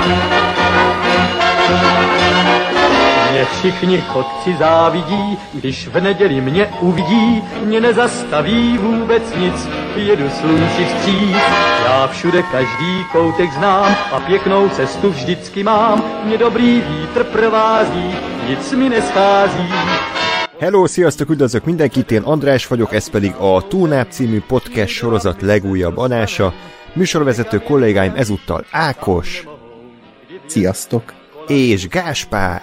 Mě všichni chodci závidí, když v neděli mě uvidí, mě nezastaví vůbec nic, jedu slunci vstříc. Já všude každý koutek znám a pěknou cestu vždycky mám, mě dobrý vítr provází, nic mi neschází. Hello, sziasztok, üdvözlök mindenkit, én András vagyok, ez pedig a Túnáp című podcast sorozat legújabb adása. Műsorvezető kollégáim ezúttal Ákos. Sziasztok. És Gáspár.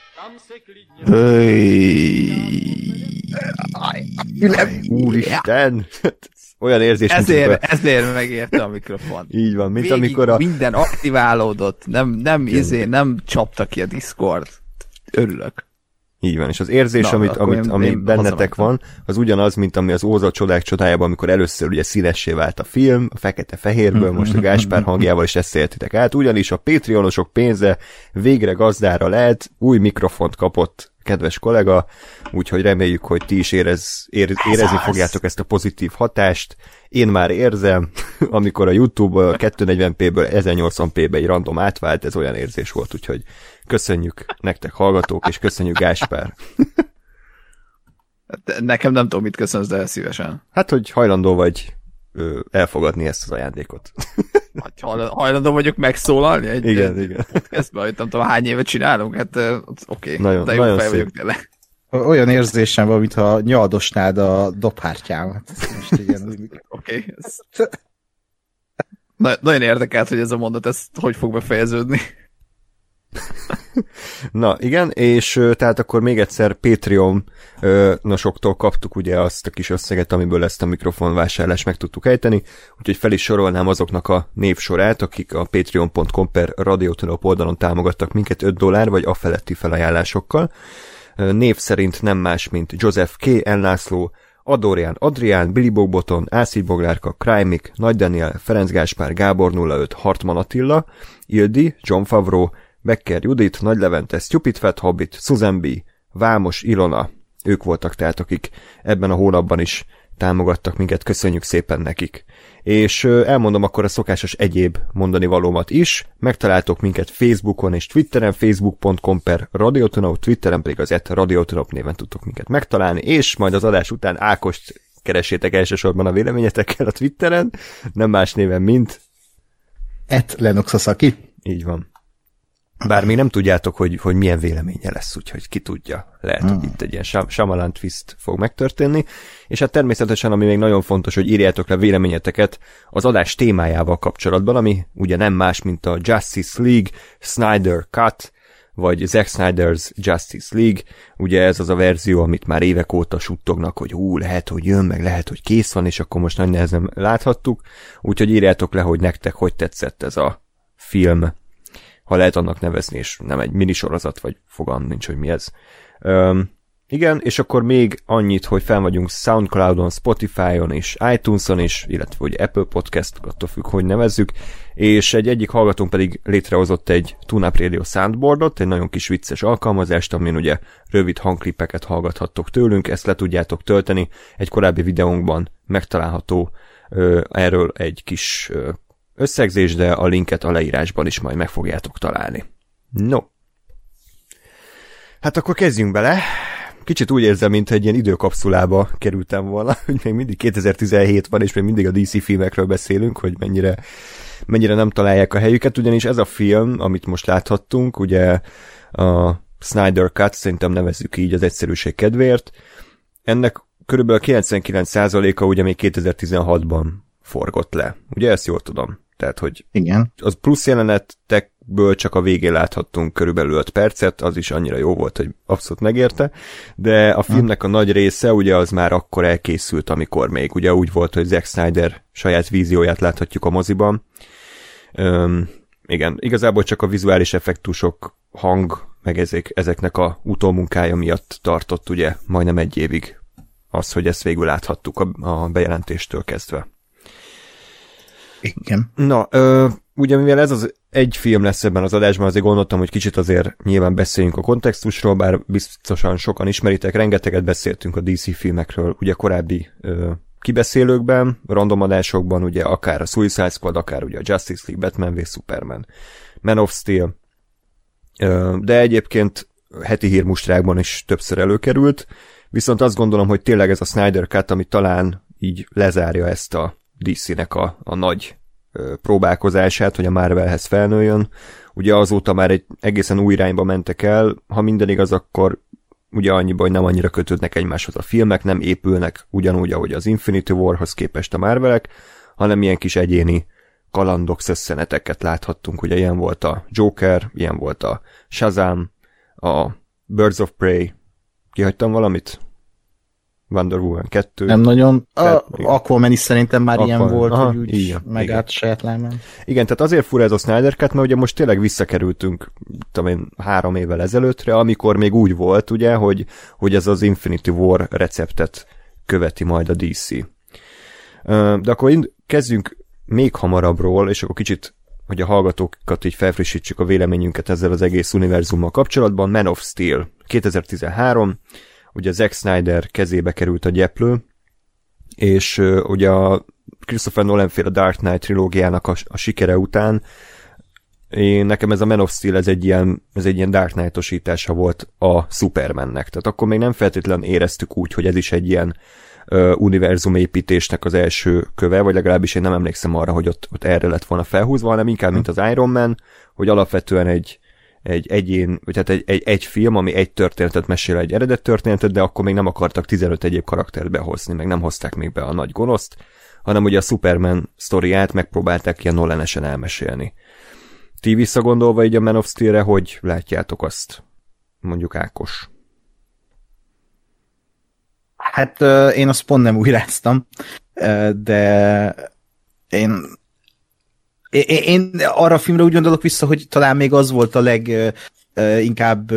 Úristen! Olyan érzés, ezért megérte a mikrofon. Így van, mint végig amikor minden aktiválódott, nem csapta ki a Discord. Örülök. Így van, és az érzés, ami bennetek van, az ugyanaz, mint ami az Óza csodák csodájában, amikor először ugye színessé vált a film, a fekete-fehérből, most a Gáspár hangjával is ezt éltitek át, ugyanis a Patreonosok pénze végre gazdára lehet, új mikrofont kapott kedves kollega, úgyhogy reméljük, hogy ti is érezni fogjátok ezt a pozitív hatást. Én már érzem, amikor a YouTube 240p-ből 1080p-be egy random átvált, ez olyan érzés volt, úgyhogy köszönjük nektek hallgatók, és köszönjük Gáspár. Nekem nem tudom, mit köszönsz, de szívesen. Hát, hogy hajlandó vagy elfogadni ezt az ajándékot. Hajlandó vagyok megszólalni egy igen. podcastban, hogy nem tudom, hány évet csinálunk, hát oké. Nagyon, de jó nagyon fej szép. vagyok tényleg. Olyan érzésem van, mintha nyaldosnád a dobhártyámat. Oké. Nagyon érdekelt, hogy ez a mondat, ez hogy fog befejeződni. Na, igen, és tehát akkor még egyszer Patreon-nosoktól kaptuk ugye azt a kis összeget, amiből ezt a mikrofonvásárlást meg tudtuk ejteni, úgyhogy fel is sorolnám azoknak a névsorát, akik a patreon.com/radiotonop oldalon támogattak minket $5 vagy afeletti felajánlásokkal. Név szerint nem más, mint Joseph K. Ellászló, Adorján Adrián, Billy Bogboton, Ászid Boglárka, Krajmik, Nagy Daniel, Ferenc Gáspár, Gábor 05, Hartman Attila, Ildi, John Favreau, Becker Judit, Nagy Levente, Stupid Fat Hobbit, Susan B., Vámos Ilona, ők voltak tehát, akik ebben a hónapban is támogattak minket, köszönjük szépen nekik. És elmondom akkor a szokásos egyéb mondani valómat is, megtaláltok minket Facebookon és Twitteren, facebook.com/radiotonop, Twitteren pedig az @radiotonop néven tudtok minket megtalálni, és majd az adás után Ákost keressétek elsősorban a véleményetekkel a Twitteren, nem más néven, mint @Lenoxasaki. Így van. Bár még nem tudjátok, hogy milyen véleménye lesz, úgyhogy ki tudja. Lehet, hogy itt egy ilyen Shyamalan twist fog megtörténni. És hát természetesen, ami még nagyon fontos, hogy írjátok le véleményeteket az adás témájával kapcsolatban, ami ugye nem más, mint a Justice League Snyder Cut, vagy Zack Snyder's Justice League. Ugye ez az a verzió, amit már évek óta suttognak, hogy lehet, hogy jön, meg lehet, hogy kész van, és akkor most nagy nehezen láthattuk. Úgyhogy írjátok le, hogy nektek hogy tetszett ez a film, ha lehet annak nevezni, és nem egy minisorozat, vagy fogalmam nincs, hogy mi ez. Igen, és akkor még annyit, hogy fenn vagyunk Soundcloudon, Spotify-on és iTunes-on is, illetve hogy Apple Podcast, attól függ, hogy nevezzük, és egyik hallgatónk pedig létrehozott egy Tune-Up Radio Soundboardot, egy nagyon kis vicces alkalmazást, amin ugye rövid hangklippeket hallgathattok tőlünk, ezt le tudjátok tölteni, egy korábbi videónkban megtalálható erről egy kis összegzés, de a linket a leírásban is majd meg fogjátok találni. No. Hát akkor kezdjünk bele. Kicsit úgy érzem, mint egy ilyen időkapszulába kerültem volna, hogy még mindig 2017 van, és még mindig a DC filmekről beszélünk, hogy mennyire nem találják a helyüket, ugyanis ez a film, amit most láthattunk, ugye a Snyder Cut, szerintem nevezzük így az egyszerűség kedvéért, ennek körülbelül 99%-a ugye még 2016-ban forgott le. Ugye ezt jól tudom? Tehát, hogy igen. Az plusz jelenetekből csak a végén láthattunk körülbelül 5 percet, az is annyira jó volt, hogy abszolút megérte, de a filmnek a nagy része ugye az már akkor elkészült, amikor még ugye úgy volt, hogy Zack Snyder saját vízióját láthatjuk a moziban. Igen, igazából csak a vizuális effektusok, hang, meg ezeknek a utómunkája miatt tartott ugye majdnem 1 évig az, hogy ezt végül láthattuk a bejelentéstől kezdve. Igen. Na, ugye mivel ez az egy film lesz ebben az adásban, azért gondoltam, hogy kicsit azért nyilván beszéljünk a kontextusról, bár biztosan sokan ismeritek, rengeteget beszéltünk a DC filmekről, ugye korábbi kibeszélőkben, random adásokban, ugye akár a Suicide Squad, akár ugye a Justice League, Batman v Superman, Man of Steel, de egyébként heti hírmustrákban is többször előkerült, viszont azt gondolom, hogy tényleg ez a Snyder Cut, ami talán így lezárja ezt a DC-nek a nagy próbálkozását, hogy a Marvelhez felnőjön. Ugye azóta már egy egészen új irányba mentek el, ha minden igaz, akkor ugye annyiban, hogy nem annyira kötődnek egymáshoz a filmek, nem épülnek ugyanúgy, ahogy az Infinity Warhoz képest a Marvelek, hanem ilyen kis egyéni kalandok, szösszeneteket láthattunk. Ugye ilyen volt a Joker, ilyen volt a Shazam, a Birds of Prey. Kihagytam valamit? Wonder Woman 2. Nem nagyon. Aquaman is szerintem már ilyen volt, hogy úgy igen, megállt saját lábán. Igen, tehát azért fura ez a Snyder Cut, mert ugye most tényleg visszakerültünk, tudom én, 3 évvel ezelőttre, amikor még úgy volt, ugye, hogy ez az Infinity War receptet követi majd a DC. De akkor kezdjünk még hamarabbról, és akkor kicsit, hogy a hallgatókat így felfrissítsük a véleményünket ezzel az egész univerzummal kapcsolatban. Man of Steel 2013, ugye Zack Snyder kezébe került a gyeplő, és ugye a Christopher Nolan-féle Dark Knight trilógiának a sikere után nekem ez a Man of Steel ez egy ilyen Dark Knight-osítása volt a Supermannek. Tehát akkor még nem feltétlenül éreztük úgy, hogy ez is egy ilyen univerzumépítésnek az első köve, vagy legalábbis én nem emlékszem arra, hogy ott erre lett volna felhúzva, hanem inkább, mint az Iron Man, hogy alapvetően egy egyén, vagy hát egy film, ami egy történetet mesél, egy eredet történetet, de akkor még nem akartak 15 egyéb karaktert behozni, meg nem hozták még be a nagy gonoszt, hanem ugye a Superman sztoriát megpróbálták ilyen Nolan-esen elmesélni. Ti visszagondolva így a Man of Steel-re, hogy látjátok azt? Mondjuk Ákos. Hát én azt pont nem újráztam, de én arra a filmre úgy gondolok vissza, hogy talán még az volt a leginkább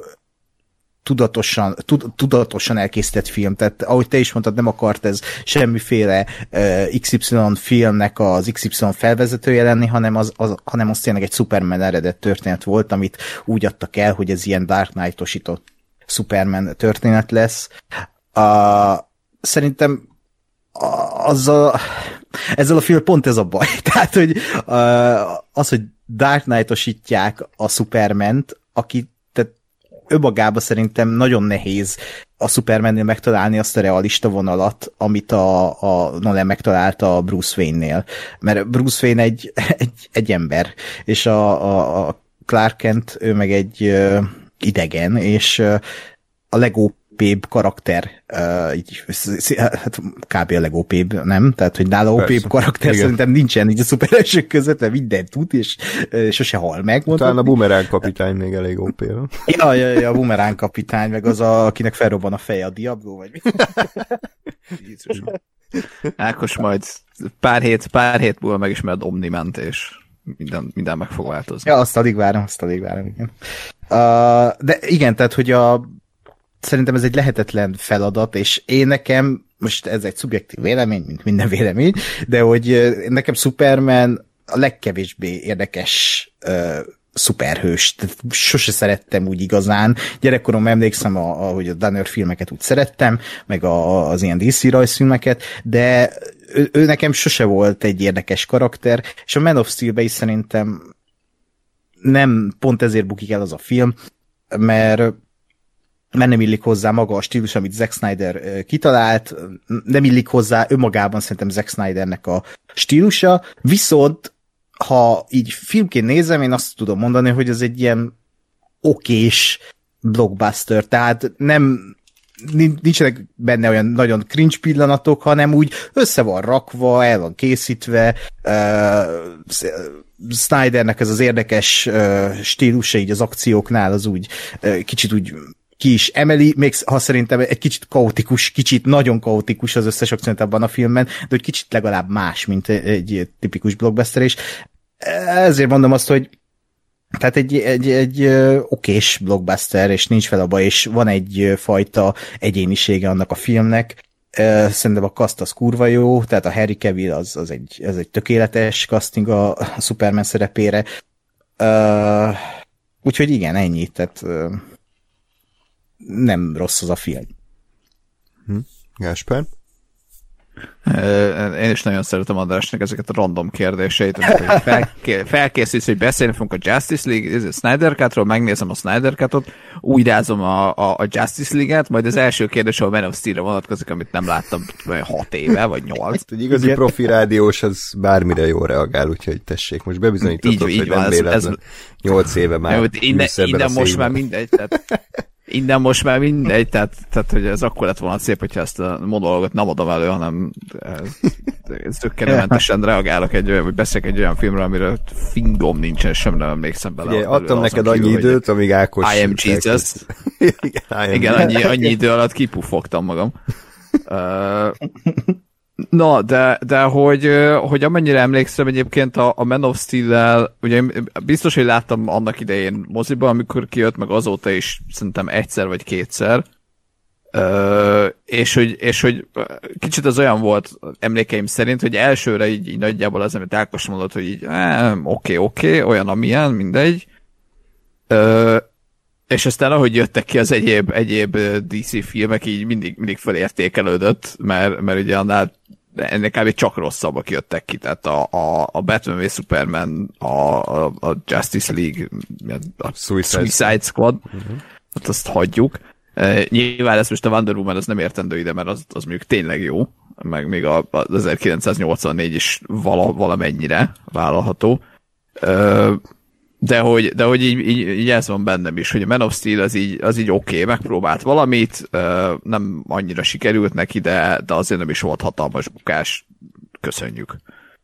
tudatosan elkészített film. Tehát ahogy te is mondtad, nem akart ez semmiféle XY filmnek az XY felvezetője lenni, hanem az tényleg egy Superman eredet történet volt, amit úgy adtak el, hogy ez ilyen Dark Knight-osított Superman történet lesz. Szerintem ezzel a film pont ez a baj. Tehát, hogy az, hogy Dark Knight-osítják a Supermant, aki tehát önmagában szerintem nagyon nehéz a Supermannél megtalálni azt a realista vonalat, amit a Nolan megtalálta a Bruce Wayne-nél. Mert Bruce Wayne egy ember, és a Clark Kent, ő meg egy idegen, és a legópébb karakter, hát kb. A legópébb, nem? Tehát, hogy nála ópébb karakter igen. Szerintem nincsen így a szuperhősök között, mert mindent tud, és sose hal meg. Talán a Boomerang kapitány még elég OP. Ja, a Boomerang kapitány, meg az, akinek felrobban a feje, a Diablo, vagy mi? Ákos majd pár hét múlva megismered Omniment, és minden meg fog változni. Ja, azt alig várom, igen. De igen, tehát, hogy szerintem ez egy lehetetlen feladat, és én nekem, most ez egy szubjektív vélemény, mint minden vélemény, de hogy nekem Superman a legkevésbé érdekes szuperhős. Tehát sose szerettem úgy igazán. Gyerekkorom emlékszem, hogy a Donner filmeket úgy szerettem, meg az ilyen DC rajzfilmeket, de ő nekem sose volt egy érdekes karakter, és a Man of Steel-be is szerintem nem pont ezért bukik el az a film, mert nem illik hozzá maga a stílus, amit Zack Snyder kitalált, nem illik hozzá önmagában szerintem Zack Snydernek a stílusa, viszont ha így filmként nézem, én azt tudom mondani, hogy ez egy ilyen okés blockbuster, tehát nincsenek benne olyan nagyon cringe pillanatok, hanem úgy össze van rakva, el van készítve, Snydernek ez az érdekes stílusa így az akcióknál, az úgy kicsit úgy ki is emeli, még ha szerintem egy kicsit kaotikus, nagyon kaotikus az összes akciót abban a filmben, de hogy kicsit legalább más, mint egy tipikus blockbuster, és ezért mondom azt, hogy tehát egy okés blockbuster, és nincs fel a baj, és van egy fajta egyénisége annak a filmnek. Szerintem a cast az kurva jó, tehát a Harry Cavill az egy tökéletes casting a Superman szerepére. Úgyhogy igen, ennyi, tehát nem rossz az a film. Gáspár? Én is nagyon szeretem Andrásnak ezeket a random kérdéseit, hogy felkészülsz, hogy beszélni fogunk a Justice League, Snyder Cut-ról, megnézem a Snyder Cut-ot, újrázom a Justice League-et, majd az első kérdés a Man of Steel-re vonatkozik, amit nem láttam 6 éve, vagy 8. Egy igazi profi rádiós, az bármire jól reagál, úgyhogy tessék, most bebizonyítottad, hogy nem véletlen 8 éve már. Innen most már mindegy, tehát hogy ez akkor lett volna szép, hogyha ezt a monológot nem adom elő, hanem zökkenőmentesen reagálok vagy beszélek egy olyan filmről, amiről fingom nincsen, sem nem emlékszem bele. Ugye, adtam neked annyi időt, amíg Ákos... I am Jesus. Igen, annyi idő alatt kipufogtam magam. Na, de hogy amennyire emlékszem egyébként a Man of Steel-el, ugye biztos, hogy láttam annak idején moziban, amikor kijött, meg azóta is szerintem egyszer vagy kétszer, és hogy kicsit az olyan volt emlékeim szerint, hogy elsőre így nagyjából az, amit Ákos mondott, hogy így oké, olyan amilyen, mindegy, és aztán ahogy jöttek ki az egyéb DC filmek, így mindig felértékelődött, mert ugye annál ennek kb. Csak rosszabbak jöttek ki, tehát a Batman v Superman, a Justice League, a Suicide Squad, hát azt hagyjuk. Nyilván ez most a Wonder Woman az nem értendő ide, mert az mondjuk tényleg jó, meg még az 1984 is valamennyire vállalható. De hogy így ez van bennem is, hogy a Man of Steel az így oké, megpróbált valamit, nem annyira sikerült neki, de azért nem is volt hatalmas bukás. Köszönjük.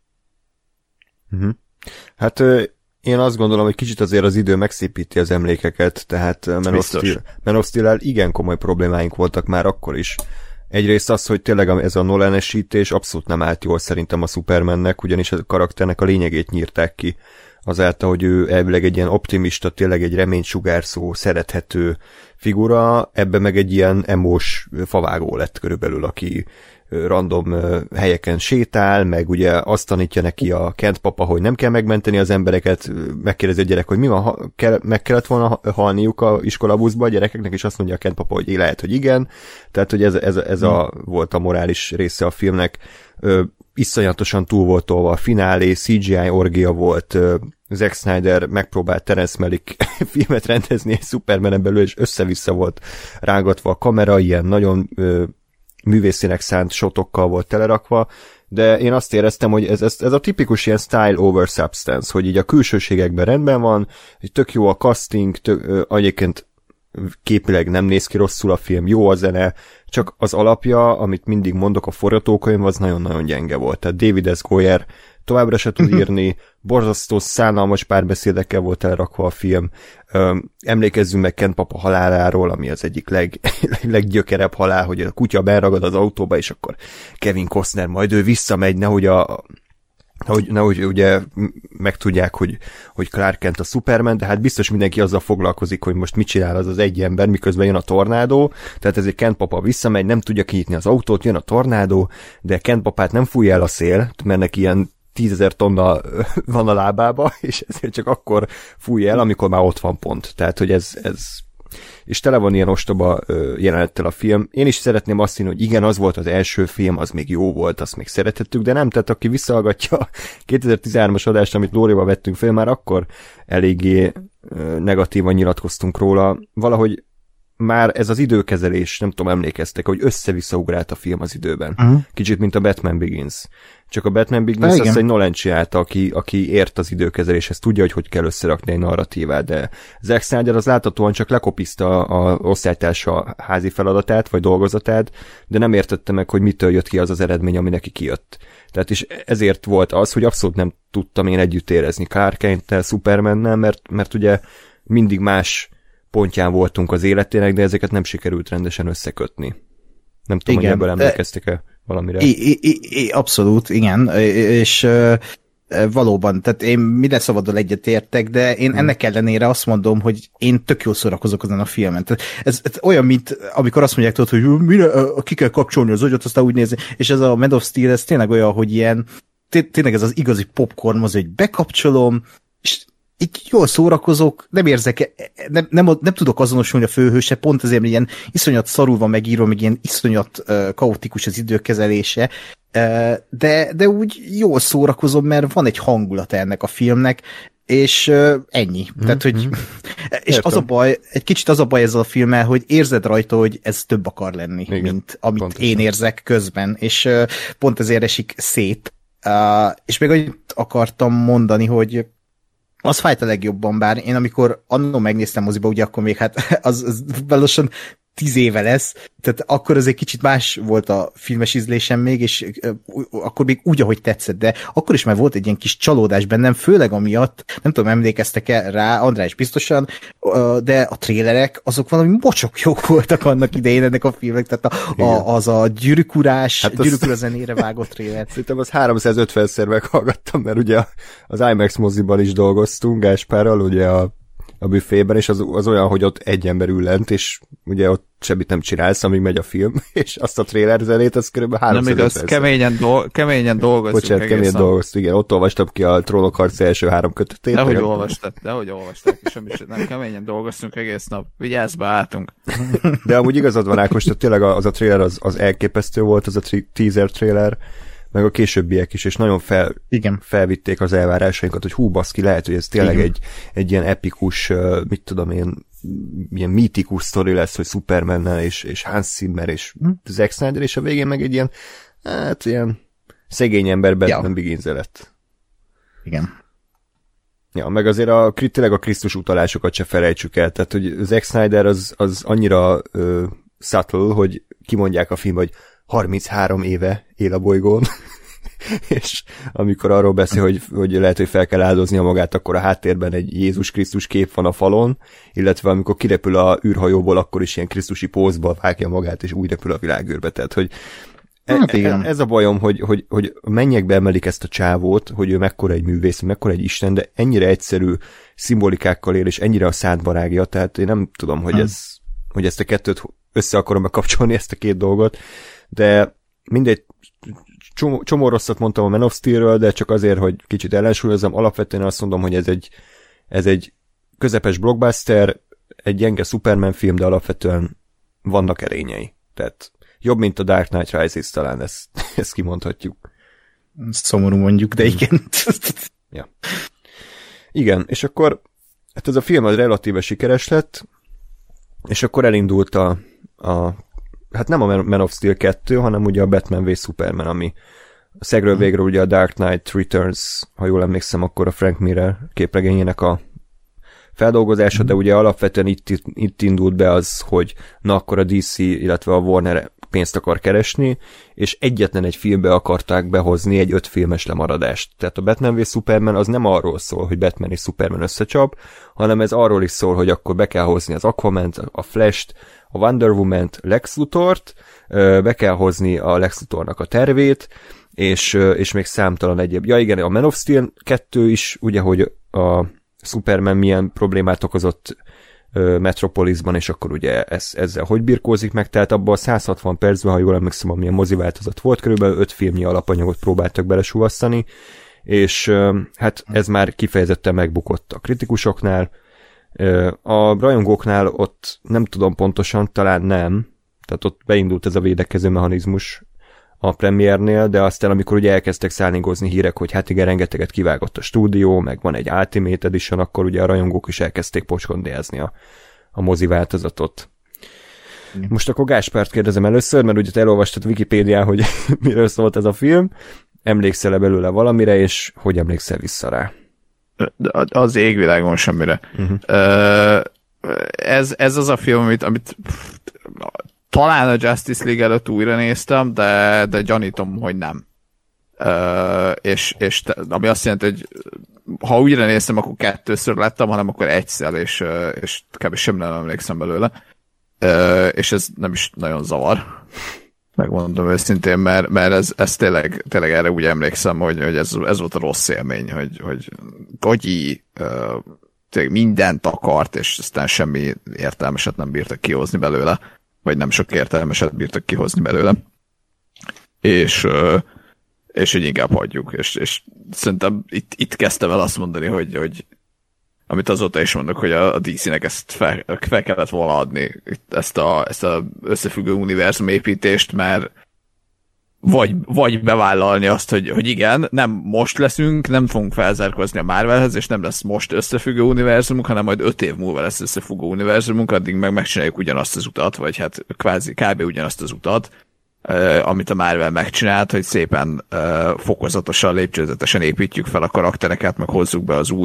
Hát én azt gondolom, hogy kicsit azért az idő megszépíti az emlékeket, tehát Man of Steel-el igen komoly problémáink voltak már akkor is. Egyrészt az, hogy tényleg ez a Nolan-esítés abszolút nem állt jól szerintem a Supermannek, ugyanis a karakternek a lényegét nyírták ki. Azáltal, hogy ő elvileg egy ilyen optimista, tényleg egy reménysugárszó, szerethető figura, ebben meg egy ilyen emós favágó lett körülbelül, aki random helyeken sétál, meg ugye azt tanítja neki a Kent papa, hogy nem kell megmenteni az embereket, megkérdezi a gyerek, hogy mi van, meg kellett volna halniuk a iskolabuszba a gyerekeknek, és azt mondja a Kent papa, hogy lehet, hogy igen. Tehát, hogy ez volt a morális része a filmnek. Iszonyatosan túl volt tolva a finálé, CGI orgia volt, Zack Snyder megpróbált Terence Malick filmet rendezni egy Supermanen belül, és össze-vissza volt rángatva a kamera, ilyen nagyon művészének szánt shotokkal volt telerakva, de én azt éreztem, hogy ez a tipikus ilyen style over substance, hogy így a külsőségekben rendben van, hogy tök jó a casting, egyébként képileg nem néz ki rosszul a film, jó a zene, csak az alapja, amit mindig mondok, a forgatókönyv, az nagyon-nagyon gyenge volt. Tehát David S. Goyer továbbra se tud írni, borzasztó szánalmas párbeszédekkel volt elrakva a film. Emlékezzünk meg Kent papa haláláról, ami az egyik leggyökerebb halál, hogy a kutya beragad az autóba, és akkor Kevin Costner majd ő visszamegy, nehogy ugye megtudják, hogy Clark Kent a Superman, de hát biztos mindenki azzal foglalkozik, hogy most mit csinál az egy ember, miközben jön a tornádó, tehát ezért Kent papa visszamegy, nem tudja kinyitni az autót, jön a tornádó, de Kent papát nem fújja el a szél, mert neki ilyen 10 000 tonna van a lábába, és ezért csak akkor fújja el, amikor már ott van pont. Tehát, hogy ez és tele van ilyen ostoba jelenettel a film. Én is szeretném azt hinni, hogy igen, az volt az első film, az még jó volt, azt még szeretettük, de nem, tehát aki visszahallgatja a 2013-as adást, amit Lórival vettünk fel, már akkor eléggé negatívan nyilatkoztunk róla. Valahogy már ez az időkezelés, nem tudom, emlékeztek, hogy össze-visszaugrált a film az időben. Kicsit, mint a Batman Begins. Csak a Batman Begins azt egy Nolan csinálta, aki ért az időkezeléshez, tudja, hogy kell összerakni egy narratívát, de Zack Snyder az láthatóan csak lekopizta a osztálytársa házi feladatát, vagy dolgozatát, de nem értette meg, hogy mitől jött ki az az eredmény, ami neki kijött. Tehát is ezért volt az, hogy abszolút nem tudtam én együtt érezni Clark Kent-tel, Supermannel, mert ugye mindig más pontján voltunk az életének, de ezeket nem sikerült rendesen összekötni. Nem tudom, hogy ebből emlékeztek-e valamire. Abszolút, igen, és valóban, tehát én minden szabaddal egyetértek, de én ennek ellenére azt mondom, hogy én tök jól szórakozok azon a filmen. Tehát ez olyan, mint amikor azt mondják, tudod, hogy mire ki kell kapcsolni az agyat, aztán úgy nézni, és ez a Man of Steel, ez tényleg olyan, hogy ilyen, tényleg ez az igazi popcorn, az, hogy bekapcsolom, és így jól szórakozok, nem érzek, nem tudok azonosulni a főhőse, pont azért, hogy ilyen iszonyat szarul van megírva, meg ilyen iszonyat kaotikus az időkezelése, de úgy jól szórakozom, mert van egy hangulata ennek a filmnek, és ennyi. Tehát, hogy és az a baj, egy kicsit az a baj ezzel a filmmel, hogy érzed rajta, hogy ez több akar lenni, igen, mint amit pontosan én érzek közben, és pont ezért esik szét. És még annyit akartam mondani, hogy az fájt a legjobban, bár én amikor annól megnéztem moziba, ugye akkor még hát az valósan 10 éve lesz, tehát akkor az egy kicsit más volt a filmes ízlésem még, és akkor még úgy, ahogy tetszett, de akkor is már volt egy ilyen kis csalódás bennem, főleg amiatt, nem tudom, emlékeztek-e rá, András biztosan, de a trélerek, azok valami mocsok jók voltak annak idején ennek a filmnek, tehát az a gyűrűkurás, hát gyűrűkura zenére vágott tréler. Szerintem az 350-szer meghallgattam, mert ugye az IMAX moziban is dolgoztunk Gáspárral, ugye a büfében, és az olyan, hogy ott egy ember ül lent, és ugye ott semmit nem csinálsz, amíg megy a film, és azt a trailer zenét, az kb. 350 Nem igaz, keményen dolgoztunk. Bocsánat, keményen dolgoztunk, igen, ott olvastam ki a Trónok harca első 3 kötetét. Dehogy olvastad, és nem keményen dolgoztunk egész nap. Vigyázz be, álltunk. De amúgy igazad van, Ákos, tehát tényleg az a trailer az elképesztő volt, az a teaser trailer, meg a későbbiek is, és nagyon felvitték az elvárásainkat, hogy hú, baszki, lehet, hogy ez tényleg egy ilyen epikus, mit tudom én, ilyen mítikus sztori lesz, hogy Supermannel és Hans Zimmer és Zack Snyder, és a végén meg egy ilyen, hát ilyen szegény ember Batman Begins lett. Igen. Ja, meg azért tényleg a Krisztus utalásokat se felejtsük el, tehát hogy Zack Snyder az annyira subtle, hogy kimondják a filmben, hogy 33 éve él a bolygón, és amikor arról beszél, hogy lehet, hogy fel kell áldoznia magát, akkor a háttérben egy Jézus Krisztus kép van a falon, illetve amikor kirepül a űrhajóból, akkor is ilyen krisztusi pózba vágja magát, és úgy repül a világűrbe. Tehát, hogy ez a bajom, hogy mennyekbe emelik ezt a csávót, hogy ő mekkora egy művész, mekkora egy isten, de ennyire egyszerű szimbolikákkal él, és ennyire a szádba rágja, tehát én nem tudom, hogy ezt a kettőt össze akarom kapcsolni, ezt a két dolgot, de mindegy, csomó rosszat mondtam a Man of Steel-ről, de csak azért, hogy kicsit ellensúlyozzam, alapvetően azt mondom, hogy ez egy közepes blockbuster, egy gyenge Superman film, de alapvetően vannak erényei. Tehát jobb, mint a Dark Knight Rises, talán ezt kimondhatjuk. Szomorú mondjuk, de igen. Ja. Igen, és akkor hát ez a film az relatíve sikeres lett, és akkor elindult hát nem a Man of Steel 2, hanem ugye a Batman v Superman, ami a szegről végről ugye a Dark Knight Returns, ha jól emlékszem, akkor a Frank Miller képregényének a feldolgozása, de ugye alapvetően itt indult be az, hogy na akkor a DC, illetve a Warner pénzt akar keresni, és egyetlen egy filmbe akarták behozni egy 5 filmes lemaradást. Tehát a Batman v Superman az nem arról szól, hogy Batman és Superman összecsap, hanem ez arról is szól, hogy akkor be kell hozni az Aquament, a Flash-t, a Wonder Woman-t, Lex Luthort, be kell hozni a Lex Luthornak a tervét, és még számtalan egyéb. Ja igen, a Man of Steel 2 is, ugye, hogy a Superman milyen problémát okozott Metropolisban, és akkor ugye ezzel hogy birkózik meg, tehát abban a 160 percben, ha jól emlékszem, amilyen moziváltozat volt, körülbelül 5 filmnyi alapanyagot próbáltak belesúvasszani, és hát ez már kifejezetten megbukott a kritikusoknál, a rajongóknál ott nem tudom pontosan, talán nem, tehát ott beindult ez a védekező mechanizmus a premiernél, de aztán amikor ugye elkezdtek szállingozni hírek, hogy hát igen, rengeteget kivágott a stúdió, meg van egy Ultimate Edition, akkor ugye a rajongók is elkezdték pocskondézni a mozi változatot. Most akkor Gáspárt kérdezem először, mert ugye te elolvastad Wikipédián, hogy miről szólt ez a film, emlékszel-e belőle valamire, és hogy emlékszel vissza rá? Az égvilágon semmire. Ez az a film, amit talán a Justice League előtt újra néztem, de gyanítom, hogy nem. És ami azt jelenti, hogy ha újra néztem, akkor 2-ször lettem, hanem akkor egyszer, és kb. Sem nem emlékszem belőle. És ez nem is nagyon zavar. Megmondom őszintén, mert ez tényleg erre úgy emlékszem, hogy ez volt a rossz élmény, hogy gagyi tényleg mindent akart, és aztán semmi értelmeset nem bírtak kihozni belőle, vagy nem sok értelmeset bírtak kihozni belőle. És hogy inkább hagyjuk. És szerintem itt kezdtem el azt mondani, hogy amit azóta is mondok, hogy a DC-nek ezt fel kellett volna adni, ezt a összefüggő univerzum építést, mert vagy bevállalni azt, hogy igen, nem most leszünk, nem fogunk felzárkózni a Marvelhez, és nem lesz most összefüggő univerzumunk, hanem majd 5 év múlva lesz összefüggő univerzumunk, addig megcsináljuk ugyanazt az utat, vagy hát kvázi kb. Ugyanazt az utat, amit a Marvel megcsinált, hogy szépen fokozatosan, lépcsőzetesen építjük fel a karaktereket, meg hozzuk be az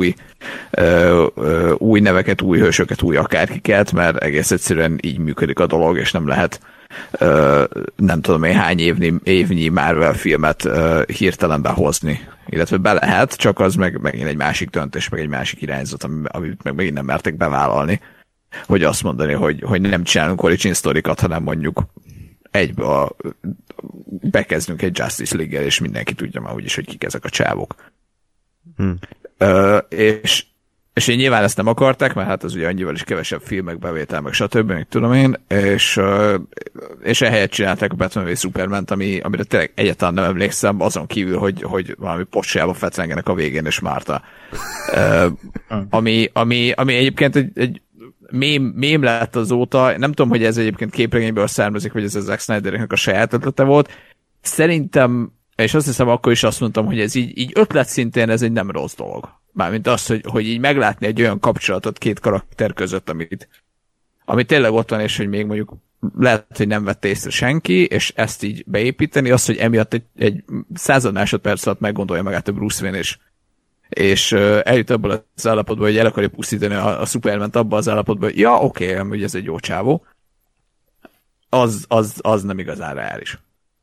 új neveket, új hősöket, új akárkiket, mert egész egyszerűen így működik a dolog, és nem lehet nem tudom én hány évnyi Marvel filmet hirtelen behozni. Illetve be lehet, csak az megint egy másik döntés, meg egy másik irányzat, amit meg megint nem mertek bevállalni, hogy azt mondani, hogy nem csinálunk origin sztorikat, hanem mondjuk egybe bekezdünk egy Justice League-el, és mindenki tudja már úgyis, hogy kik ezek a csávok. És én nyilván ezt nem akarták, mert hát az ugye annyival is kevesebb filmek, bevétel, meg stb., még tudom én, és ehelyett csinálták a Batman v Superman-t, amire tényleg egyáltalán nem emlékszem, azon kívül, hogy valami pocsába fetrengenek a végén, és Márta. Ami egyébként egy mém lett azóta, nem tudom, hogy ez egyébként képregényből származik, vagy ez a Zack Snydernek a saját ötlete volt. Szerintem, és azt hiszem akkor is azt mondtam, hogy ez így ötlet szintén ez egy nem rossz dolog. Mármint az, hogy így meglátni egy olyan kapcsolatot két karakter között, amit tényleg ott van, és hogy még mondjuk lehet, hogy nem vette észre senki, és ezt így beépíteni, az, hogy emiatt egy 100 másodperc alatt meggondolja magát a Bruce Wayne, és eljut abból az állapotból, hogy el akarja pusztítani a Superman-t abban az állapotban, hogy ja, oké, hogy ez egy jó csávó, az nem igazán reális.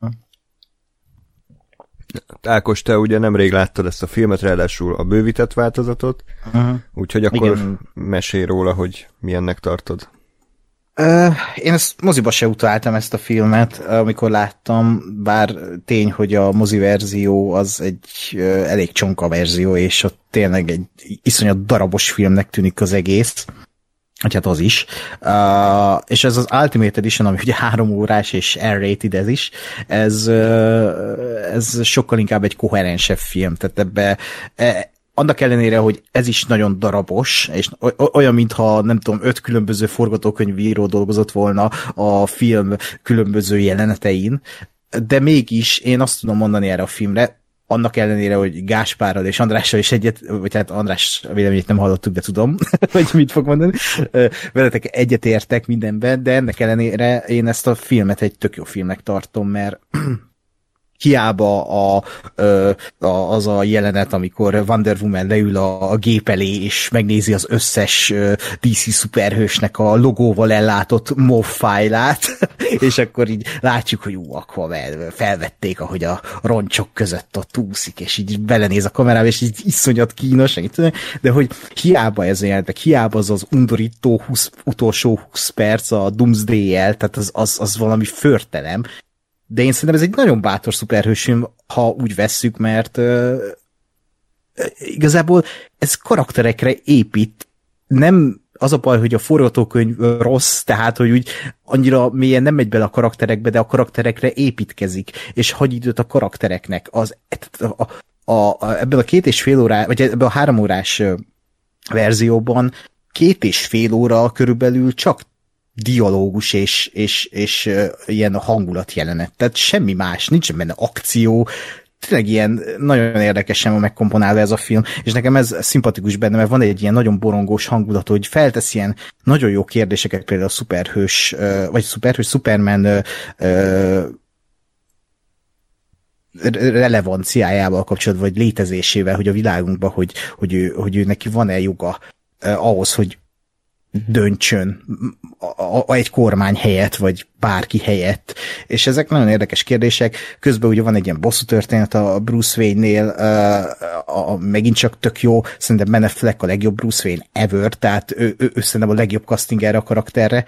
Ákos, te ugye nemrég láttad ezt a filmet, ráadásul a bővített változatot, úgyhogy akkor igen. Mesélj róla, hogy milyennek tartod. Én ezt moziba se utáltam ezt a filmet, amikor láttam, bár tény, hogy a mozi verzió az egy elég csonka verzió, és ott tényleg egy iszonyat darabos filmnek tűnik az egész. Hát az is. És ez az Ultimate Edition, ami ugye 3 órás és R-rated ez is, ez sokkal inkább egy koherensebb film. Tehát ebbe annak ellenére, hogy ez is nagyon darabos, és olyan, mintha nem tudom, 5 különböző forgatókönyvíró dolgozott volna a film különböző jelenetein, de mégis én azt tudom mondani erre a filmre, annak ellenére, hogy Gáspárral és Andrással is vagy hát András véleményét nem hallottuk, de tudom, hogy mit fog mondani. Veletek egyetértek mindenben, de ennek ellenére én ezt a filmet egy tök jó filmnek tartom, mert hiába az a jelenet, amikor Wonder Woman leül a gép elé, és megnézi az összes DC szuperhősnek a logóval ellátott MOV fájlát, és akkor így látjuk, hogy Aquaman felvették, ahogy a roncsok között ott úszik, és így belenéz a kamerába, és így iszonyat kínos, de hogy hiába ez a jelenetek, hiába az undorító utolsó 20 perc a Doomsday-el, tehát az valami förtelem. De én szerintem ez egy nagyon bátor szuperhősfilm, ha úgy vesszük, mert igazából ez karakterekre épít. Nem az a baj, hogy a forgatókönyv rossz, tehát, hogy úgy annyira mélyen nem megy bele a karakterekbe, de a karakterekre építkezik, és hagy időt a karaktereknek. Ebben a 2,5 órás, vagy ebben a 3 órás verzióban 2,5 óra körülbelül csak dialógus és ilyen hangulatjelenet. Tehát semmi más, nincs benne akció, tényleg ilyen nagyon érdekesen van megkomponálva ez a film, és nekem ez szimpatikus benne, mert van egy ilyen nagyon borongós hangulat, hogy feltesz ilyen nagyon jó kérdéseket, például a Superman relevanciájával kapcsolatban, vagy létezésével, hogy a világunkban, hogy ő neki van-e joga ahhoz, hogy döntsön egy kormány helyett, vagy bárki helyett. És ezek nagyon érdekes kérdések. Közben ugye van egy ilyen bosszú történet a Bruce Wayne-nél, megint csak tök jó, szerintem Ben Affleck a legjobb Bruce Wayne ever, tehát ő szerintem a legjobb casting erre a karakterre.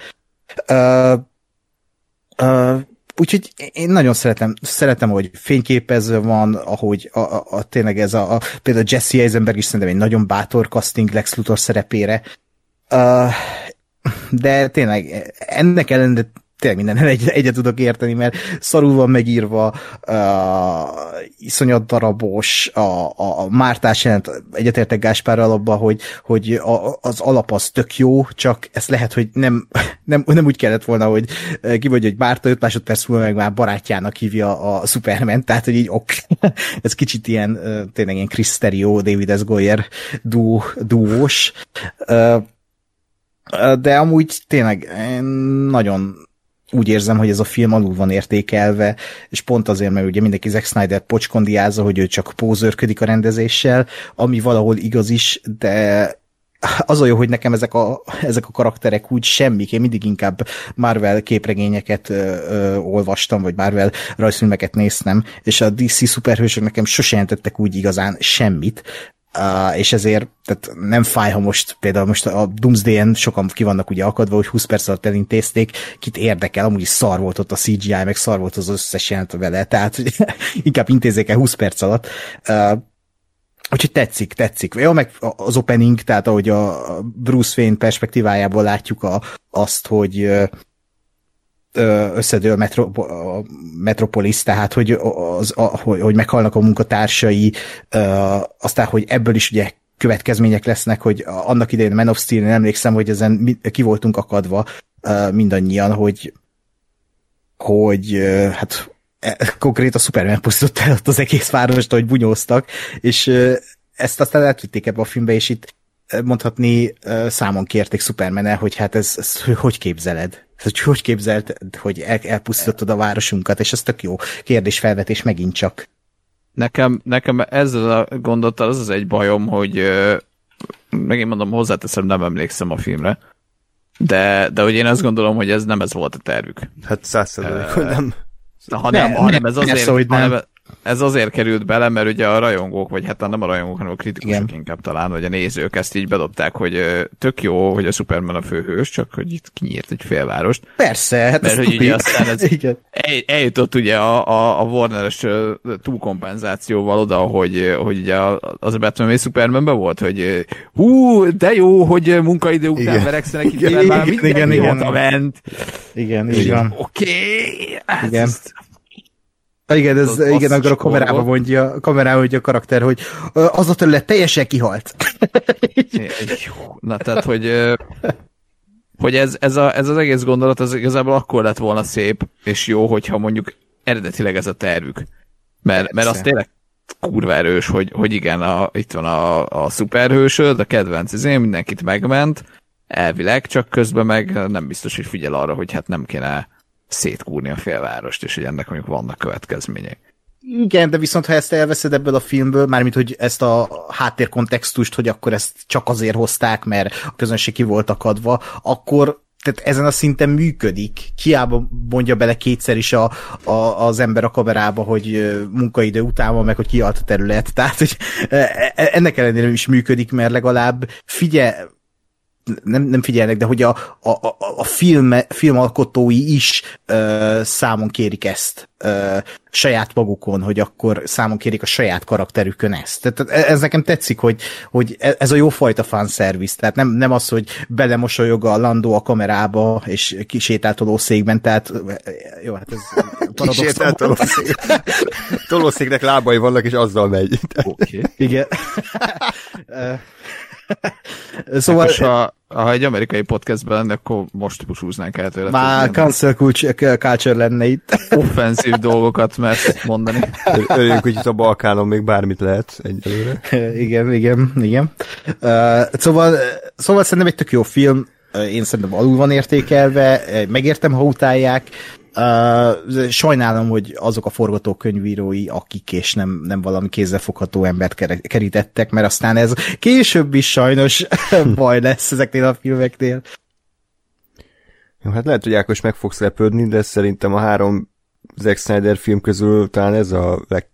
Úgyhogy én nagyon szeretem, hogy fényképezve van, ahogy tényleg ez például Jesse Eisenberg is szerintem egy nagyon bátor casting Lex Luthor szerepére. De tényleg ennek ellenére tényleg mindennel egyet tudok érteni, mert szarul van megírva, iszonyat darabos, a mártás jelent, egyetértek Gáspárral abban, hogy az alap az tök jó, csak ezt lehet, hogy nem úgy kellett volna, hogy hogy Márta 5 másodperc múlva meg már barátjának hívja a Superman, tehát, hogy így ez kicsit ilyen, tényleg ilyen Chris Terrio, David S. Goyer duós, de amúgy tényleg nagyon úgy érzem, hogy ez a film alul van értékelve, és pont azért, mert ugye mindenki Zack Snyder pocskondiázza, hogy ő csak pózőrködik a rendezéssel, ami valahol igaz is, de az a jó, hogy nekem ezek a karakterek úgy semmik. Én mindig inkább Marvel képregényeket olvastam, vagy Marvel rajzfilmeket néztem, és a DC szuperhősök nekem sosem jelentettek úgy igazán semmit, és ezért tehát nem fáj, ha például most a Doomsday-en sokan ki vannak ugye akadva, hogy 20 perc alatt elintézték, kit érdekel, amúgy is szar volt ott a CGI, meg szar volt az összes jelent vele, tehát inkább intézzék el 20 perc alatt. Úgyhogy tetszik. Jó, meg az opening, tehát ahogy a Bruce Wayne perspektívájából látjuk azt, hogy összedől a Metropolis, tehát hogy meghalnak a munkatársai, aztán, hogy ebből is ugye következmények lesznek, hogy annak idején a Man of Steel-en emlékszem, hogy ezen ki voltunk akadva mindannyian, hogy hát konkrét a Superman pusztított el ott az egész várost, hogy bunyóztak, és ezt aztán elvitték ebbe a filmbe, és itt mondhatni számon kérték Superman-el, hogy hát ez hogy képzeled? Hogy képzeld, hogy elpusztítottad a városunkat, és ez tök jó kérdésfelvetés megint csak. Nekem ezzel a gondolattal az egy bajom, hogy megint mondom, hozzáteszem, nem emlékszem a filmre, de hogy én azt gondolom, hogy ez nem ez volt a tervük. Hát 100%-on nem. Hanem ez azért került bele, mert ugye a rajongók, vagy hát nem a rajongók, hanem a kritikusok inkább talán, vagy a nézők ezt így bedobták, hogy tök jó, hogy a Superman a főhős, csak hogy itt kinyírt egy félvárost. Persze, hát mert hogy ugye aztán ez eljutott ugye a Warner-es túlkompenzációval oda, hogy ugye az a Batman és Supermanben volt, hogy de jó, hogy munkaidő után verekszenek itt, mert már mindenki oda ment. Igen, így van. Oké. Igen. Igen, akkor a kamerában mondja a karakter, hogy az a terület teljesen kihalt. Na, tehát, hogy ez az egész gondolat, az igazából akkor lett volna szép, és jó, hogyha mondjuk eredetileg ez a tervük. Mert az tényleg kurva erős, hogy igen, itt van a szuperhősöd, a kedvenc mindenkit megment, elvileg, csak közben meg nem biztos, hogy figyel arra, hogy hát nem kéne szétkúrni a félvárost, és hogy ennek mondjuk vannak következményei. Igen, de viszont ha ezt elveszed ebből a filmből, mármint hogy ezt a háttérkontextust, hogy akkor ezt csak azért hozták, mert a közönség ki volt akadva, akkor tehát ezen a szinten működik. Hiába mondja bele kétszer is az ember a kamerába, hogy munkaidő után van, meg hogy kihalt a terület. Tehát, hogy ennek ellenére is működik, mert legalább nem figyelnek, de hogy a filmalkotói is számon kérik ezt saját magukon, hogy akkor számon kérik a saját karakterükön ezt. Tehát ez nekem tetszik, hogy ez a jófajta fanservice, tehát nem az, hogy belemosolyog a Landó a kamerába, és kisétál tolószékben, tehát jó, hát ez paradox. Kisétál tolószékben. Tolószéknek lábai vannak, és azzal megy. Okay. Igen. Szóval... Ha egy amerikai podcastben lenne, akkor most busúznánk el tőle. Már cancel culture lenne itt. Offenzív dolgokat mert mondani. Örüljünk, hogy itt a Balkánon még bármit lehet egyelőre. Igen. Szóval szerintem egy tök jó film. Én szerintem alul van értékelve. Megértem, ha utálják. Sajnálom, hogy azok a forgatókönyvírói, akik és nem valami kézzelfogható embert kerítettek, mert aztán ez később is sajnos baj lesz ezeknél a filmeknél. Jó, hát lehet, hogy Ákos meg fogsz lepődni, de szerintem a 3 Zack Snyder film közül talán ez a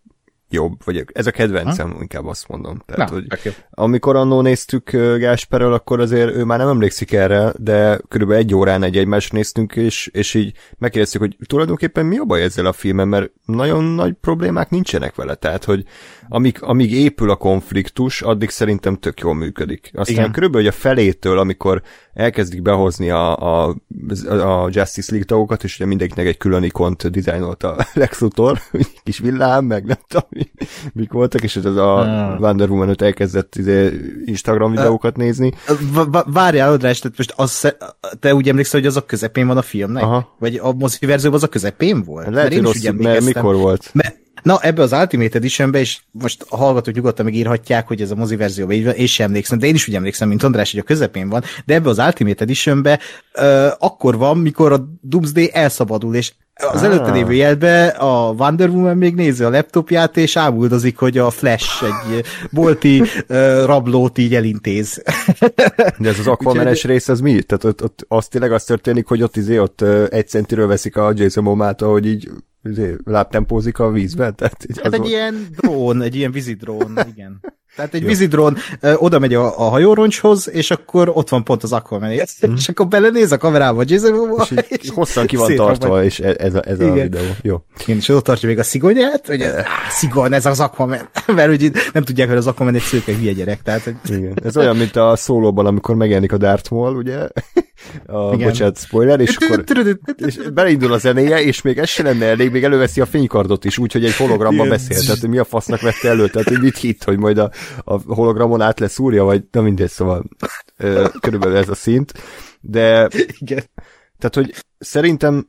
jobb, vagy ez a kedvencem, inkább azt mondom. Tehát, hogy okay. amikor annó néztük Gásperrel, akkor azért ő már nem emlékszik erre, de körülbelül 1 órán egymást néztünk, és így megkérdeztük, hogy tulajdonképpen mi a baj ezzel a filmen, mert nagyon nagy problémák nincsenek vele, tehát, hogy amíg épül a konfliktus, addig szerintem tök jól működik. Aztán igen. Körülbelül, hogy a felétől, amikor elkezdik behozni a Justice League tagokat, és ugye mindenkinek egy külön ikont dizájnolt a Lex Luthor, kis villám, meg nem tudom, mik voltak, és ez a Wonder Woman 5 elkezdett Instagram videókat nézni. Várjál, Odrás, tehát most te úgy emlékszel, hogy az a közepén van a filmnek? Aha. Vagy a moziverzióban az a közepén volt? Lehet, hogy rossz, mert mikor volt? Na, ebbe az Ultimate Editionbe, és most a hallgatók nyugodtan megírhatják, hogy ez a moziverzióban így van, és sem emlékszem, de én is úgy emlékszem, mint András, hogy a közepén van, de ebbe az Ultimate Editionbe akkor van, mikor a Doomsday elszabadul, és az előtte lévő jelben a Wonder Woman még nézi a laptopját, és ámuldozik, hogy a Flash egy bolti rablót így elintéz. De ez az Aquaman-es rész, az mi? Tehát ott az tényleg az történik, hogy ott 1 centiről veszik a Jason Momoát, hogy így lábtempózik a vízben? Tehát hát egy ilyen drón, egy ilyen vízidrón, igen. Tehát egy vízidrón oda megy a hajóroncshoz, és akkor ott van pont az Aquaman, és akkor belenéz a kamerába Jason Momoa, és hosszan ki van tartva, és ez a videó. Jó. Igen, és oda tartja még a szigonyát, hogy szigony, ez az Aquaman, mert úgy nem tudják, hogy az Aquaman egy szőke hülye gyerek. Tehát, igen. Ez olyan, mint a szólóban, amikor megjelenik a Darth Maul, ugye? Bocsánat, spoiler, és akkor és beleindul a zenéje, és még ez se lenne elég, még előveszi a fénykardot is, úgyhogy egy hologramban beszél, tehát mi a fasznak vette elő, tehát hogy mit hitt, hogy majd a hologramon át lesz úrja, vagy na mindegy, szóval körülbelül ez a szint, de igen. Tehát, hogy szerintem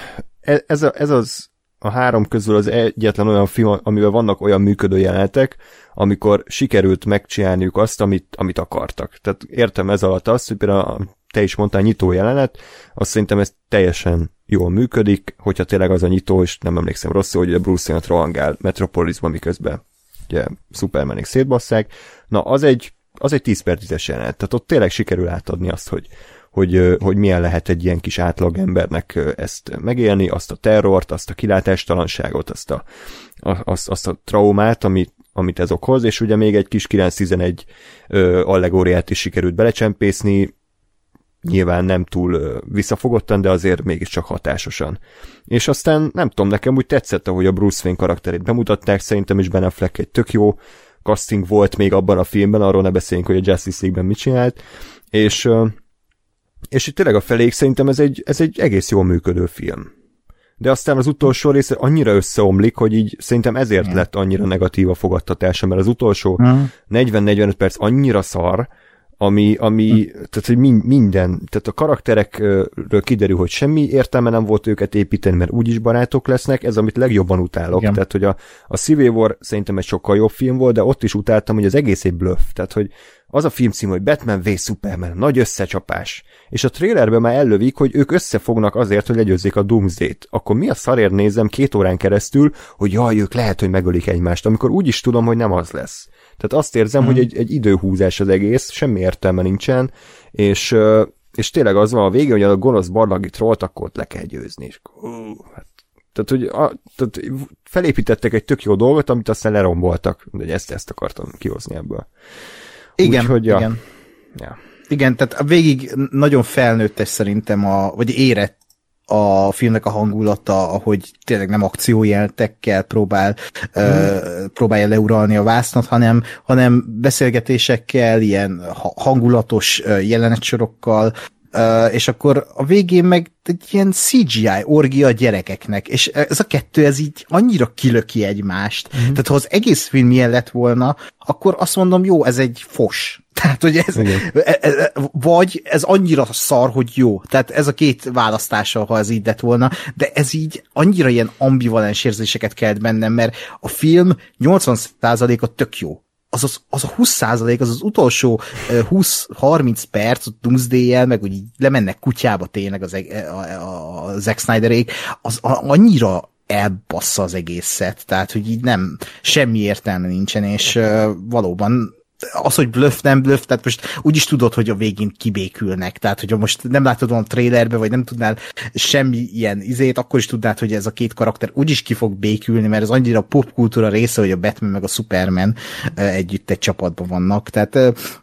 ez az a 3 közül az egyetlen olyan film, amivel vannak olyan működő jelenetek, amikor sikerült megcsinálniuk azt, amit akartak. Tehát értem ez alatt azt, hogy például te is mondtál nyitó jelenet, azt szerintem ez teljesen jól működik, hogyha tényleg az a nyitó, és nem emlékszem rosszul, hogy a Bruce Wayne rohangál Metropolisban, miközben ugye Supermanék szétbasszák. Na, az egy 10/10-es jelenet, tehát ott tényleg sikerül átadni azt, hogy milyen lehet egy ilyen kis átlagembernek ezt megélni, azt a terrort, azt a kilátástalanságot, azt a traumát, amit ez okoz, és ugye még egy kis 911 allegóriát is sikerült belecsempészni, nyilván nem túl visszafogottan, de azért mégiscsak hatásosan. És aztán nem tudom, nekem úgy tetszett, ahogy a Bruce Wayne karakterét bemutatták, szerintem is Ben Affleck egy tök jó casting volt még abban a filmben, arról ne beszéljünk, hogy a Justice League-ben mit csinált, és itt tényleg a feléig szerintem ez egy egész jól működő film. De aztán az utolsó része annyira összeomlik, hogy így szerintem ezért lett annyira negatív a fogadtatása, mert az utolsó 40-45 perc annyira szar, tehát, hogy minden, tehát a karakterekről kiderül, hogy semmi értelme nem volt őket építeni, mert úgyis barátok lesznek, ez amit legjobban utálok. Igen. Tehát, hogy a Civil War szerintem egy sokkal jobb film volt, de ott is utáltam, hogy az egész egy bluff. Tehát, hogy az a filmcím, hogy Batman v Superman, nagy összecsapás. És a trailerben már ellövik, hogy ők összefognak azért, hogy legyőzzék a Doomsday-t. Akkor mi a szarért nézem 2 órán keresztül, hogy jaj, ők lehet, hogy megölik egymást, amikor úgyis tudom, hogy nem az lesz. Tehát azt érzem, hogy egy időhúzás az egész, semmi értelme nincsen, és tényleg az van a végén, hogy a gonosz barlangi trollt akkor ott le kell győzni. És, tehát, hogy tehát felépítettek egy tök jó dolgot, amit aztán leromboltak. De ezt akartam kihozni ebből. Igen, úgyhogy, igen. Ja. Igen, tehát végig nagyon felnőttes szerintem, vagy érett a filmnek a hangulata, ahogy tényleg nem akciójeltekkel próbálja leuralni a vásznat, hanem beszélgetésekkel, ilyen hangulatos jelenetsorokkal, és akkor a végén meg egy ilyen CGI orgia gyerekeknek, és ez a kettő, ez így annyira kilöki egymást. Tehát ha az egész film ilyen lett volna, akkor azt mondom, jó, ez egy fos. Tehát, hogy vagy ez annyira szar, hogy jó. Tehát ez a 2 választása, ha ez így lett volna, de ez így annyira ilyen ambivalens érzéseket kelt bennem, mert a film 80%-a tök jó. Az a 20%, az utolsó 20-30 perc, a Doomsday-jel, meg úgy lemennek kutyába tényleg a Zack Snyderék, az annyira elbassza az egészet, tehát, hogy így nem, semmi értelme nincsen, és valóban az, hogy bluff, nem bluff, tehát most úgyis tudod, hogy a végén kibékülnek, tehát hogyha most nem látod volna a trailerbe, vagy nem tudnál semmi ilyen izét, akkor is tudnád, hogy ez a két karakter úgyis ki fog békülni, mert ez annyira popkultúra része, hogy a Batman meg a Superman együtt egy csapatban vannak, tehát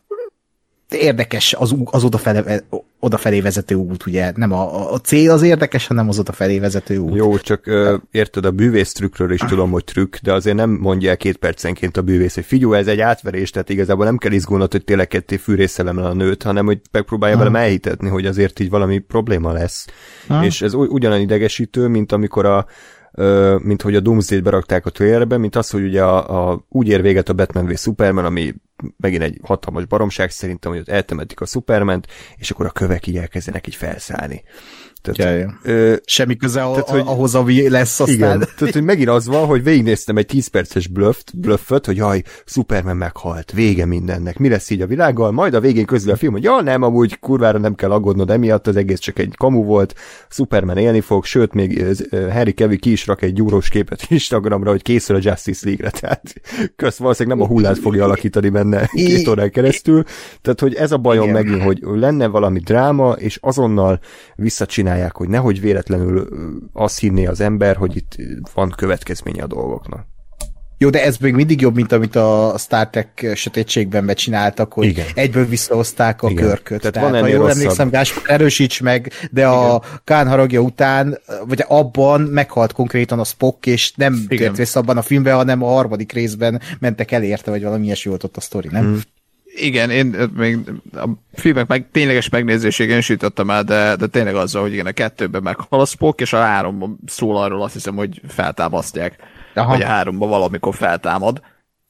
érdekes az odafelé vezető út, ugye, nem a cél az érdekes, hanem az odafelé vezető út. Jó, csak érted, a bűvész trükkről is tudom, hogy trükk, de azért nem mondja el 2 percenként a bűvész, hogy figyelj, ez egy átverés, tehát igazából nem kell izgulnod, hogy tényleg ketté fűrészelem a nőt, hanem hogy megpróbálja velem elhitetni, hogy azért így valami probléma lesz. És ez ugyanolyan idegesítő, mint amikor mint hogy a Doomsday-t berakták a trailerbe, mint az, hogy ugye úgy ér véget a Batman v Superman, ami megint egy hatalmas baromság szerintem, hogy ott eltemetik a Supermant, és akkor a kövek így elkezdenek így felszállni. Tehát, semmi köze ahhoz, ami lesz aztán. Igen, tehát hogy megint az van, hogy végignéztem egy 10 perces bluffot, hogy jaj, Superman meghalt, vége mindennek, mi lesz így a világgal, majd a végén közül a film, hogy ja nem, amúgy kurvára nem kell aggódnod emiatt, az egész csak egy kamu volt, Superman élni fog, sőt, még Henry Cavill ki is rak egy gyúrós képet Instagramra, hogy készül a Justice League-re, tehát valószínűleg nem a hullát fogja alakítani benne 2 órán keresztül, tehát hogy ez a bajom megint, hogy lenne valami dráma, és azonnal visszacsinálják, hogy nehogy véletlenül azt hinné az ember, hogy itt van következménye a dolgoknak. Jó, de ez még mindig jobb, mint amit a Star Trek sötétségben becsináltak, hogy igen. Egyből visszahozták a körköt. Tehát ha jól emlékszem, Gáspár, erősíts meg, de igen. A Khan haragja után, vagy abban meghalt konkrétan a Spock, és nem tért vissza abban a filmben, hanem a 3. részben mentek el érte, vagy valami ilyesmi volt ott a sztori, nem? Igen, én még a filmek tényleges megnézéségen sütöttem el, de tényleg azzal, hogy igen, a 2-ben meghal a Spock, és a 3-ban szól arról, azt hiszem, hogy feltámasztják. Aha. Vagy a 3-ban valamikor feltámad.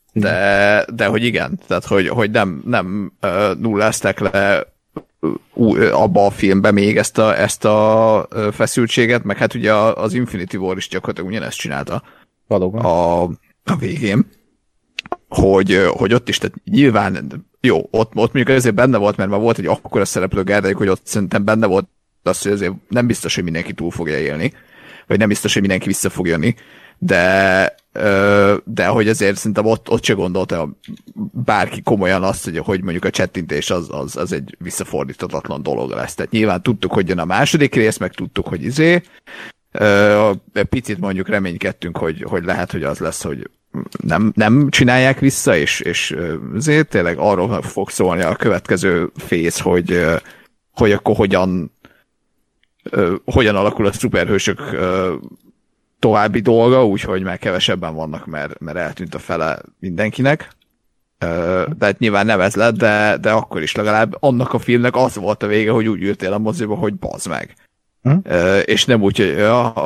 De hogy igen, tehát hogy nem nullázták le abba a filmbe még ezt a feszültséget, meg hát ugye az Infinity War is gyakorlatilag ugyanezt csinálta. Valóban. A végén. Hogy ott is, tehát nyilván jó, ott mondjuk azért benne volt, mert már volt egy akkora szereplő gárdájuk, hogy ott szerintem benne volt az, hogy azért nem biztos, hogy mindenki túl fogja élni, vagy nem biztos, hogy mindenki vissza fog jönni, de hogy azért szerintem ott se gondolta bárki komolyan azt, hogy mondjuk a csettintés az egy visszafordíthatatlan dolog lesz. Tehát nyilván tudtuk, hogy jön a második rész, meg tudtuk, hogy picit mondjuk reménykedtünk, hogy lehet, hogy az lesz, hogy nem csinálják vissza, és azért tényleg arról fog szólni a következő fész, hogy akkor hogyan alakul a szuperhősök további dolga, úgyhogy már kevesebben vannak, mert eltűnt a fele mindenkinek. Tehát nyilván nem ez lett, de akkor is legalább annak a filmnek az volt a vége, hogy úgy ültél a moziba, hogy bazd meg. És nem úgy, hogy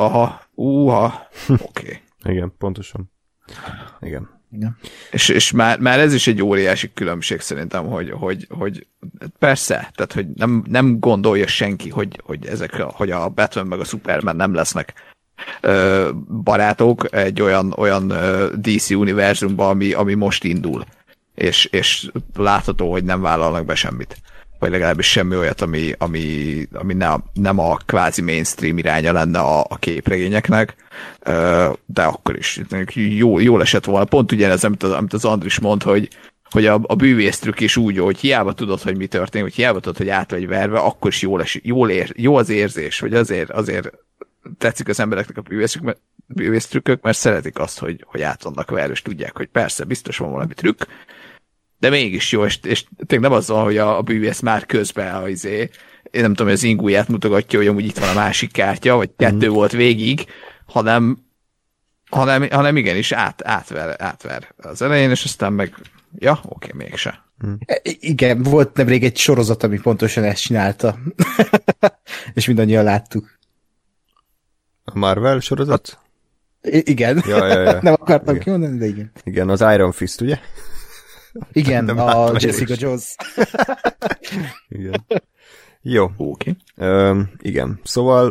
oké. Igen, pontosan. Igen. És már ez is egy óriási különbség szerintem, hogy persze, tehát hogy nem gondolja senki, hogy a Batman meg a Superman nem lesznek barátok egy olyan DC univerzumban, ami most indul, és látható, hogy nem vállalnak be semmit. Vagy legalábbis semmi olyat, ami nem a kvázi mainstream iránya lenne a képregényeknek, de akkor is jól esett volna. Pont ugyanez, amit az Andris mond, hogy a bűvésztrük is úgy, hogy hiába tudod, hogy mi történik, hogy hiába tudod, hogy át vagy verve, akkor is jó az érzés, hogy azért tetszik az embereknek a bűvésztrükkök, mert szeretik azt, hogy át vannak verve, és tudják, hogy persze, biztos van valami trükk, de mégis jó, és tényleg nem az van, hogy a bűvész már közben én nem tudom, hogy az ingúját mutogatja, hogy amúgy itt van a másik kártya, vagy 2 volt végig, hanem igenis átver az elején, és aztán meg oké, mégse. Igen, volt nemrég egy sorozat, ami pontosan ezt csinálta. És mindannyian láttuk. A Marvel sorozat? Igen. Ja. Nem akartam kimondani, de igen. Igen, az Iron Fist, ugye? Igen, a Jessica Jones. Igen. Jó. Okay. Igen. Szóval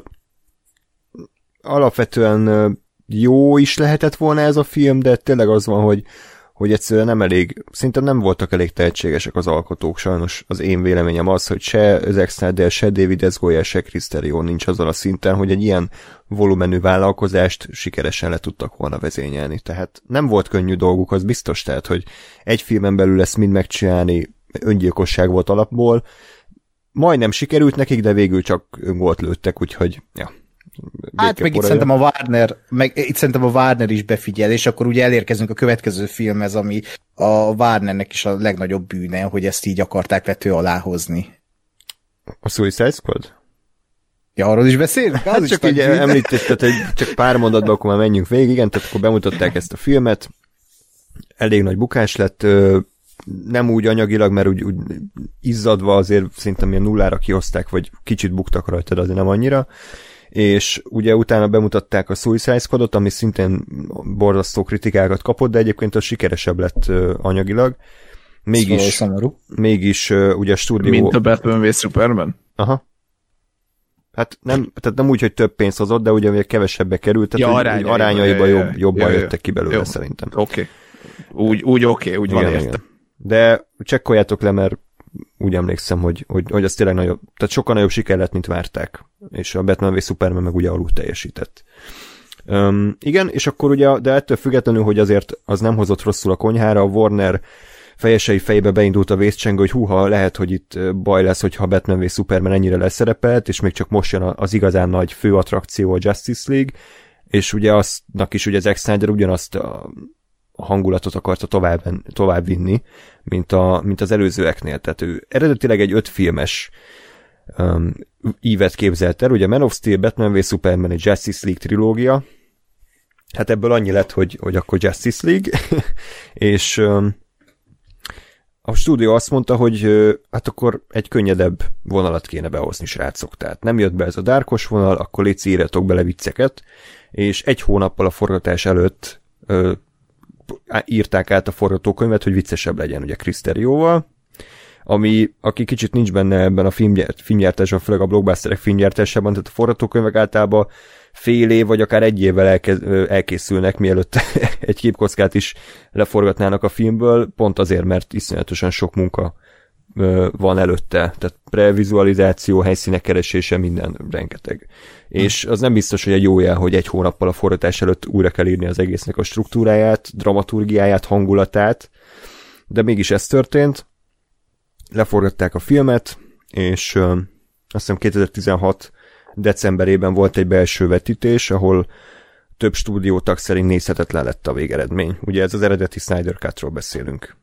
alapvetően jó is lehetett volna ez a film, de tényleg az van, hogy egyszerűen nem elég, szinte nem voltak elég tehetségesek az alkotók, sajnos az én véleményem az, hogy se Zack Snyder, se David S. Goyer, se Chris Terrio nincs azon a szinten, hogy egy ilyen volumenű vállalkozást sikeresen le tudtak volna vezényelni. Tehát nem volt könnyű dolguk, az biztos, tehát, hogy egy filmen belül ezt mind megcsinálni, öngyilkosság volt alapból. Majdnem sikerült nekik, de végül csak öngolt lőttek, úgyhogy ja. Hát meg itt szerintem a Warner is befigyel, és akkor ugye elérkezünk a következő filmhez, ami a Warnernek is a legnagyobb bűne, hogy ezt így akarták vető alá hozni. A Suicide Squad? Ja, arról is beszélünk? Hát csak így említetted, hogy csak pár mondatban akkor már menjünk végig, igen, tehát akkor bemutatták ezt a filmet, elég nagy bukás lett, nem úgy anyagilag, mert úgy izzadva azért szerintem ilyen nullára kihozták, vagy kicsit buktak rajta, de azért nem annyira, és ugye utána bemutatták a Suicide Squadot, ami szintén borzasztó kritikákat kapott, de egyébként az sikeresebb lett anyagilag. Mégis ugye a stúdió... Mint a Batman v Superman? Aha. Hát tehát nem úgy, hogy több pénzt hozott, de ugye kevesebbe került, tehát ja, arányaiban jobban jöttek ki belőle szerintem. Oké. Úgy oké, úgy van érte. De csekkoljátok le, mert úgy emlékszem, hogy az tényleg nagyobb, tehát sokkal nagyobb siker lett, mint várták. És a Batman v Superman meg ugye alul teljesített. Igen, és akkor ugye, de ettől függetlenül, hogy azért az nem hozott rosszul a konyhára, a Warner fejesei fejébe beindult a vészcsengő, hogy húha, lehet, hogy itt baj lesz, hogyha Batman v Superman ennyire leszerepelt, és még csak most jön az igazán nagy fő attrakció, a Justice League, és ugye aztnak is ugye Zack Snyder ugyanazt a hangulatot akarta tovább vinni, mint az előzőeknél. Tehát ő eredetileg egy 5 filmes ívet képzelt el, ugye Man of Steel, Batman v Superman, egy Justice League trilógia, hát ebből annyi lett, hogy akkor Justice League, és a stúdió azt mondta, hogy hát akkor egy könnyedebb vonalat kéne behozni, srácok. Tehát nem jött be ez a dárkos vonal, akkor légy írjatok bele vicceket, és 1 hónappal a forgatás előtt írták át a forgatókönyvet, hogy viccesebb legyen ugye Chris Terrio-val, aki kicsit nincs benne ebben a filmgyártásban, főleg a blockbusterek filmgyártásában, tehát a forgatókönyvek általában fél év, vagy akár 1 évvel elkészülnek, mielőtt egy képkockát is leforgatnának a filmből, pont azért, mert iszonyatosan sok munka van előtte, tehát previzualizáció, helyszínek keresése, minden rengeteg. És az nem biztos, hogy egy jó jel, hogy 1 hónappal a forgatás előtt újra kell írni az egésznek a struktúráját, dramaturgiáját, hangulatát, de mégis ez történt. Leforgatták a filmet, és azt hiszem 2016 decemberében volt egy belső vetítés, ahol több stúdiótag szerint nézhetetlen lett a végeredmény. Ugye ez az eredeti Snyder Cut-ról beszélünk.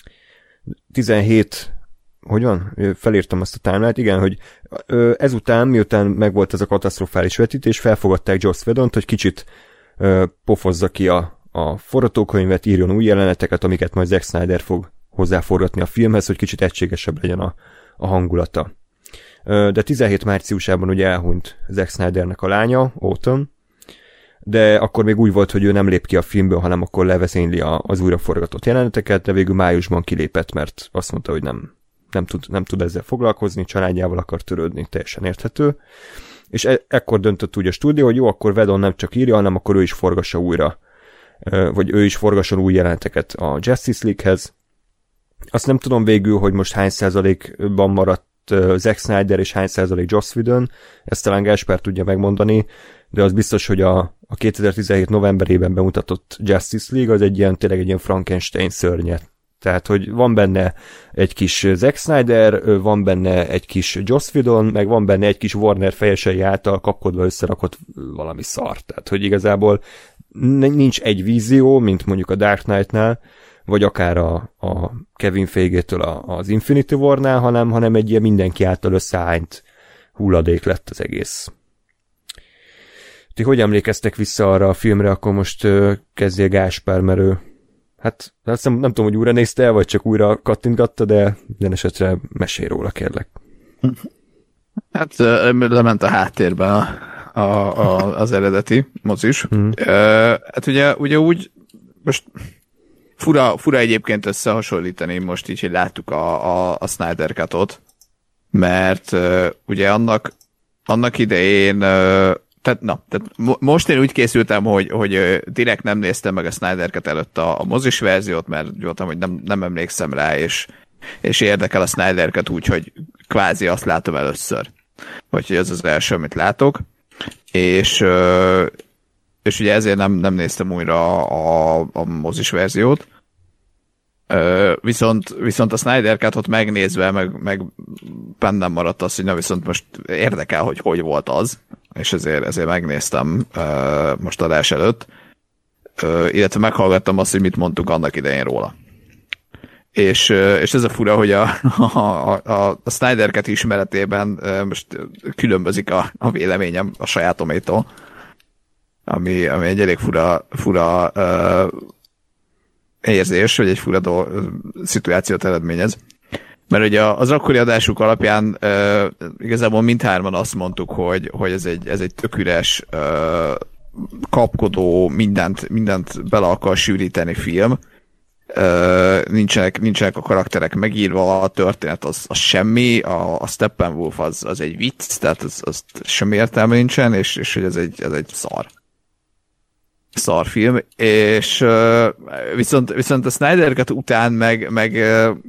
17 hogy van? Felírtam azt a timeline-t, igen, hogy ezután, miután megvolt ez a katasztrofális vetítés, felfogadták Joss Whedont, hogy kicsit pofozza ki a forgatókönyvet, írjon új jeleneteket, amiket majd Zack Snyder fog hozzáforgatni a filmhez, hogy kicsit egységesebb legyen a hangulata. De 17 márciusában ugye elhunyt Zack Snydernek a lánya, Autumn, de akkor még úgy volt, hogy ő nem lép ki a filmből, hanem akkor levezényli az újraforgatott jeleneteket, de végül májusban kilépett, mert azt mondta, hogy nem tud ezzel foglalkozni, családjával akar törődni, teljesen érthető. És ekkor döntött úgy a stúdió, hogy jó, akkor Whedon nem csak írja, hanem akkor ő is forgassa újra, vagy ő is forgasson új jeleneteket a Justice League-hez. Azt nem tudom végül, hogy most hány százalékban maradt Zack Snyder és hány százalék Joss Whedon, ezt talán Gáspár tudja megmondani, de az biztos, hogy a 2017 novemberében bemutatott Justice League az tényleg egy ilyen Frankenstein szörnyet. Tehát, hogy van benne egy kis Zack Snyder, van benne egy kis Joss Whedon, meg van benne egy kis Warner fejesei által kapkodva összerakott valami szar. Tehát, hogy igazából nincs egy vízió, mint mondjuk a Dark Knight-nál, vagy akár a Kevin Feige-től az Infinity War-nál, hanem egy ilyen mindenki által összeányt hulladék lett az egész. Ti hogy emlékeztek vissza arra a filmre, akkor most kezdjél Gáspár, mert ő hát nem tudom, hogy újra nézte el, vagy csak újra kattintgatta, de minden esetre mesélj róla, kérlek. Hát lement a háttérben az eredeti mozis. Hát ugye úgy most fura egyébként összehasonlítani most így, hogy láttuk a Snyder Cut-ot, mert ugye annak idején most én úgy készültem, hogy direkt nem néztem meg a Snyder Cut előtt a mozis verziót, mert voltam, hogy nem emlékszem rá, és érdekel a Snyder Cut úgy, hogy kvázi azt látom először. Vagy hogy ez az első, amit látok. És ugye ezért nem néztem újra a mozis verziót. Viszont a Snyder Cut-ot megnézve, meg bennem maradt az, hogy na viszont most érdekel, hogy volt az, és ezért megnéztem most adás előtt, illetve meghallgattam azt, hogy mit mondtuk annak idején róla. És ez a fura, hogy a Snyder Cut ismeretében most különbözik a véleményem a sajátométól, ami egy elég fura érzés, vagy egy fura szituációt eredményez. Mert ugye az akkori adásuk alapján igazából mindhárman azt mondtuk, hogy ez egy tök üres, kapkodó, mindent bele akar sűríteni film. Nincsenek a karakterek megírva, a történet az semmi, a Steppenwolf az egy vicc, tehát az semmi értelme nincsen, és hogy ez egy szar film, és viszont a Snyder Cut után meg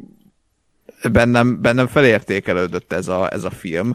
bennem felértékelődött ez a film,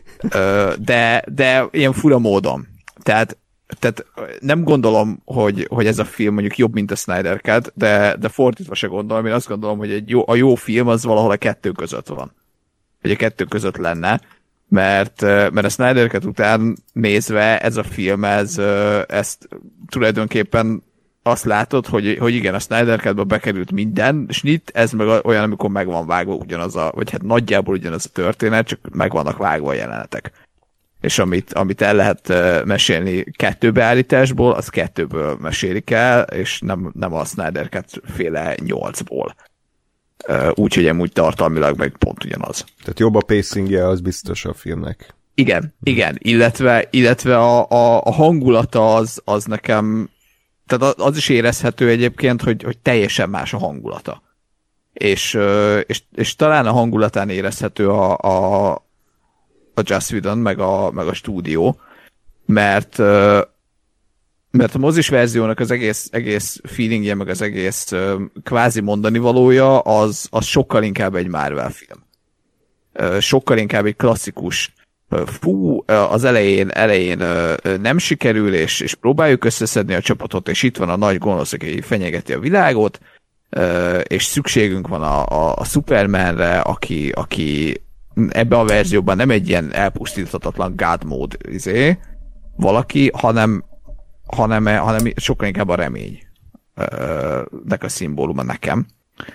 de ilyen fura módon. Tehát nem gondolom, hogy ez a film mondjuk jobb, mint a Snyder Cut, de fordítva se gondolom, én azt gondolom, hogy a jó film az valahol a kettő között van. Vagy a kettő között lenne, mert a Snyder Cut után nézve ez a film, ezt tulajdonképpen azt látod, hogy igen, a Snyder Cut-ba bekerült minden snit, ez meg olyan, amikor meg van vágva ugyanaz vagy hát nagyjából ugyanaz a történet, csak meg vannak vágva a jelenetek. És amit el lehet mesélni 2 beállításból, az 2-ből mesélik el, és nem a Snyder Cut féle 8-ból. Úgyhogy amúgy tartalmilag meg pont ugyanaz. Tehát jobb a pacingje, az biztos a filmnek. Igen, illetve a hangulata az nekem, tehát az is érezhető egyébként, hogy teljesen más a hangulata. És talán a hangulatán érezhető a Joss Whedon, meg a stúdió, mert a mozis verziónak az egész feelingje, meg az egész kvázi mondani valója, az sokkal inkább egy Marvel film. Sokkal inkább egy klasszikus az elején nem sikerül, és próbáljuk összeszedni a csapatot, és itt van a nagy gonosz, aki fenyegeti a világot, és szükségünk van a Supermanre, aki ebben a verzióban nem egy ilyen elpusztíthatatlan God mode valaki, hanem sokkal inkább a remény nek a szimbóluma nekem.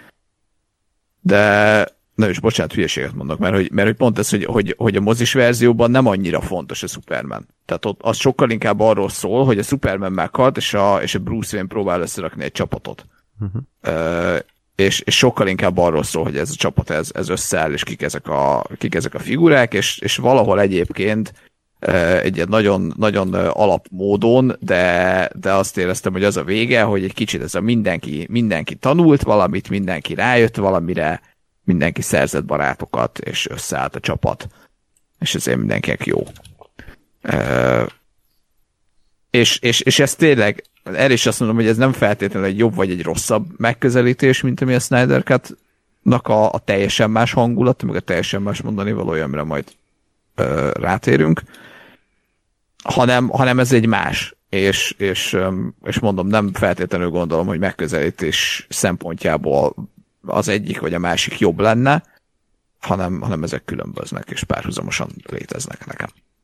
De na és bocsánat, hülyeséget mondok, mert hogy pont ez, hogy a mozis verzióban nem annyira fontos a Superman. Tehát ott az sokkal inkább arról szól, hogy a Superman meghalt, és a Bruce Wayne próbál összerakni egy csapatot. És sokkal inkább arról szól, hogy ez a csapat ez összeáll, és kik ezek a figurák, és valahol egyébként egy ilyen nagyon, nagyon alapmódon, de azt éreztem, hogy az a vége, hogy egy kicsit ez a mindenki tanult valamit, mindenki rájött valamire, mindenki szerzett barátokat, és összeállt a csapat. És ezért mindenkinek jó. És ez tényleg, erre is azt mondom, hogy ez nem feltétlenül egy jobb vagy egy rosszabb megközelítés, mint ami a Snyder Cut-nak a teljesen más hangulat, meg a teljesen más mondani valója, amire majd rátérünk, hanem ez egy más. És mondom, nem feltétlenül gondolom, hogy megközelítés szempontjából az egyik vagy a másik jobb lenne, hanem ezek különböznek, és párhuzamosan léteznek nekem.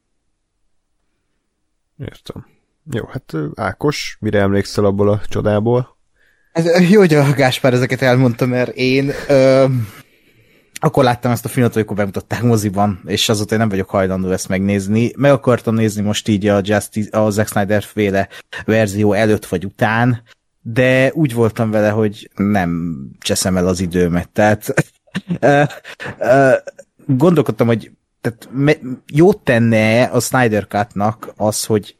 Értem. Jó, hát Ákos, mire emlékszel abból a csodából? Jó, hogy a Gáspár ezeket elmondta, mert én akkor láttam ezt a filmet, amikor bemutatták moziban, és azóta én nem vagyok hajlandó ezt megnézni. Meg akartam nézni most így a Zack Snyder féle verzió előtt vagy után, de úgy voltam vele, hogy nem cseszem el az időmet. Tehát gondolkodtam, hogy tehát jót tenne a Snyder Cut-nak az, hogy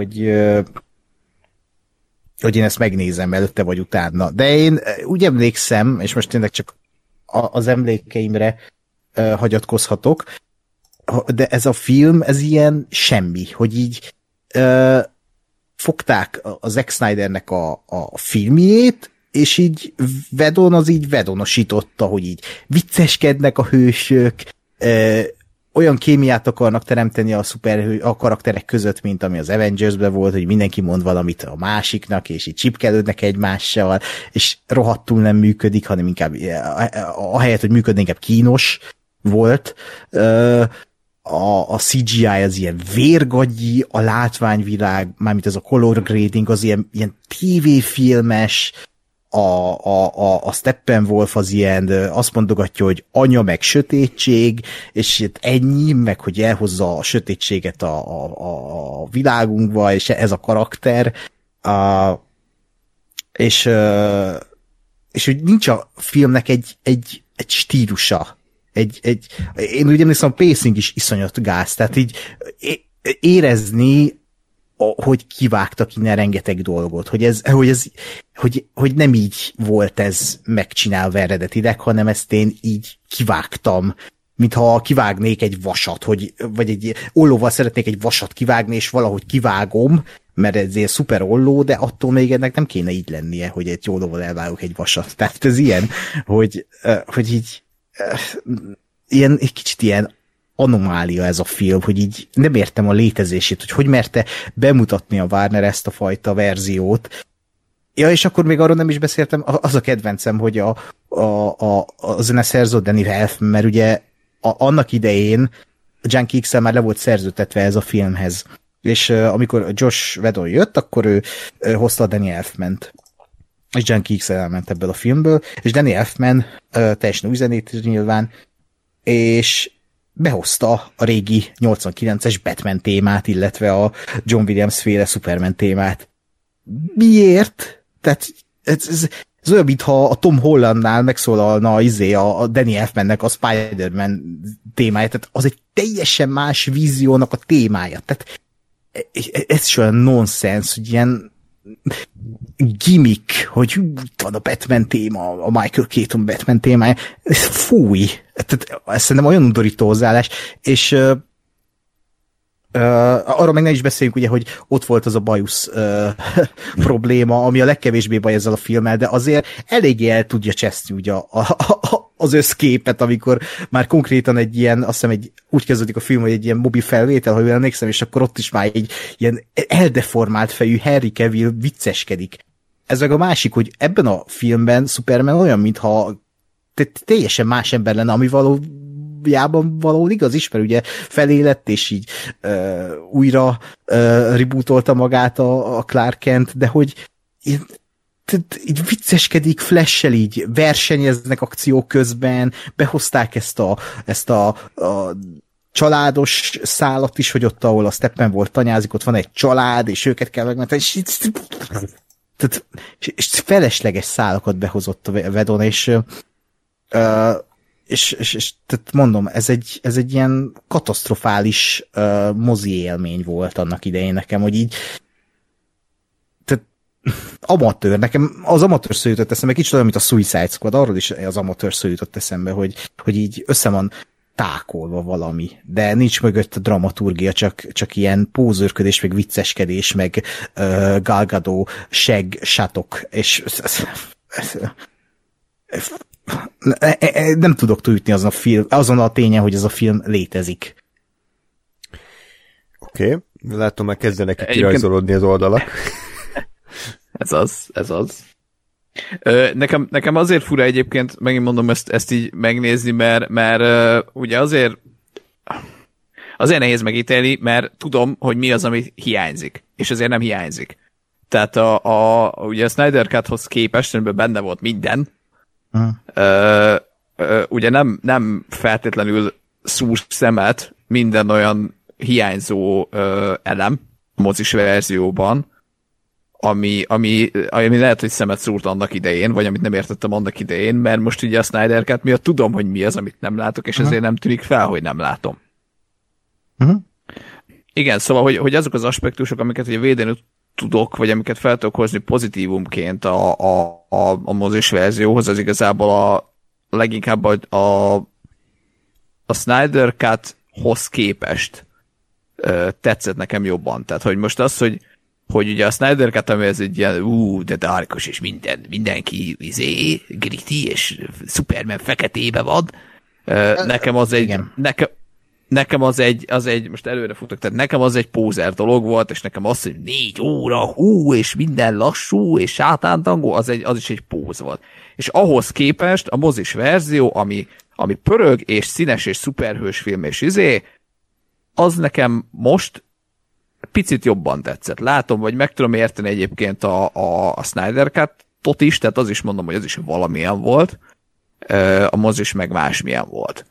én ezt megnézem előtte vagy utána. De én úgy emlékszem, és most tényleg csak az emlékeimre hagyatkozhatok, de ez a film, ez ilyen semmi, hogy így fogták a Zack Snydernek a filmjét, és így Whedon az így Whedonosította, hogy így vicceskednek a hősök, olyan kémiát akarnak teremteni a karakterek között, mint ami az Avengers-ben volt, hogy mindenki mond valamit a másiknak, és így csipkelődnek egymással, és rohadtul nem működik, hanem inkább ahelyett, hogy működne, inkább kínos volt. A CGI az ilyen vérgagyi, a látványvilág, mármint ez a color grading, az ilyen tévéfilmes, a Steppenwolf az ilyen, azt mondogatja, hogy anya meg sötétség, és ennyi, meg hogy elhozza a sötétséget a világunkba, és ez a karakter. És hogy nincs a filmnek egy stílusa. Én úgy emlékszem, a pacing is iszonyat gáz, tehát így érezni, hogy kivágtak innen rengeteg dolgot, hogy nem így volt ez megcsinálva eredetileg, hanem ezt én így kivágtam, mintha kivágnék egy vasat, vagy egy ollóval szeretnék egy vasat kivágni, és valahogy kivágom, mert ez ilyen szuper olló, de attól még ennek nem kéne így lennie, hogy egy ollóval elvágok egy vasat. Tehát ez ilyen, hogy így ilyen, egy kicsit ilyen anomália ez a film, hogy így nem értem a létezését, hogy merte bemutatni a Warner ezt a fajta verziót. Ja, és akkor még arról nem is beszéltem, az a kedvencem, hogy a zeneszerző Danny Elfman, mert ugye annak idején a Junkie XL már le volt szerződtetve ez a filmhez. És amikor Josh Whedon jött, akkor ő hozta a Danny Elfmant. És Junkie XL elment ebből a filmből, és Danny Elfman teljesen új zenét nyilván, és behozta a régi 89-es Batman témát, illetve a John Williams féle Superman témát. Miért? Tehát ez olyan, mintha a Tom Hollandnál megszólalna a Danny Elfmannek a Spider-Man témája, tehát az egy teljesen más víziónak a témája. Tehát ez is olyan nonsens, hogy ilyen gimmick, hogy itt van a Batman téma, a Michael Keaton Batman témája. Fúj! Tehát ez szerintem olyan undorító hozzáállás, és arról meg ne is beszéljünk, ugye, hogy ott volt az a bajusz probléma, ami a legkevésbé baj ezzel a filmmel, de azért eléggé el tudja cseszni ugye az összképet, amikor már konkrétan egy ilyen, azt hiszem úgy kezdődik a film, hogy egy ilyen mobil felvétel, ha jól emlékszem, és akkor ott is már egy ilyen eldeformált fejű Henry Cavill vicceskedik. Ez meg a másik, hogy ebben a filmben Superman olyan, mintha teljesen más ember lenne, ami valahol igaz is, mert ugye felélett, és így újra rebootolta magát a Clark Kent, de hogy így vicceskedik, Flash-sel így versenyeznek akciók közben, behozták ezt a családos szálat is, hogy ott, ahol a Steppenwolf tanyázik, ott van egy család, és őket kell megmenteni, és felesleges szálakat behozott a Whedon, és tehát mondom, ez egy ilyen katasztrofális mozi élmény volt annak idején nekem, hogy így tehát amatőr, nekem az amatőr szó jutott eszembe, kicsit olyan, mint a Suicide Squad, arról is az amatőr szó jutott eszembe, hogy így össze van tákolva valami, de nincs mögött a dramaturgia, csak ilyen pózőrködés, meg vicceskedés, meg Gal Gadot, sátok, és nem tudok túljutni azon a tényen, hogy ez a film létezik. Oké, látom, már kezdenek kirajzolódni az oldalak. Ez az. Nekem azért fura egyébként, megint mondom ezt így megnézni, mert ugye azért nehéz megítélni, mert tudom, hogy mi az, ami hiányzik, és azért nem hiányzik. Tehát ugye a Snyder Cut-hoz képest, amiben benne volt minden, ugye nem feltétlenül szúr szemet minden olyan hiányzó elem a mozis verzióban, ami lehet, hogy szemet szúrt annak idején, vagy amit nem értettem annak idején, mert most ugye a Snyder Cut miatt tudom, hogy mi az, amit nem látok, és ezért nem tűnik fel, hogy nem látom. Igen, szóval, hogy azok az aspektusok, amiket ugye védeni tudok, vagy amiket fel tudok hozni pozitívumként a mozis verzióhoz, az igazából leginkább a Snyder Cut-hoz képest tetszett nekem jobban. Tehát, hogy most az, hogy ugye a Snyder Cut, ami ez egy ilyen, de darkos, és mindenki gritty, és Superman feketébe van. Nekem az egy, nekem az egy, most előre futok, tehát nekem az egy pózer dolog volt, és nekem az, hogy 4 óra, és minden lassú, és sátántangó, az is egy póz volt. És ahhoz képest a mozis verzió, ami pörög, és színes, és szuperhős film, és az nekem most picit jobban tetszett. Látom, vagy meg tudom érteni egyébként a Snyder Cut-ot is, tehát az is mondom, hogy az is valamilyen volt, a mozis meg másmilyen volt.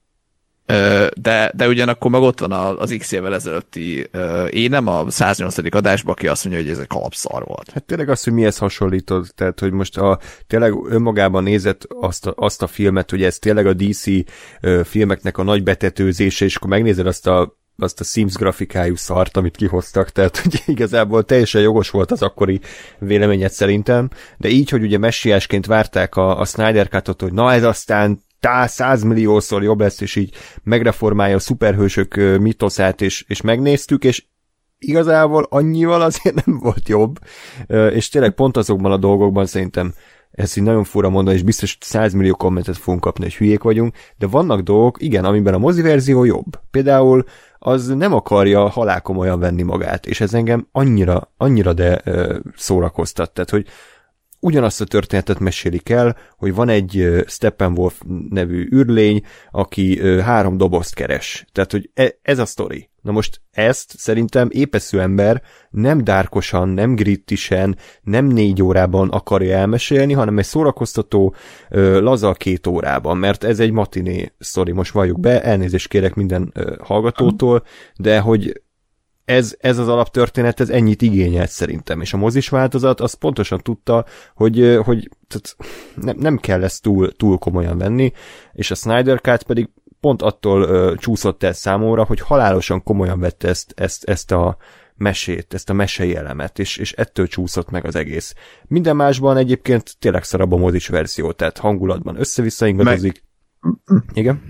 De ugyanakkor meg ott van az X évvel ezelőtti énem, a 108. adásban, aki azt mondja, hogy ez egy kalapszar volt. Hát tényleg az, hogy mihez hasonlítod, tehát hogy most tényleg önmagában nézett azt a filmet, hogy ez tényleg a DC filmeknek a nagy betetőzése, és akkor megnézed azt a Sims grafikájú szart, amit kihoztak, tehát hogy igazából teljesen jogos volt az akkori véleményed szerintem, de így, hogy ugye messiásként várták a Snyder Cut-ot, hogy na ez aztán 100 milliószor jobb lesz, és így megreformálja a szuperhősök mitoszát, és megnéztük, és igazából annyival azért nem volt jobb, és tényleg pont azokban a dolgokban szerintem ezt így nagyon fura mondani, és biztos 100 millió kommentet fogunk kapni, hogy hülyék vagyunk, de vannak dolgok, igen, amiben a moziverzió jobb. Például az nem akarja halálkomolyan venni magát, és ez engem annyira de szórakoztat, tehát, hogy ugyanazt a történetet mesélik el, hogy van egy Steppenwolf nevű űrlény, aki 3 dobozt keres. Tehát, hogy ez a sztori. Na most ezt szerintem épeszű ember nem dárkosan, nem grittisen, nem 4 órában akarja elmesélni, hanem egy szórakoztató, laza 2 órában, mert ez egy matiné sztori, most valljuk be, elnézést kérek minden hallgatótól, de hogy ez az alaptörténet, ez ennyit igényelt szerintem, és a mozis változat az pontosan tudta, hogy tehát nem kell ezt túl komolyan venni, és a Snyder Cut pedig pont attól csúszott el számomra, hogy halálosan komolyan vette ezt a mesét, ezt a mesei elemet, és ettől csúszott meg az egész. Minden másban egyébként tényleg szarabb a mozis verzió, tehát hangulatban össze-vissza ingadozik. Igen?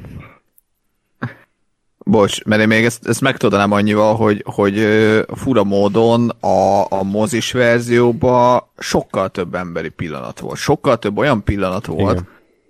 Bocs, mert én még ezt megtudanám annyival, hogy fura módon a mozis verzióban sokkal több emberi pillanat volt. Sokkal több olyan pillanat volt,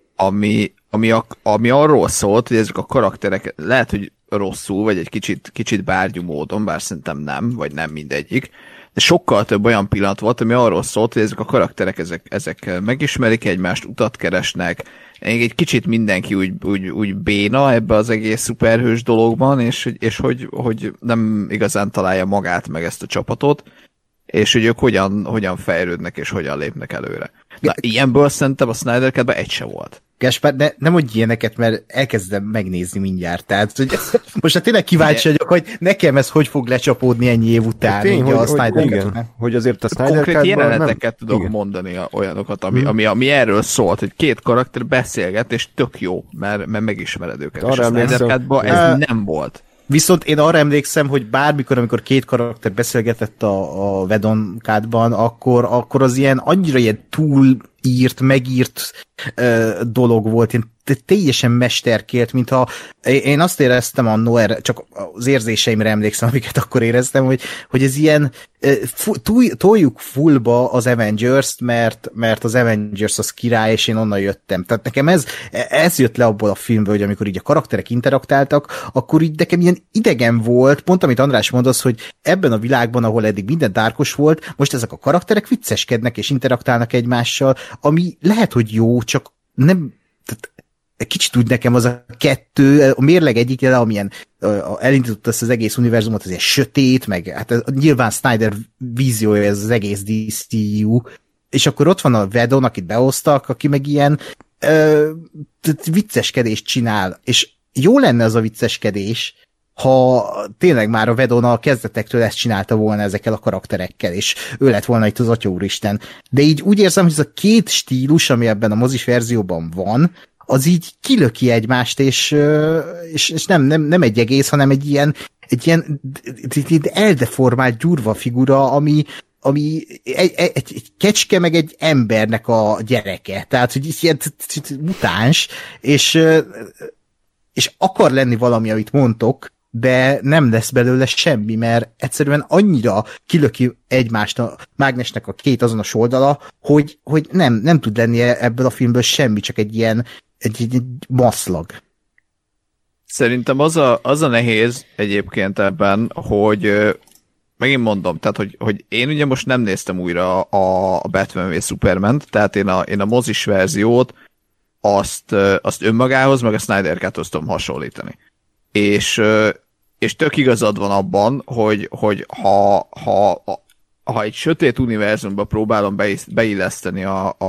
ami arról szólt, hogy ezek a karakterek lehet, hogy rosszul, vagy egy kicsit bárgyú módon, bár szerintem nem, vagy nem mindegyik, de sokkal több olyan pillanat volt, ami arról szólt, hogy ezek a karakterek ezek megismerik egymást, utat keresnek, egy kicsit mindenki úgy béna ebbe az egész szuperhős dologban, és hogy nem igazán találja magát meg ezt a csapatot, és hogy ők hogyan fejlődnek, és hogyan lépnek előre. Na, ilyenből szerintem a Snyder Cut-ben egy se volt. Gáspár, nem mondj ilyeneket, mert elkezdem megnézni mindjárt. Tehát, hogy most hát tényleg kíváncsi vagyok, hogy nekem ez hogy fog lecsapódni ennyi év után. Tény, hogy azért a Snyder Cut-ban konkrét jeleneteket nem... tudok mondani olyanokat, ami erről szólt, hogy 2 karakter beszélget, és tök jó, mert megismered őket. És a Snyder Cut-ban ez nem volt. Viszont én arra emlékszem, hogy bármikor, amikor 2 karakter beszélgetett a Whedon Cut-ban, akkor az ilyen annyira ilyen túlírt, megírt dolog volt, én teljesen mesterkélt, mintha én azt éreztem annó, csak az érzéseimre emlékszem, amiket akkor éreztem, hogy ez ilyen toljuk fullba az Avengers-t, mert az Avengers az király, és én onnan jöttem. Tehát nekem ez jött le abból a filmből, hogy amikor így a karakterek interaktáltak, akkor így nekem ilyen idegen volt, pont amit András mondasz, hogy ebben a világban, ahol eddig minden dárkos volt, most ezek a karakterek vicceskednek és interaktálnak egymással, ami lehet, hogy jó, csak nem, tehát kicsit úgy nekem az a 2, a mérleg egyik jele, amilyen elindította ezt az egész univerzumot, az ilyen sötét, meg hát nyilván Snyder víziója ez az egész DCU, és akkor ott van a Whedon, akit behoztak, aki meg ilyen vicceskedést csinál, és jó lenne az a vicceskedés, ha tényleg már a Whedon a kezdetektől ezt csinálta volna ezekkel a karakterekkel, és ő lett volna itt az Atya Úristen. De így úgy érzem, hogy ez a 2 stílus, ami ebben a mozis verzióban van, az így kilöki egymást, és nem egy egész, hanem egy ilyen eldeformált gyurva figura, ami egy kecske meg egy embernek a gyereke. Tehát, hogy ilyen mutáns, és akar lenni valami, amit mondtok, de nem lesz belőle semmi, mert egyszerűen annyira kilöki egymást a mágnesnek a két azonos oldala, hogy nem tud lenni ebből a filmből semmi, csak egy ilyen egy maszlag. Szerintem az a nehéz egyébként ebben, hogy megint mondom, tehát hogy én ugye most nem néztem újra a Batman v Superman-t, tehát én a mozis verziót azt önmagához, meg a Snyder Cut-hoz tudom hasonlítani. És tök igazad van abban, hogy ha egy sötét univerzumba próbálom beilleszteni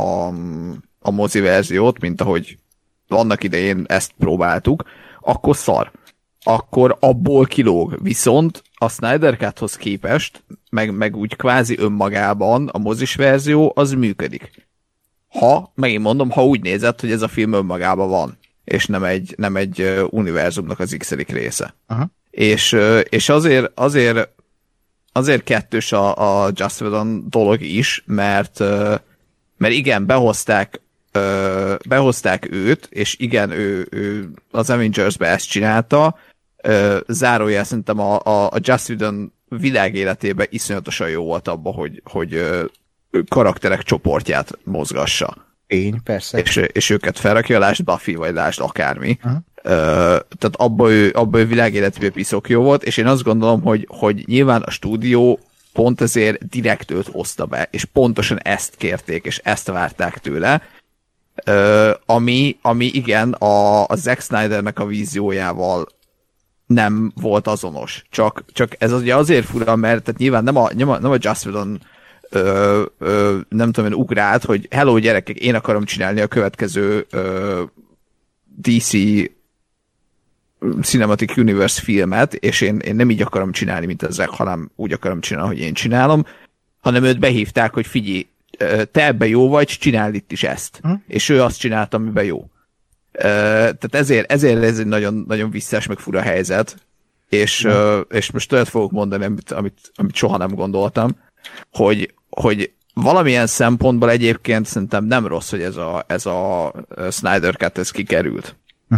a mozi verziót, mint ahogy annak idején ezt próbáltuk, akkor szar. Akkor abból kilóg. Viszont a Snyder Cut-hoz képest, meg úgy kvázi önmagában a mozis verzió, az működik. Megint mondom, ha úgy nézed, hogy ez a film önmagában van, és nem egy univerzumnak az x-edik része. Aha. És azért kettős a Joss Whedon dolog is, mert igen, behozták őt, és igen, ő az Avengers-be ezt csinálta, zárójel szerintem a Joss Whedon világ életében iszonyatosan jó volt abban, hogy karakterek csoportját mozgassa. Én, persze. És őket felrakja, lásd Buffy, vagy lásd akármi. Tehát abban ő világéletében piszok jó volt, és én azt gondolom, hogy nyilván a stúdió pont ezért direkt őt hozta be, és pontosan ezt kérték, és ezt várták tőle, ami igen, a Zack Snydernek a víziójával nem volt azonos. Csak ez ugye azért fura, mert tehát nyilván nem a Joss Whedon nem tudom én ugrált, hogy hello gyerekek, én akarom csinálni a következő DC Cinematic Universe filmet, és én nem így akarom csinálni, mint ezek, hanem úgy akarom csinálni, hogy én csinálom, hanem őt behívták, hogy figyelj, te ebben jó vagy, csináld itt is ezt. És ő azt csinálta, amiben jó. Tehát ezért ez egy nagyon, nagyon visszás, meg fura helyzet, és most olyat fogok mondani, amit soha nem gondoltam, hogy valamilyen szempontból egyébként szerintem nem rossz, hogy ez a Snyder Cut ez kikerült.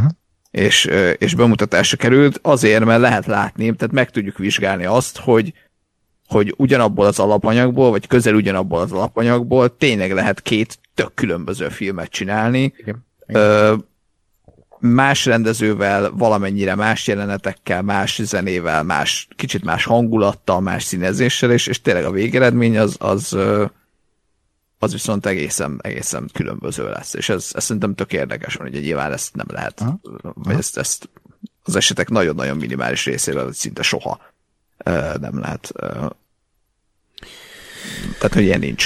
És bemutatásra került, azért, mert lehet látni, tehát meg tudjuk vizsgálni azt, hogy ugyanabból az alapanyagból, vagy közel ugyanabból az alapanyagból tényleg lehet két tök különböző filmet csinálni. Igen. Más rendezővel, valamennyire más jelenetekkel, más zenével, kicsit más hangulattal, más színezéssel, és tényleg a végeredmény az viszont egészen különböző lesz. És ez szerintem tök érdekes van, hogy nyilván ezt nem lehet, vagy ezt az esetek nagyon-nagyon minimális részével szinte soha nem lehet. Tehát, hogy ilyen nincs.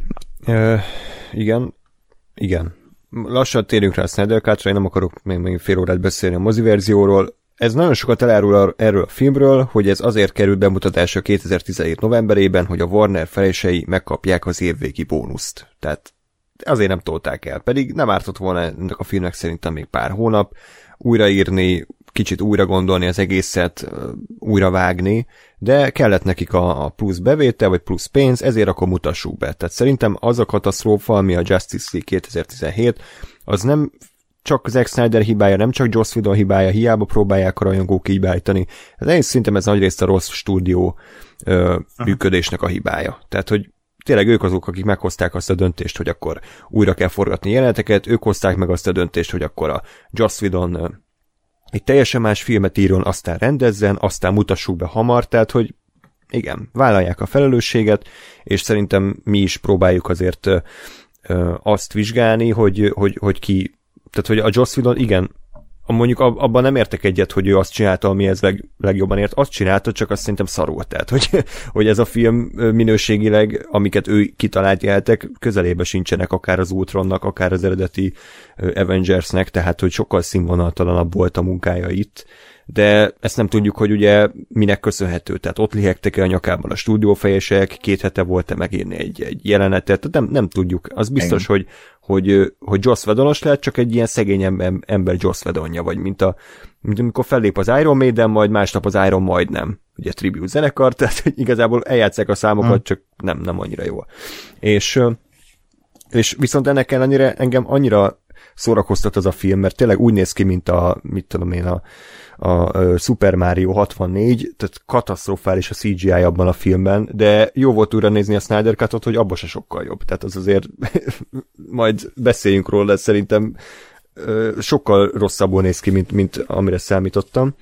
Igen. Lassan térjünk rá a Snyder Cut-ra, én nem akarok még fél órát beszélni a moziverzióról. Ez nagyon sokat elárul erről a filmről, hogy ez azért került bemutatásra 2017 novemberében, hogy a Warner felesei megkapják az évvégi bónuszt. Tehát azért nem tolták el, pedig nem ártott volna ennek a filmnek szerintem még pár hónap, újraírni, kicsit újra gondolni az egészet, újra vágni, de kellett nekik a plusz bevétel, vagy plusz pénz, ezért akkor mutassuk be. Tehát szerintem az a katasztrófa, ami a Justice League 2017, az nem csak Zack Snyder hibája, nem csak Joss Whedon hibája, hiába próbálják a rajongók így beállítani. Ez szerintem ez nagyrészt a rossz stúdió működésnek a hibája. Tehát, hogy tényleg ők azok, akik meghozták azt a döntést, hogy akkor újra kell forgatni jeleneteket, ők hozták meg azt a döntést, hogy akkor a Joss Whedon egy teljesen más filmet írjon, aztán rendezzen, aztán mutassuk be hamar, tehát, hogy igen, vállalják a felelősséget, és szerintem mi is próbáljuk azért azt vizsgálni, hogy ki, tehát, hogy a Joss Whedon, igen, mondjuk abban nem értek egyet, hogy ő azt csinálta, amihez legjobban ért, azt csinálta, csak azt szerintem szarul. Tehát, hogy ez a film minőségileg, amiket ő kitalált jelentek, közelébe sincsenek akár az Ultronnak, akár az eredeti Avengersnek, tehát, hogy sokkal színvonaltalanabb volt a munkája itt, de ezt nem tudjuk, hogy ugye minek köszönhető. Tehát ott lihegtek el a nyakában a stúdiófejesek, 2 hete volt-e megírni egy jelenetet, tehát nem tudjuk. Az biztos, hogy Joss Whedonos lehet, csak egy ilyen szegény ember Joss Whedonja, vagy mint amikor fellép az Iron Maiden, majd másnap az Iron majdnem. Ugye tribute zenekar, tehát igazából eljátszák a számokat, csak nem annyira jól. És viszont ennek ellenére engem annyira szórakoztat az a film, mert tényleg úgy néz ki, mint a Super Mario 64, tehát katasztrofális a CGI abban a filmben, de jó volt újra nézni a Snyder Cut-ot, hogy abban se sokkal jobb. Tehát az azért majd beszéljünk róla, szerintem sokkal rosszabbul néz ki, mint amire számítottam.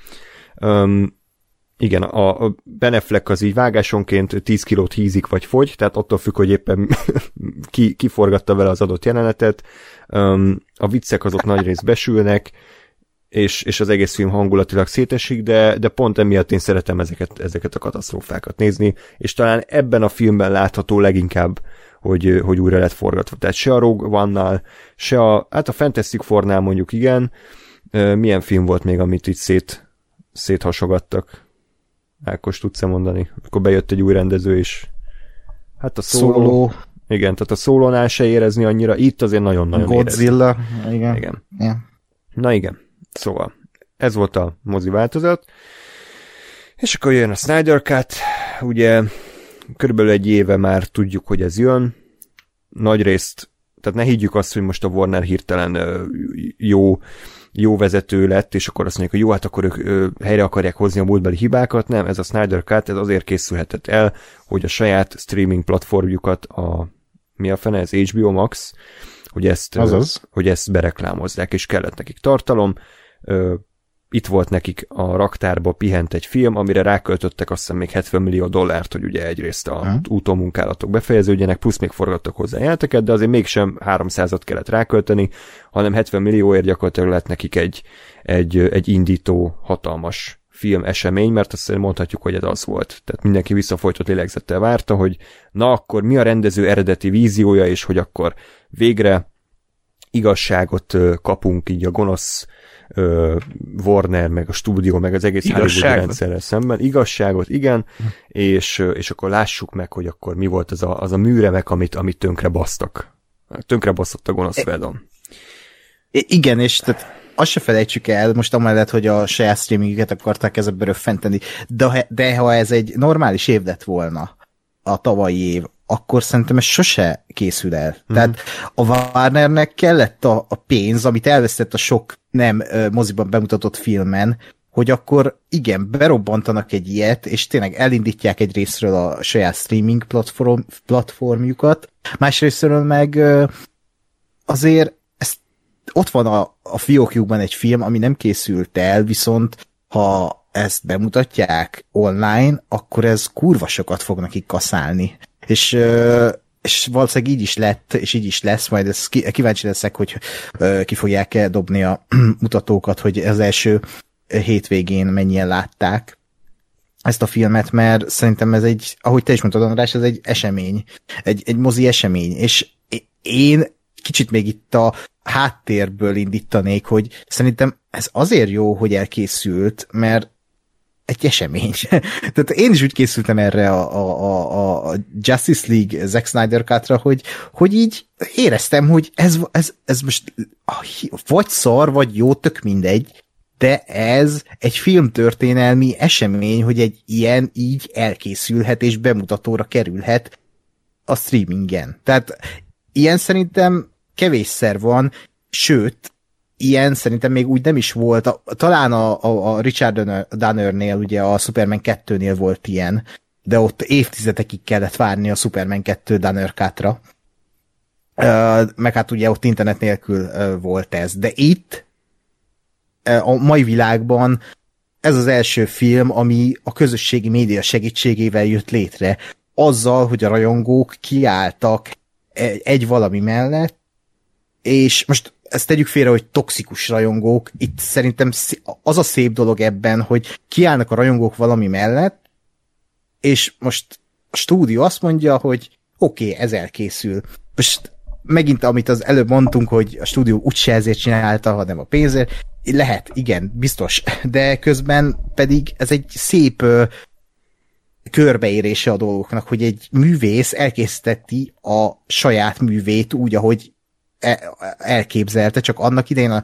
Igen, a Ben Affleck az így vágásonként 10 kilót hízik vagy fogy, tehát attól függ, hogy éppen ki forgatta vele az adott jelenetet. A viccek azok nagy részt besülnek, és az egész film hangulatilag szétesik, de pont emiatt én szeretem ezeket a katasztrófákat nézni, és talán ebben a filmben látható leginkább, hogy újra lett forgatva. Tehát se a Rogue One-nál, se a Fantastic Four-nál mondjuk igen. Milyen film volt még, amit itt széthasogattak? Ákos, tudsz-e mondani? Akkor bejött egy új rendező is. Hát a Solo. Igen, tehát a Solo-nál se érezni annyira, itt azért nagyon-nagyon Godzilla, érezni. Igen. Yeah. Na igen, szóval ez volt a mozi változat. És akkor jön a Snyder Cut, ugye körülbelül egy éve már tudjuk, hogy ez jön. Nagyrészt, tehát ne higgyük azt, hogy most a Warner hirtelen jó vezető lett, és akkor azt mondjuk, hogy jó, hát akkor ők helyre akarják hozni a múltbeli hibákat. Nem, ez a Snyder Cut, ez azért készülhetett el, hogy a saját streaming platformjukat, mi a fene, ez HBO Max, hogy ezt bereklámozzák, és kellett nekik tartalom. Itt volt nekik a raktárba, pihent egy film, amire ráköltöttek azt hiszem még $70 millió, hogy ugye egyrészt a utómunkálatok befejeződjenek, plusz még forgattak hozzá jelenteket, de azért mégsem 300-at kellett rákölteni, hanem 70 millióért gyakorlatilag lett nekik egy indító, hatalmas film esemény, mert azt mondhatjuk, hogy ez az volt. Tehát mindenki visszafolytott lélegzettel várta, hogy na akkor mi a rendező eredeti víziója, és hogy akkor végre igazságot kapunk így a gonosz Warner, meg a stúdió, meg az egész Hollywood rendszerrel szemben. Igazságot, igen, és akkor lássuk meg, hogy akkor mi volt az a műremek, amit tönkre basztak. Tönkre baszott a gonosz Fedon. Igen, és tehát azt se felejtsük el, most amellett, hogy a saját streaminget akarták ebből röffenteni, de ha ez egy normális év lett volna, a tavalyi év, akkor szerintem ez sose készül el. Tehát a Warnernek kellett a pénz, amit elvesztett a sok nem moziban bemutatott filmen, hogy akkor igen, berobbantanak egy ilyet, és tényleg elindítják egy részről a saját streaming platformjukat, másrésztről meg azért ott van a fiókjukban egy film, ami nem készült el, viszont ha ezt bemutatják online, akkor ez kurva sokat fog nekik kaszálni. És valószínűleg így is lett, és így is lesz, majd ezt kíváncsi leszek, hogy ki fogják dobni a mutatókat, hogy az első hétvégén mennyien látták ezt a filmet, mert szerintem ez egy, ahogy te is mondtad, András, ez egy esemény, egy mozi esemény, és én kicsit még itt a háttérből indítanék, hogy szerintem ez azért jó, hogy elkészült, mert egy esemény. Tehát én is úgy készültem erre a Justice League Zack Snyder Cut-ra, hogy így éreztem, hogy ez most vagy szar, vagy jó, tök mindegy, de ez egy filmtörténelmi esemény, hogy egy ilyen így elkészülhet, és bemutatóra kerülhet a streamingen. Tehát ilyen szerintem kevésszer van, sőt, ilyen szerintem még úgy nem is volt. Talán a Richard Donnernél, ugye a Superman 2-nél volt ilyen, de ott évtizedekig kellett várni a Superman 2 Donner Cut-ra. Meg hát ugye ott internet nélkül volt ez. De itt, a mai világban ez az első film, ami a közösségi média segítségével jött létre. Azzal, hogy a rajongók kiálltak egy valami mellett, és most ezt tegyük félre, hogy toxikus rajongók, itt szerintem az a szép dolog ebben, hogy kiállnak a rajongók valami mellett, és most a stúdió azt mondja, hogy oké, ez elkészül. Most megint, amit az előbb mondtunk, hogy a stúdió úgyse ezért csinálta, hanem a pénzért, lehet, igen, biztos, de közben pedig ez egy szép körbeérése a dolgoknak, hogy egy művész elkészíteti a saját művét úgy, ahogy elképzelte, csak annak idején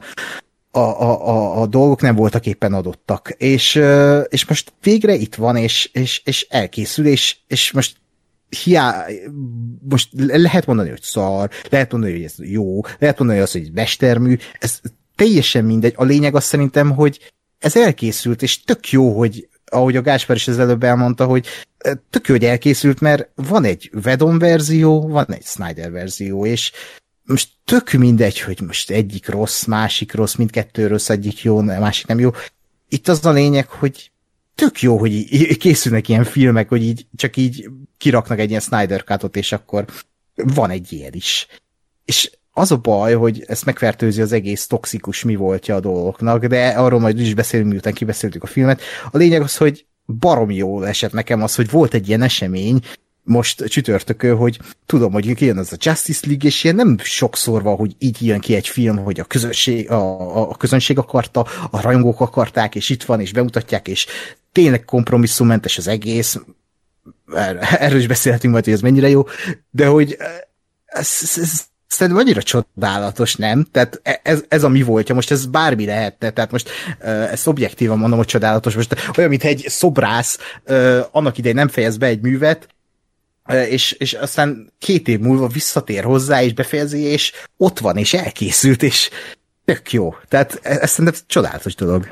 a dolgok nem voltak éppen adottak. És most végre itt van, és elkészül, és most most lehet mondani, hogy szar, lehet mondani, hogy ez jó, lehet mondani azt, hogy mestermű, ez teljesen mindegy. A lényeg az szerintem, hogy ez elkészült, és tök jó, hogy ahogy a Gáspár is az előbb elmondta, hogy tök jó, hogy elkészült, mert van egy Whedon verzió, van egy Snyder verzió, és most tök mindegy, hogy most egyik rossz, másik rossz, mindkettő rossz, egyik jó, másik nem jó. Itt az a lényeg, hogy tök jó, hogy így készülnek ilyen filmek, hogy így csak így kiraknak egy ilyen Snyder Cut-ot, és akkor van egy ilyen is. És az a baj, hogy ezt megfertőzi az egész toxikus mi voltja a dolgoknak, de arról majd is beszélünk, miután kibeszéltük a filmet. A lényeg az, hogy baromi jól esett nekem az, hogy volt egy ilyen esemény, most csütörtökön, hogy tudom, hogy kijön az a Justice League, és ilyen nem sokszor van, hogy így jön ki egy film, hogy a közönség akarta, a rajongók akarták, és itt van, és bemutatják, és tényleg kompromisszummentes az egész. Erről is beszélhetünk majd, hogy ez mennyire jó, de hogy ez szerintem annyira csodálatos, nem? Tehát ez a mi voltja, most ez bármi lehetne, tehát most ezt objektívan mondom, hogy csodálatos, most olyan, mint egy szobrász annak idején nem fejez be egy művet, és aztán 2 év múlva visszatér hozzá, és befejezi, és ott van, és elkészült, és tök jó. Tehát ez szerintem csodálatos dolog.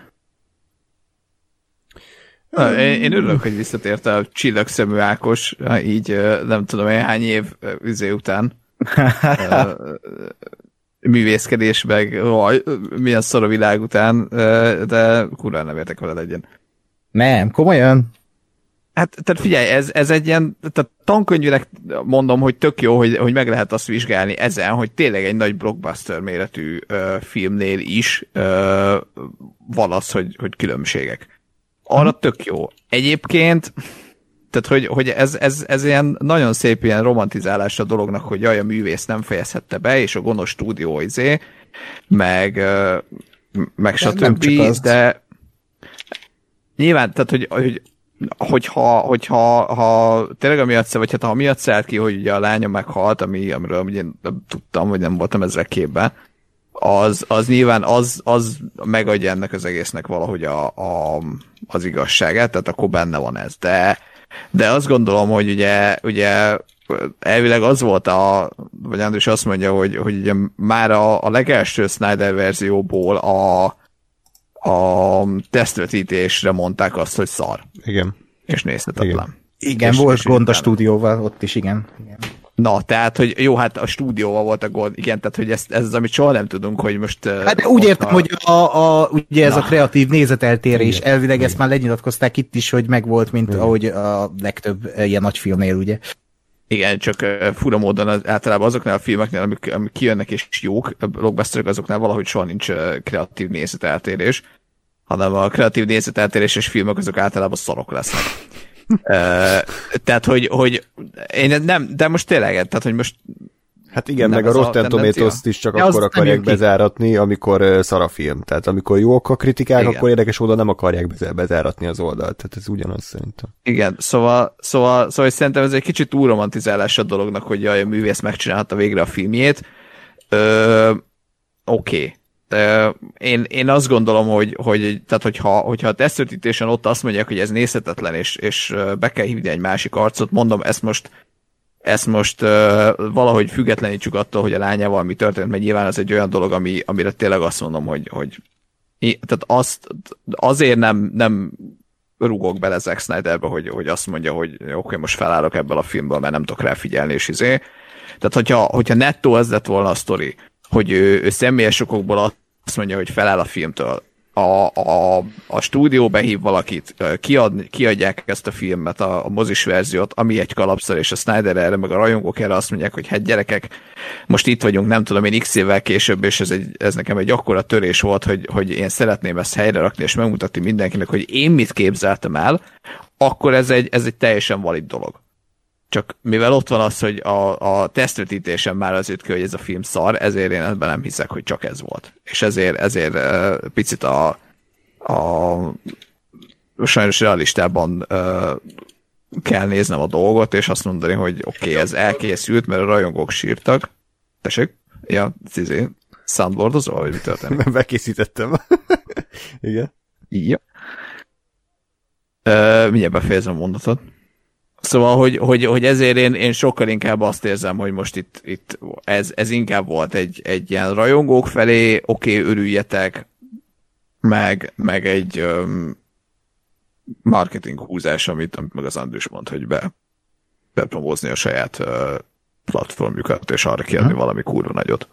Én örülök, hogy visszatért a csillagszemű Ákos, így nem tudom, hány év után művészkedés, meg milyen szar a világ után, de kurva nem értek vele legyen. Nem, komolyan? Hát, tehát figyelj, ez egy ilyen, tehát tankönyvileg mondom, hogy tök jó, hogy meg lehet azt vizsgálni ezen, hogy tényleg egy nagy blockbuster méretű filmnél is van az, hogy különbségek. Arra tök jó. Egyébként, tehát, hogy ez ilyen nagyon szép ilyen romantizálás a dolognak, hogy jaj, a művész nem fejezhette be, és a gonosz stúdió meg stb. De nyilván, tehát, hogyha tényleg amiatt, vagy hát ha amiatt szállt ki, hogy ugye a lánya meghalt, amiről ugye nem tudtam, vagy nem voltam ezzel képben, az nyilván az megadja ennek az egésznek valahogy az igazságát, tehát akkor benne van ez. De azt gondolom, hogy ugye elvileg az volt vagy András azt mondja, hogy ugye már a legelső Snyder verzióból a tesztvetítésre mondták azt, hogy szar. Igen. És nézhetetlen. Igen, volt gond a stúdióval, ott is igen. Na, tehát, hogy jó, hát a stúdióval volt a gond, igen, tehát, hogy ez az, amit soha nem tudunk, hogy most... Hát úgy értem, hogy ugye ez a kreatív nézeteltérés, elvileg ezt már lenyilatkozták itt is, hogy megvolt, mint ahogy a legtöbb ilyen nagy filmnél, ugye. Igen, csak fura módon általában azoknál a filmeknél, amik kijönnek és jók, a blockbusterek, azoknál valahogy soha nincs kreatív nézeteltérés, hanem a kreatív nézeteltéréses filmek azok általában szarok lesznek. Tehát, hogy én nem, de most tényleg, tehát, hogy most hát igen, meg a Rotten Tomatoes-t is csak akkor akarják bezáratni, amikor szar a film. Tehát amikor jók a kritikák, igen, akkor érdekes oldal nem akarják bezáratni az oldalt. Tehát ez ugyanaz szerintem. Igen, szóval szerintem ez egy kicsit túl romantizálás a dolognak, hogy jaj, a művész megcsinálhatta végre a filmjét. Oké. Én azt gondolom, hogy tehát hogyha a tesztvetítésen ott azt mondják, hogy ez nézhetetlen, és be kell hívni egy másik arcot, mondom, ezt most valahogy függetlenítsük attól, hogy a lányával mi történt, mert nyilván ez egy olyan dolog, amire tényleg azt mondom, hogy tehát azért nem rúgok bele Zack Snyderbe, hogy azt mondja, hogy oké, most felállok ebből a filmből, mert nem tudok rá figyelni, és Tehát, hogyha nettó ez lett volna a sztori, hogy ő személyes okokból azt mondja, hogy feláll a filmtől, a stúdió behív valakit, kiadják ezt a filmet, a mozis verziót, ami egy kalapszal, és a Snyder erre, meg a rajongók erre azt mondják, hogy hát gyerekek, most itt vagyunk, nem tudom én, x évvel később, és ez nekem egy akkora törés volt, hogy én szeretném ezt helyre rakni, és megmutatni mindenkinek, hogy én mit képzeltem el, akkor ez egy teljesen valid dolog. Csak mivel ott van az, hogy a tesztvetítésen már az jött ki, hogy ez a film szar, ezért én ebben nem hiszek, hogy csak ez volt. És ezért picit a sajnos realistában kell néznem a dolgot, és azt mondani, hogy oké, ez elkészült, mert a rajongók sírtak. Tessék? Ja, soundboardozol, vagy mi történik? Bekészítettem. Igen. Ja. Mindjárt befejezem a mondatot. Szóval, hogy ezért én sokkal inkább azt érzem, hogy most itt ez inkább volt egy ilyen rajongók felé, oké, örüljetek, meg egy marketing húzás, amit meg az András mond, hogy bepromózni a saját platformjukat, és arra kérni valami kurva nagyot.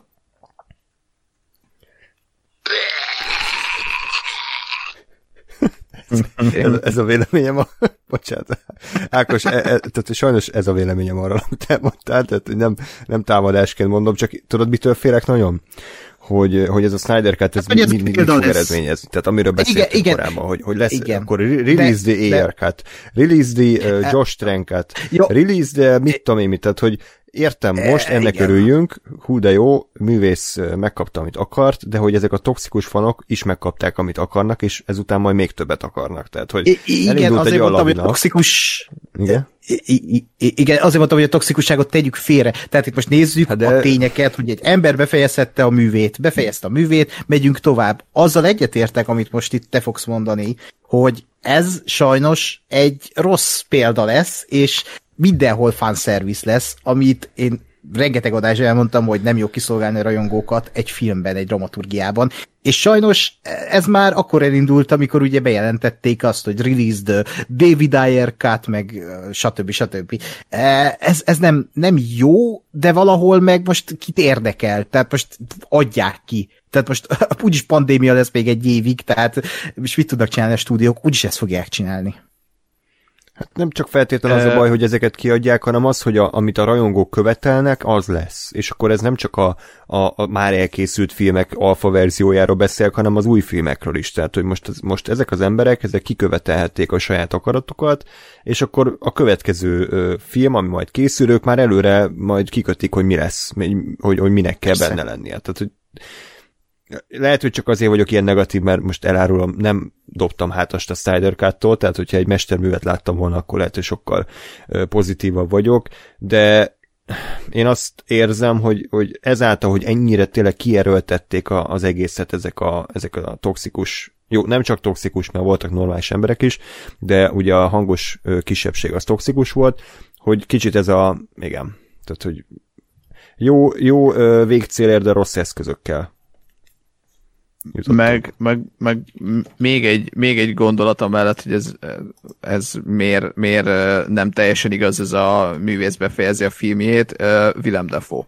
Ez a véleményem bocsánat. Ákos, tehát sajnos ez a véleményem arra, amit elmondtál, tehát nem támadásként mondom, csak tudod, mitől félek nagyon? Hogy ez a Snyder Cut, ez mit fog eredményezni. Tehát amiről beszéltünk korábban, hogy lesz, igen. Akkor release the AR Cut, release the Josh Trank Cut, release the mit tudom én mit, tehát hogy értem, most ennek igen. Örüljünk, hú de jó, művész megkapta, amit akart, de hogy ezek a toxikus fanok is megkapták, amit akarnak, és ezután majd még többet akarnak. Tehát, hogy igen, azért mondtam, hogy a toxikus... Igen? Igen, azért mondtam, hogy a toxikusságot tegyük félre. Tehát itt most nézzük a tényeket, hogy egy ember befejezte a művét, megyünk tovább. Azzal egyetértek, amit most itt te fogsz mondani, hogy ez sajnos egy rossz példa lesz, és mindenhol fanservice lesz, amit én rengeteg adásra elmondtam, hogy nem jó kiszolgálni a rajongókat egy filmben, egy dramaturgiában. És sajnos ez már akkor elindult, amikor ugye bejelentették azt, hogy release the David Ayer cut, meg stb. Ez nem jó, de valahol meg most kit érdekel, tehát most adják ki. Tehát most úgyis pandémia lesz még egy évig, tehát és mit tudnak csinálni a stúdiók, úgyis ezt fogják csinálni. Hát nem csak feltétlenül az a baj, hogy ezeket kiadják, hanem az, hogy amit a rajongók követelnek, az lesz. És akkor ez nem csak a már elkészült filmek alfa verziójáról beszél, hanem az új filmekről is. Tehát, hogy most ezek az emberek, ezek kikövetelhették a saját akaratokat, és akkor a következő film, ami majd készül, ők már előre majd kikötik, hogy mi lesz, hogy minek kell benne lennie. Tehát, hogy lehet, hogy csak azért vagyok ilyen negatív, mert most elárulom, nem dobtam hátast a Snyder Cut-tól, tehát hogyha egy mesterművet láttam volna, akkor lehet, hogy sokkal pozitívabb vagyok, de én azt érzem, hogy ezáltal, hogy ennyire tényleg kierőltették az egészet ezek a toxikus, jó, nem csak toxikus, mert voltak normális emberek is, de ugye a hangos kisebbség az toxikus volt, hogy kicsit ez igen, tehát hogy jó végcélért, de rossz eszközökkel. Meg még egy gondolat mellett, hogy ez miért nem teljesen igaz, ez a művész befejezi a filmjét, Willem Dafoe.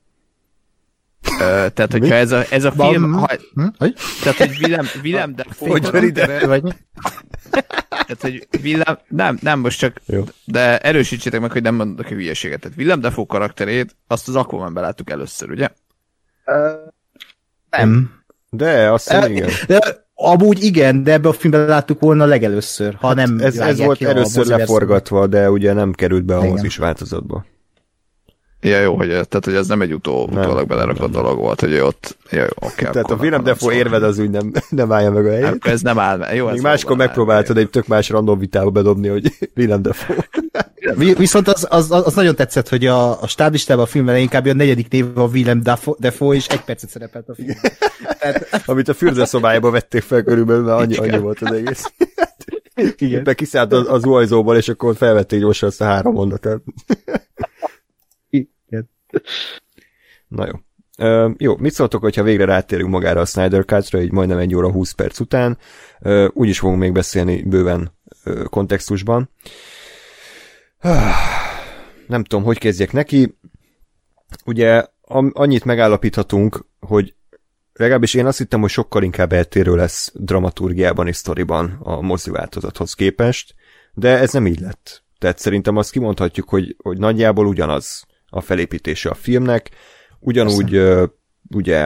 Tehát, hogyha ez a film... Tehát, hogy Willem Dafoe... Tehát, hogy nem, most csak... Jó. De erősítsétek meg, hogy nem mondok hülyeséget. Tehát Willem Dafoe karakterét, azt az Aquamanben láttuk először, ugye? Nem. De, azt hiszem, igen. Amúgy igen, de ebbe a filmben láttuk volna legelőször, ha nem ez volt először leforgatva, de ugye nem került be a mozis változatba. Ja, jó, hogy ez nem egy utólag belerakott dolog volt, hogy ott... Ja, jó, okay, tehát a Willem Dafoe érved az úgy nem állja meg a helyét. Akkor ez nem áll meg. Jó, még máskor megpróbáltad egy tök más random vitába bedobni, hogy Willem Dafoe. Viszont az nagyon tetszett, hogy a stáblistában a filmben inkább a 4. név a Willem Dafoe, és 1 percet szerepelt a filmben. Amit a fürdőszobájába vették fel körülbelül, mert annyi volt az egész. Igen. Be kiszállt az uhajzóból, és akkor felvették gyorsan azt a 3 mondatát. Na jó. Jó, mit szóltok, hogyha végre rátérünk magára a Snyder Cut-ra, így majdnem 1 óra 20 perc után. Úgyis fogunk még beszélni bőven kontextusban. Nem tudom, hogy kezdjek neki. Ugye annyit megállapíthatunk, hogy legalábbis én azt hittem, hogy sokkal inkább eltérő lesz dramaturgiában és sztoriban a mozi változathoz képest, de ez nem így lett. Tehát szerintem azt kimondhatjuk, hogy nagyjából ugyanaz a felépítése a filmnek, ugyanúgy ugye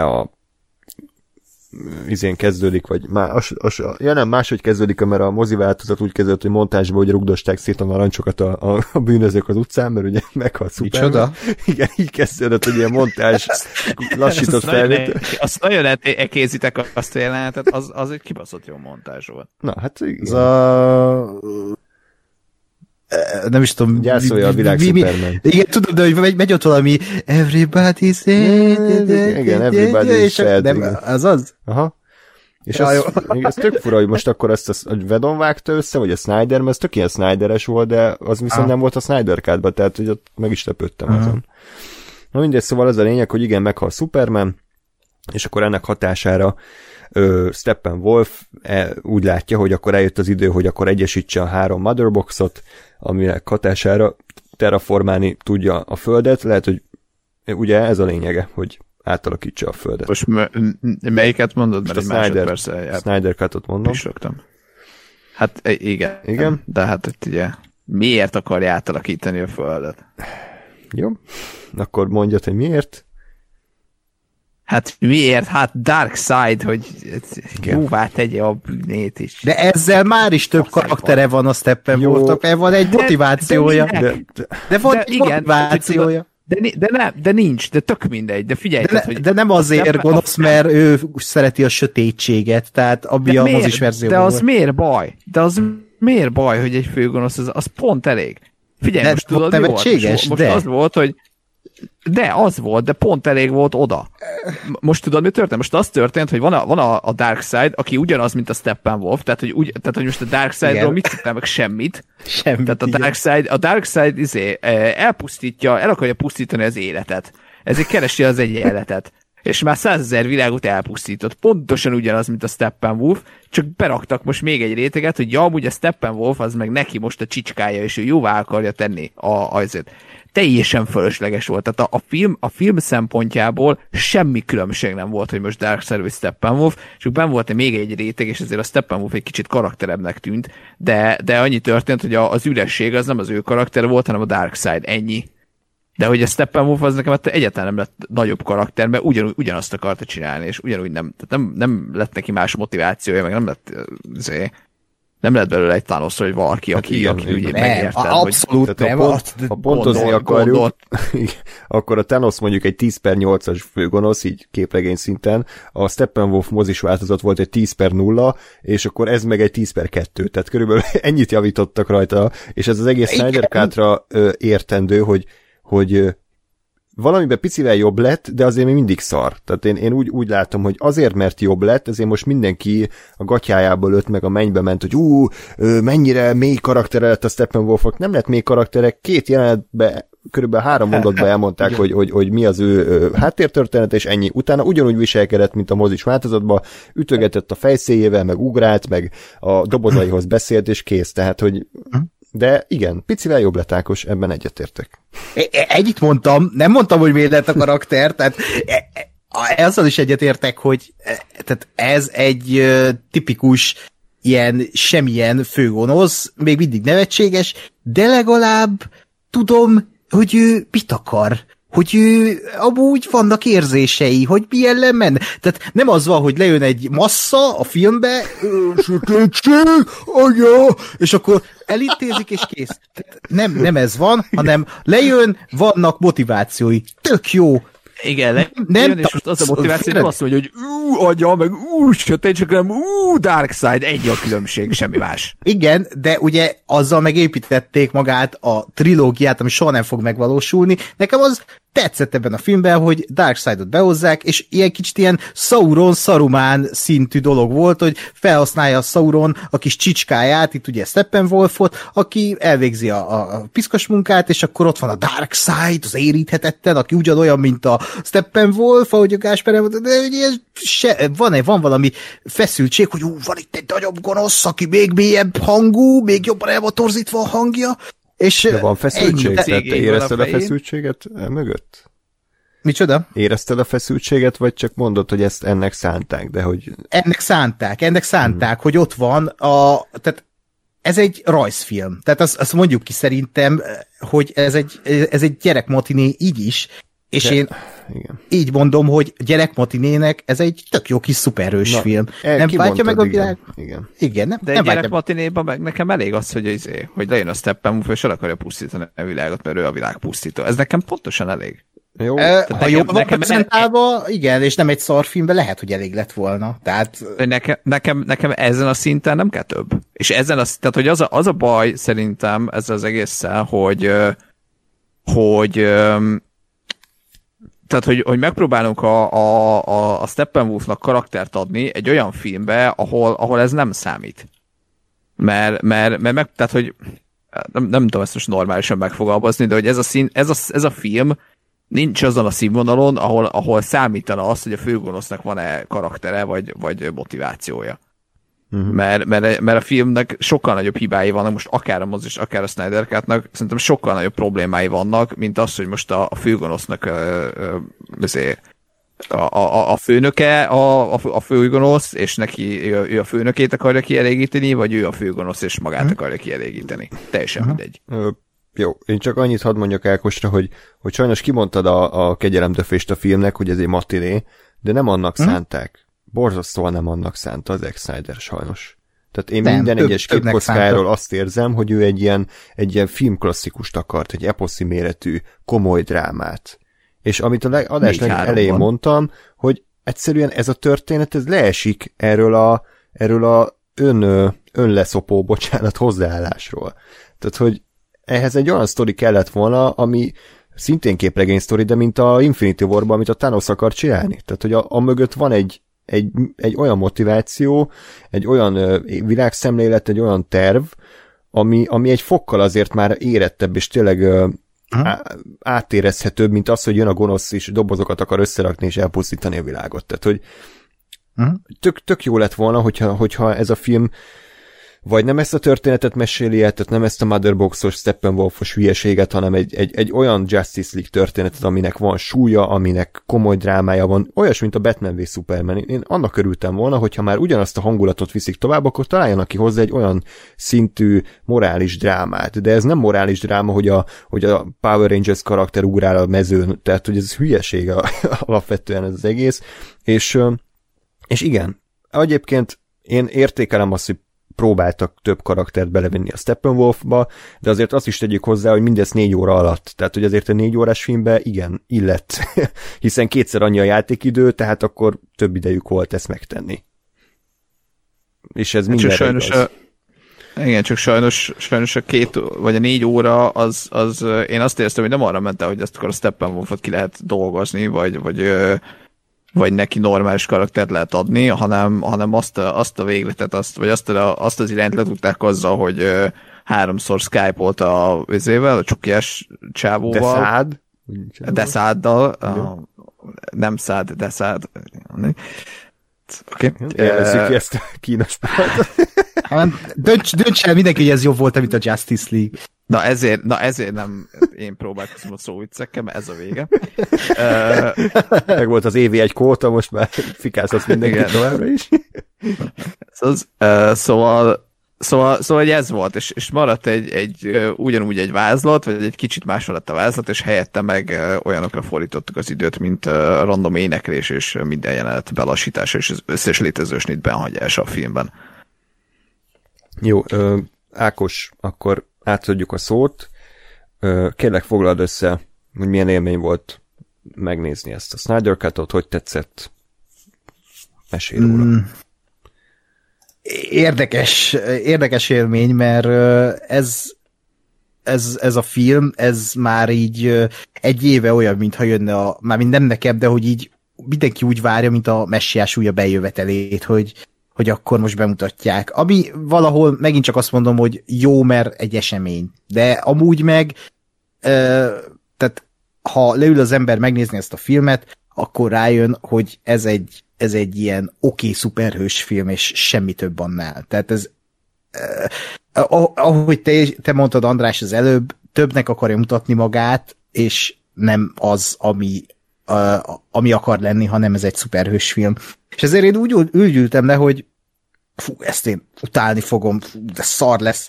izén kezdődik, vagy máshogy kezdődik, mert a mozi változat úgy kezdődött, hogy montázsban ugye rugdosták szét a narancsokat a bűnözők az utcán, mert ugye meghalt Superman. Igen, így kezdődött, hogy ilyen montázs lassított felvétel. Azt nagyon elkézitek azt a jelenetet, az egy kibaszott jó montázs volt. Na, hát igen. Nem is tudom. Gyászolja a világ Superman. Igen, tudom, de hogy megy ott valami everybody's igen, everybody's sad. Az. Aha. És ez tök fura, hogy most akkor ezt a Whedon vágta össze, vagy a Snyder, mert ez tök ilyen Snyderes volt, de az viszont nem volt a Snyder Cut-ban, tehát hogy ott meg is lepődtem azon. Na mindegy, szóval ez a lényeg, hogy igen, meghal Superman, és akkor ennek hatására Steppenwolf úgy látja, hogy akkor eljött az idő, hogy akkor egyesítse a 3 Motherboxot, aminek hatására terraformálni tudja a Földet. Lehet, hogy ugye ez a lényege, hogy átalakítsa a Földet. Most melyiket mondod? Mert a Snyder Cut-ot mondom. Hát igen. De hát itt ugye miért akarja átalakítani a Földet? Jó. Akkor mondjad, hogy miért? Hát miért? Hát Darkseid, hogy jóvá tegye a bűnét is. De ezzel már is több karaktere van a Steppenwolfnak, mert van egy motivációja. De van egy motivációja. De nincs, de tök mindegy, de figyelj. De nem azért gonosz, mert ő szereti a sötétséget, tehát ami a mozis verzióban volt. De az miért baj? Miért baj, hogy egy főgonosz, az pont elég. Figyelj, most tudod, mi volt? Most az volt, hogy az volt, de pont elég volt oda. Most tudod, mi történt? Most az történt, hogy van a Darkseid, aki ugyanaz, mint a Steppenwolf, tehát hogy most a Darkseidról mit tudtam meg semmit. Tehát a Darkseid elpusztítja, el akarja pusztítani az életet. Ezért keresi az egyenletet. És már 100 000 világot elpusztított. Pontosan ugyanaz, mint a Steppenwolf, csak beraktak most még egy réteget, hogy amúgy a Steppenwolf az meg neki most a csicskája, és ő jóvá akarja tenni azért. Teljesen fölösleges volt. Tehát a film szempontjából semmi különbség nem volt, hogy most Darkseid vagy Steppenwolf, csak benn volt még egy réteg, és ezért a Steppenwolf egy kicsit karakterebbnek tűnt, de annyi történt, hogy az üresség az nem az ő karakter volt, hanem a Darkseid. Ennyi. De hogy a Steppenwolf az nekem egyáltalán nem lett nagyobb karakter, mert ugyanazt akarta csinálni, és ugyanúgy nem lett neki más motivációja, meg nem lett belőle egy Thanos, hogy valaki, aki ugye megérted. Abszolút nem. Ha pontozni akarjuk, akkor a Thanos mondjuk egy 10/8-as főgonosz, így képregény szinten, a Steppenwolf mozis változat volt egy 10/0, és akkor ez meg egy 10/2, tehát körülbelül ennyit javítottak rajta, és ez az egész Snyder Cut-ra értendő, hogy valamiben picivel jobb lett, de azért még mindig szar. Tehát én úgy látom, hogy azért, mert jobb lett, ezért most mindenki a gatyájából ölt meg a mennybe ment, hogy mennyire mély karaktere lett a Steppenwolfnak. Nem lett mély karakterek, 2 jelenetben, körülbelül 3 mondatban elmondták, hogy mi az ő háttértörténet, és ennyi. Utána ugyanúgy viselkedett, mint a mozis változatban, ütögetett a fejszéjével, meg ugrált, meg a dobozaihoz beszélt, és kész. Tehát, hogy de igen, picivel jobb lett, Ákos, ebben egyetértek. Egyit mondtam, nem mondtam, hogy miért lett a karakter, tehát azzal is egyetértek, hogy tehát ez egy tipikus ilyen semmilyen főgonosz, még mindig nevetséges, de legalább tudom, hogy ő mit akar. Hogy ő amúgy vannak érzései, hogy milyen lemen. Tehát nem az van, hogy lejön egy massza a filmbe, sötétség, anya, és akkor elintézik, és kész. Nem ez van, hanem lejön, vannak motivációi. Tök jó. Igen, nem és most az a motiváció, nem azt mondja, hogy agya, meg sötétség, hanem Darkseid, egy a különbség, semmi más. Igen, de ugye azzal megépítették magát a trilógiát, ami soha nem fog megvalósulni. Nekem az tetszett ebben a filmben, hogy Darkseidot behozzák, és ilyen kicsit ilyen Sauron-Saruman szintű dolog volt, hogy felhasználja a Sauron a kis csicskáját, itt ugye Steppenwolfot, aki elvégzi a piszkos munkát, és akkor ott van a Darkseid, az éríthetetlen, aki ugyanolyan, mint a Steppenwolf, ahogy a Gásper mondta, de van valami feszültség, hogy van itt egy nagyobb gonosz, aki még mélyebb hangú, még jobban el van torzítva a hangja, és de van feszültség? Te érezted a feszültséget mögött? Micsoda? Érezted a feszültséget, vagy csak mondod, hogy ezt ennek szánták, de hogy... Ennek szánták, hogy ott van tehát ez egy rajzfilm. Tehát azt mondjuk ki szerintem, hogy ez egy gyerekmatiné így is, és én így mondom, hogy gyerekmatinének ez egy tök jó kis szuperhős film. Nem váltja meg a világ? Igen, de egy gyerekmatinéban meg nekem elég az, hogy lejön a Steppenwolf, és el akarja pusztítani a világot, mert ő a világ pusztító. Ez nekem pontosan elég. Jó. Ha jól van prezentálva, igen, és nem egy szarfilmben lehet, hogy elég lett volna. Tehát... Nekem ezen a szinten nem kell több. És tehát, hogy az a baj szerintem ezzel az egésszel, hogy tehát, hogy megpróbálunk a Steppenwolfnak karaktert adni egy olyan filmbe, ahol ez nem számít. Mert tehát, hogy nem tudom ezt most normálisan megfogalmazni, de hogy ez a film nincs azon a színvonalon, ahol számítana az, hogy a főgonosznak van-e karaktere, vagy motivációja. Mert a filmnek sokkal nagyobb hibái vannak, most akár a mozis, akár a Snyder Cut-nak, szerintem sokkal nagyobb problémái vannak, mint az, hogy most a főgonosznak a főnöke a főgonosz, és neki ő a főnökét akarja kielégíteni, vagy ő a főgonosz, és magát akarja kielégíteni. Teljesen mindegy. Jó, én csak annyit hadd mondjak Ákosra, hogy sajnos kimondtad a kegyelemdöfést a filmnek, hogy ez egy matiné, de nem annak szánták. Borzasztóan nem annak szánta az Zack Snyder sajnos. Tehát én nem, minden egyes képkockájáról azt érzem, hogy ő egy ilyen filmklasszikust akart, egy eposzi méretű, komoly drámát. És amit a adás elején mondtam, hogy egyszerűen ez a történet, ez leesik erről a önleszopó, bocsánat, hozzáállásról. Tehát, hogy ehhez egy olyan sztori kellett volna, ami szintén képregény sztori, de mint a Infinity War-ban, amit a Thanos akar csinálni. Tehát, hogy a mögött van egy olyan motiváció, egy olyan világszemlélet, egy olyan terv, ami egy fokkal azért már érettebb, és tényleg átérezhetőbb, mint az, hogy jön a gonosz, és dobozokat akar összerakni, és elpusztítani a világot. Tehát, hogy tök jó lett volna, hogyha ez a film vagy nem ezt a történetet meséli el, tehát nem ezt a Motherboxos, Steppenwolfos hülyeséget, hanem egy olyan Justice League történetet, aminek van súlya, aminek komoly drámája van, olyas, mint a Batman v Superman. Én annak örültem volna, hogyha már ugyanazt a hangulatot viszik tovább, akkor találjanak ki hozzá egy olyan szintű morális drámát. De ez nem morális dráma, hogy a Power Rangers karakter ugrál a mezőn, tehát hogy ez hülyeség alapvetően ez az egész. És igen, egyébként én értékelem azt, hogy próbáltak több karaktert belevenni a Steppenwolfba, de azért azt is tegyük hozzá, hogy mindez 4 óra alatt. Tehát, hogy azért a 4 órás filmbe igen, illett. Hiszen 2-szer annyi a játékidő, tehát akkor több idejük volt ezt megtenni. És ez minden sajnos igen, csak sajnos a 2 vagy a 4 óra az én azt éreztem, hogy nem arra ment el, hogy ezt akkor a Steppenwolfot ki lehet dolgozni, vagy neki normális karaktert lehet adni, hanem azt a végletet, azt az irányt letudták azzal, hogy 3-szor Skype-olt a csukiás csávóval. Deszáddal. Nem szád, Deszád. Oké. Élvezzük ki ezt a kínos pillanatot. Dönts el mindenki, hogy ez jobb volt, mint a Justice League. Na ezért nem én próbálkozom a szóviccekkel, mert ez a vége. Meg volt az évi egy kóta, most már fikázhatsz mindenki továbbra is. Szóval ez volt, és maradt ugyanúgy egy vázlat, vagy egy kicsit más maradt a vázlat, és helyette meg olyanokra fordítottuk az időt, mint random éneklés, és minden jelenet belassítása, és az összes létező snitben hagyása a filmben. Jó, Ákos, akkor átadjuk a szót. Kérlek foglald össze, hogy milyen élmény volt megnézni ezt a Snyder Cut-ot, hogy tetszett? Mesélj róla. Érdekes élmény, mert ez a film, ez már így egy éve olyan, mintha jönne mármint nem nekem, de hogy így mindenki úgy várja, mint a Messiás újabb eljövetelét, hogy akkor most bemutatják. Ami valahol megint csak azt mondom, hogy jó, mert egy esemény. De amúgy meg tehát ha leül az ember megnézni ezt a filmet, akkor rájön, hogy ez egy ilyen oké szuperhős film, és semmi több annál. Tehát ez ahogy te mondtad, András, az előbb, többnek akarja mutatni magát, és nem az, ami akar lenni, hanem ez egy szuperhős film. És ezért én úgy ültem le, hogy ezt én utálni fogom, de szar lesz.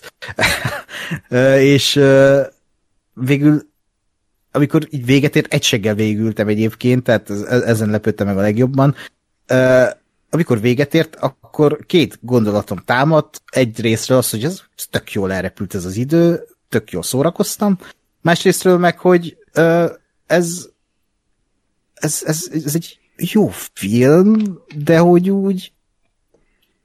És végül, amikor így véget ért, egyseggel végültem egyébként, tehát ezen lepődtem meg a legjobban. Amikor véget ért, akkor 2 gondolatom támadt. Egyrésztről az, hogy ez tök jól elrepült ez az idő, tök jól szórakoztam. Másrésztről meg, hogy ez egy jó film, de hogy úgy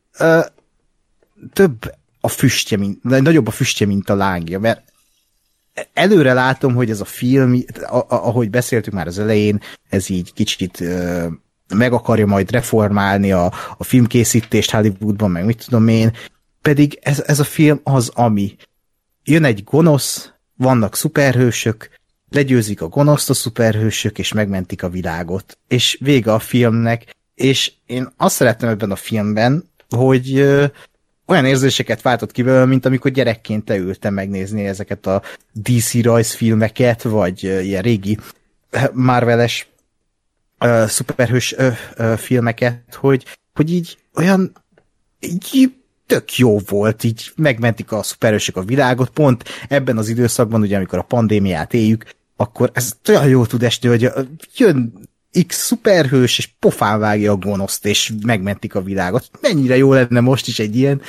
több a füstje, nagyobb a füstje, mint a lángja, mert előre látom, hogy ez a film, ahogy beszéltük már az elején, ez így kicsit meg akarja majd reformálni a filmkészítést Hollywoodban, meg mit tudom én, pedig ez a film az, ami jön egy gonosz, vannak szuperhősök, legyőzik a gonoszt a szuperhősök, és megmentik a világot. És vége a filmnek, és én azt szerettem ebben a filmben, hogy olyan érzéseket váltott ki belőle, mint amikor gyerekként leültem megnézni ezeket a DC rajzfilmeket, vagy ilyen régi Marvel-es szuperhős filmeket, hogy így olyan így tök jó volt, így megmentik a szuperhősök a világot, pont ebben az időszakban, ugye amikor a pandémiát éljük, akkor ez olyan jól tud esni, hogy jön X szuperhős, és pofán vágja a gonoszt, és megmentik a világot. Mennyire jó lenne most is egy ilyen.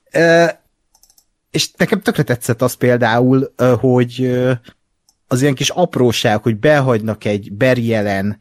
És nekem tökre tetszett az például, hogy az ilyen kis apróság, hogy behagynak egy Barry Allen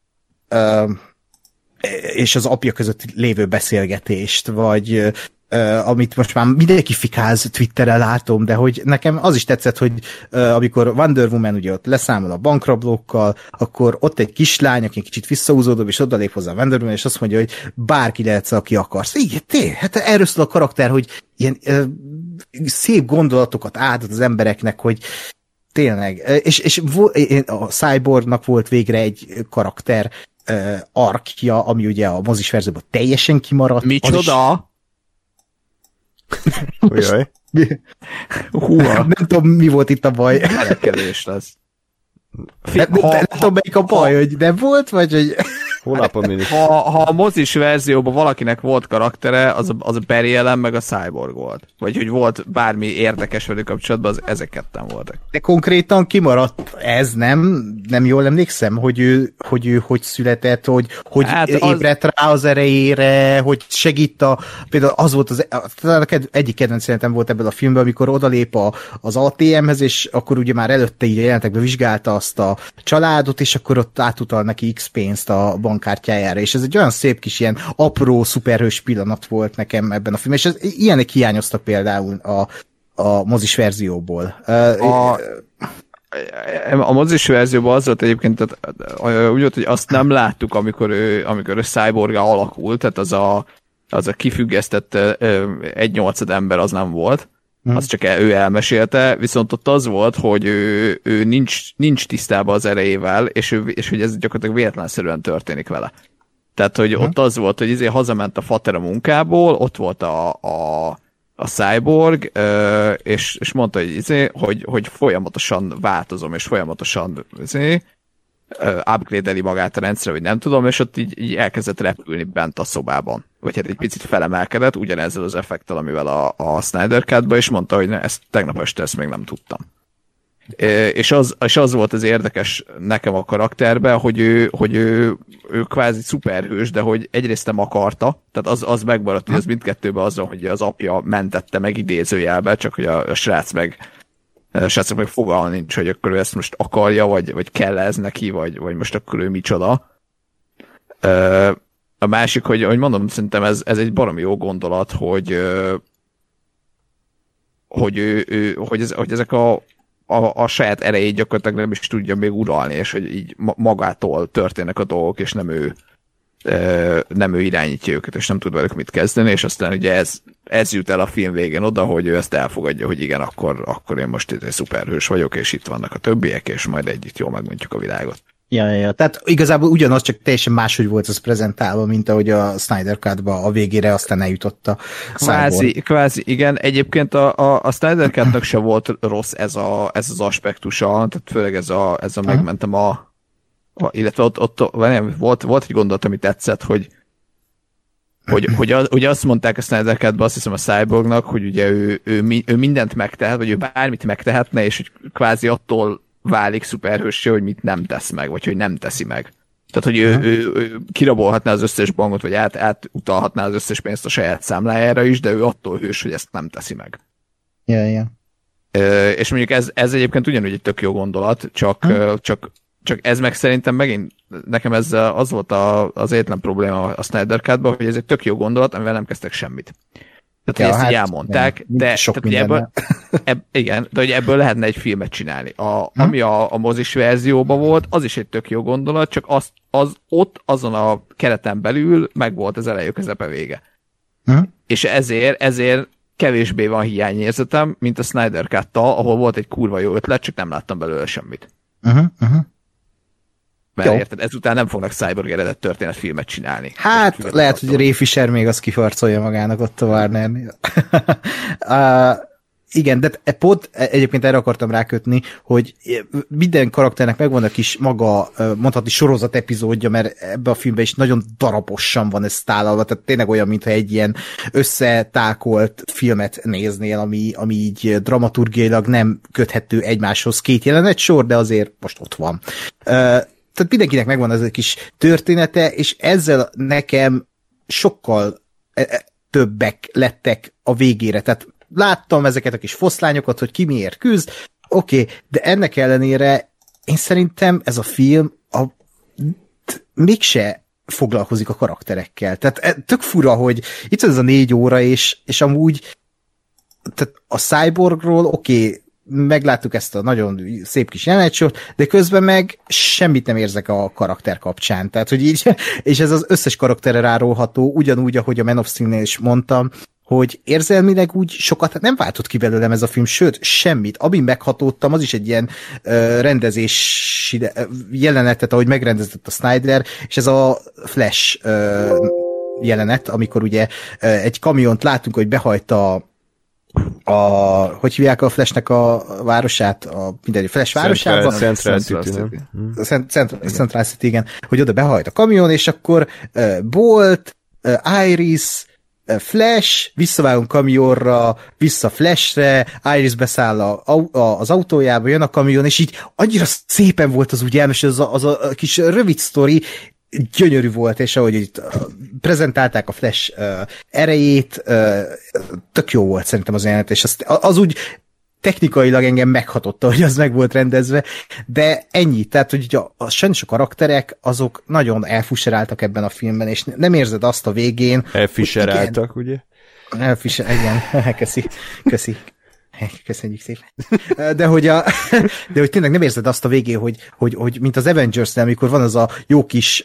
és az apja között lévő beszélgetést, vagy amit most már mindenki fikáz Twitteren látom, de hogy nekem az is tetszett, hogy amikor Wonder Woman ugye ott leszámol a bankrablókkal, akkor ott egy kislány, aki kicsit visszahúzódóbb, és odalép hozzá a Wonder Woman, és azt mondja, hogy bárki lehetsz, aki akarsz. Igen, hát erről szól a karakter, hogy ilyen szép gondolatokat átad az embereknek, hogy tényleg, és a Cyborgnak volt végre egy karakter arkja, ami ugye a mozis verzióban teljesen kimaradt. Micsoda? Ujjaj. Nem tudom, mi volt itt a baj. Elekedés lesz. Nem tudom, melyik a baj, hogy nem volt, vagy hogy... Ha a mozis verzióban valakinek volt karaktere, az a Barry Allen meg a Cyborg volt. Vagy hogy volt bármi érdekes velük kapcsolatban, ezek ketten voltak. De konkrétan kimaradt ez, nem jól emlékszem, hogy ő hogy született, hogy hát ébredt rá az erejére, hogy segít például az volt egyik kedvenc jelenetem volt ebből a filmben, amikor odalép az ATM-hez, és akkor ugye már előtte így a jelentekben vizsgálta azt a családot, és akkor ott átutal neki X pénzt a bankkártyájára, és ez egy olyan szép kis ilyen apró, szuperhős pillanat volt nekem ebben a filmben, és ilyenek hiányoztak például a mozis verzióból. A mozis verzióban az volt egyébként, tehát, úgy volt, hogy azt nem láttuk, amikor ő Cyborg-á alakult, tehát az a kifüggesztett 1/8 ember az nem volt, az csak ő elmesélte, viszont ott az volt, hogy ő nincs tisztában az erejével, és hogy ez gyakorlatilag véletlenszerűen történik vele. Tehát, hogy ott az volt, hogy hazament a fater a munkából, ott volt a Cyborg, és mondta, hogy folyamatosan változom, és folyamatosan upgrade-eli magát a rendszer, vagy nem tudom, és ott így elkezdett repülni bent a szobában. Vagy hát egy picit felemelkedett, ugyanezzel az effekttel, amivel a Snyder Cut-ba, és mondta, hogy ezt tegnap este ezt még nem tudtam. És az volt az érdekes nekem a karakterben, hogy ő kvázi szuperhős, de hogy egyrészt nem akarta, tehát az megmaradt, hogy az mindkettőben azon, hogy az apja mentette meg idézőjelbe, csak hogy a srác meg fogalma nincs, hogy akkor ő ezt most akarja, vagy kell ez neki, vagy most akkor ő micsoda. A másik, hogy mondom, szerintem ez egy baromi jó gondolat, hogy ezek a saját erejét gyakorlatilag nem is tudja még uralni, és hogy így magától történnek a dolgok, és nem ő irányítja őket, és nem tud velük mit kezdeni, és aztán ugye ez jut el a film végén oda, hogy ő ezt elfogadja, hogy igen, akkor én most egy szuperhős vagyok, és itt vannak a többiek, és majd együtt jól megmondjuk a világot. Ja. Tehát igazából ugyanaz, csak teljesen máshogy volt ez prezentálva, mint ahogy a Snyder Cut-ba a végére aztán eljutott a Kvázi, igen. Egyébként a Snyder Cut-nak se volt rossz ez az aspektusa, tehát főleg ez a megmentem illetve ott volt egy gondolat, ami tetszett, hogy ugye azt mondták a Snyder Cut-ban, azt hiszem a Cyborgnak, hogy ugye ő mindent megtehet, vagy ő bármit megtehetne, és hogy kvázi attól válik szuperhőssé, hogy mit nem tesz meg, vagy hogy nem teszi meg. Tehát, hogy ő kirabolhatná az összes bankot, vagy átutalhatná az összes pénzt a saját számlájára is, de ő attól hős, hogy ezt nem teszi meg. Ja. És mondjuk ez egyébként ugyanúgy egy tök jó gondolat, csak ez meg szerintem megint, nekem ez az volt az egyetlen probléma a Snyder Cut-ban, hogy ez egy tök jó gondolat, amivel nem kezdtek semmit. Tehát ezt így elmondták, de sok tehát, ebből, igen, de hogy ebből lehetne egy filmet csinálni. Ami a mozis verzióban volt, az is egy tök jó gondolat, csak ott azon a kereten belül meg volt az eleje, közepe, vége. És ezért kevésbé van hiányérzetem, mint a Snyder Cut-tal, ahol volt egy kurva jó ötlet, csak nem láttam belőle semmit. Mert érted, ezután nem fognak Cyborg eredet történetfilmet csinálni. Hát, lehet, hogy Ray Fisher még azt kifarcolja magának ott a Warnernél. Igen, de pont egyébként erre akartam rákötni, hogy minden karakternek megvan a kis maga, mondhatni sorozat epizódja, mert ebbe a filmben is nagyon darabosan van ez tálalva, tehát tényleg olyan, mintha egy ilyen összetákolt filmet néznél, ami így dramaturgiailag nem köthető egymáshoz két jelenet sor, de azért most ott van. Tehát mindenkinek megvan az a kis története, és ezzel nekem sokkal többek lettek a végére. Tehát láttam ezeket a kis foszlányokat, hogy ki miért küzd, oké, de ennek ellenére én szerintem ez a film mégse foglalkozik a karakterekkel. Tehát tök fura, hogy itt van ez a 4 óra, és amúgy tehát a Cyborgról oké, megláttuk ezt a nagyon szép kis jelenetsort, de közben meg semmit nem érzek a karakter kapcsán. Tehát, hogy így, és ez az összes karakterre rárólható, ugyanúgy, ahogy a Man of Steel-nél is mondtam, hogy érzelmileg úgy sokat nem váltott ki belőlem ez a film, sőt, semmit. Amin meghatódtam, az is egy ilyen rendezési jelenetet, ahogy megrendezett a Snyder, és ez a Flash jelenet, amikor ugye egy kamiont látunk, hogy behajta hogy hívják a Flashnek a városát, a Flash városába? Central City, igen. Hogy oda behajt a kamion, és akkor Bolt, Iris, Flash, visszavágunk kamionra, vissza Flashre, Iris beszáll az autójába, jön a kamion, és így annyira szépen volt az úgy elmes, az a kis rövid sztori, gyönyörű volt, és ahogy itt prezentálták a Flash erejét, tök jó volt szerintem az jelenet, és az úgy technikailag engem meghatotta, hogy az meg volt rendezve, de ennyi, tehát hogy sajnos a karakterek, azok nagyon elfuseráltak ebben a filmben, és nem érzed azt a végén. Elfuseráltak, ugye? Igen, köszi. Köszönjük szépen. De hogy tényleg nem érzed azt a végén, hogy mint az Avengers-nél, amikor van az a jó kis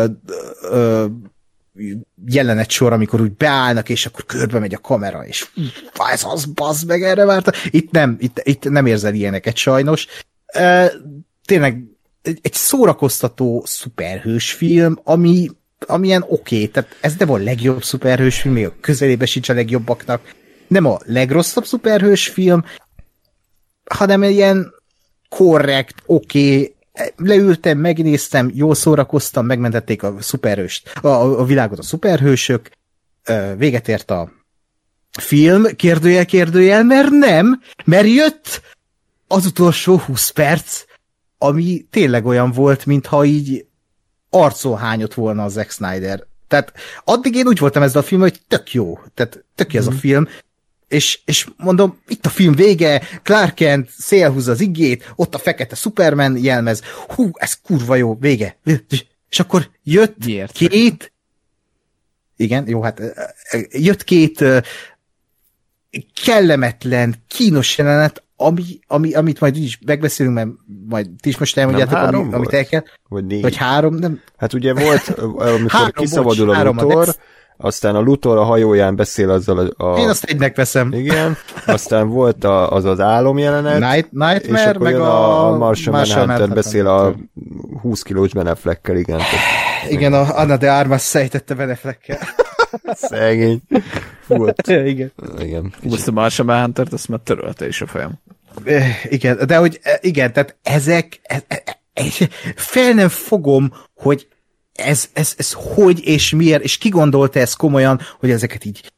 jelenet sor, amikor úgy beállnak, és akkor körbe megy a kamera, és ez az, bazd meg, erre várta. Itt nem érzel ilyeneket sajnos. Tényleg egy szórakoztató szuperhős film, ami ilyen oké, tehát ez nem a legjobb szuperhős film, még a közelébe sincs a legjobbaknak, nem a legrosszabb szuperhős film, hanem egy ilyen korrekt, oké, leültem, megnéztem, jól szórakoztam, megmentették a szuperhőst, a világot a szuperhősök, véget ért a film, kérdőjel, mert jött az utolsó 20 perc, ami tényleg olyan volt, mintha így arcon hányott volna a Zack Snyder. Tehát addig én úgy voltam ezzel a film, hogy tök jó, tehát tök jó ez a film, és mondom, itt a film vége, Clark Kent szélhúzza az igét, ott a fekete Superman jelmez, ez kurva jó, vége. És akkor jött két, igen, jó, hát jött két kellemetlen, kínos jelenet, amit majd úgyis megbeszélünk, mert majd ti is most elmondjátok, amit el kell. Vagy 3, nem? Hát ugye volt, amikor kiszabadul a Luthor, aztán a Luthor a hajóján beszél azzal Én azt egynek veszem. Igen, aztán volt az álomjelenet, Nightmare, és meg a Martian Manhunter beszél a 20 kilós Ben Affleckkel, igen. Igen, a Anna de Armas szejtette Ben Affleckkel. Szegény. Igen. Most a Martian Manhuntert, azt már törölte is a fejem. Igen, de hogy igen, tehát ezek fel nem fogom, hogy ez hogy és miért, és ki gondolta ezt komolyan, hogy ezeket így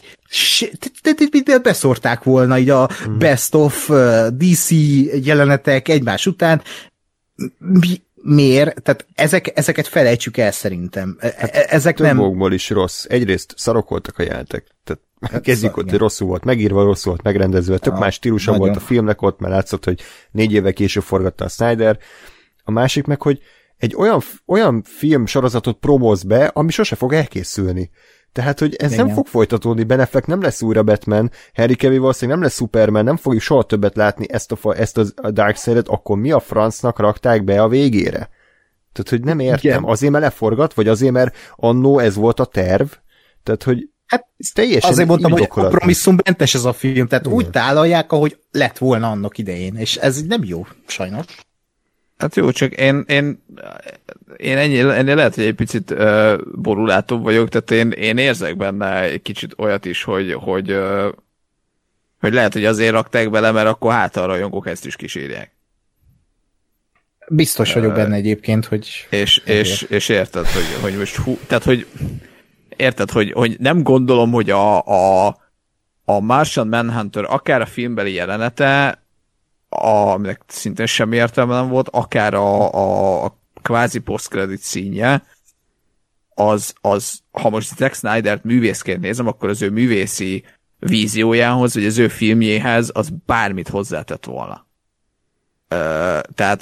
beszórták volna így a best of DC jelenetek egymás után. Miért? Tehát ezeket felejtsük el szerintem. Ezek nem... Többokból is rossz. Egyrészt szarok voltak a jelentek. Tehát kezdjük ott, rosszul volt megírva, rosszul volt megrendezve, tök más stílusa nagyon volt a filmnek ott, mert látszott, hogy 4 évvel később forgatta a Snyder. A másik meg, hogy egy olyan film sorozatot promóz be, ami sose fog elkészülni. Tehát, hogy ez Igen. nem fog folytatódni, Ben Affleck nem lesz újra Batman, Henry Cavill valószínűleg nem lesz Superman, nem fogjuk soha többet látni ezt a Darkseid-et, akkor mi a francnak rakták be a végére? Tehát, hogy nem értem. Igen. Azért, mert leforgat, vagy azért, mert annó ez volt a terv? Tehát, hogy Hát teljesen azért mondtam, hogy indokolatlan. kompromisszummentes ez a film, tehát úgy tálalják, ahogy lett volna annak idején, és ez nem jó, sajnos. Hát jó, csak én ennél lehet, hogy egy picit borulátóbb vagyok, tehát én érzek benne egy kicsit olyat is, hogy lehet, hogy azért rakták bele, mert akkor hát a rajongók ezt is kísérják. Biztos vagyok benne egyébként, hogy... És érted, hogy most tehát, hogy érted, hogy nem gondolom, hogy a Martian Manhunter akár a filmbeli jelenete, aminek szintén semmi értelme nem volt, akár a kvázi post-credit színje, az, ha most Zack Snydert művészként nézem, akkor az ő művészi víziójához, vagy az ő filmjéhez, az bármit hozzátett volna. Tehát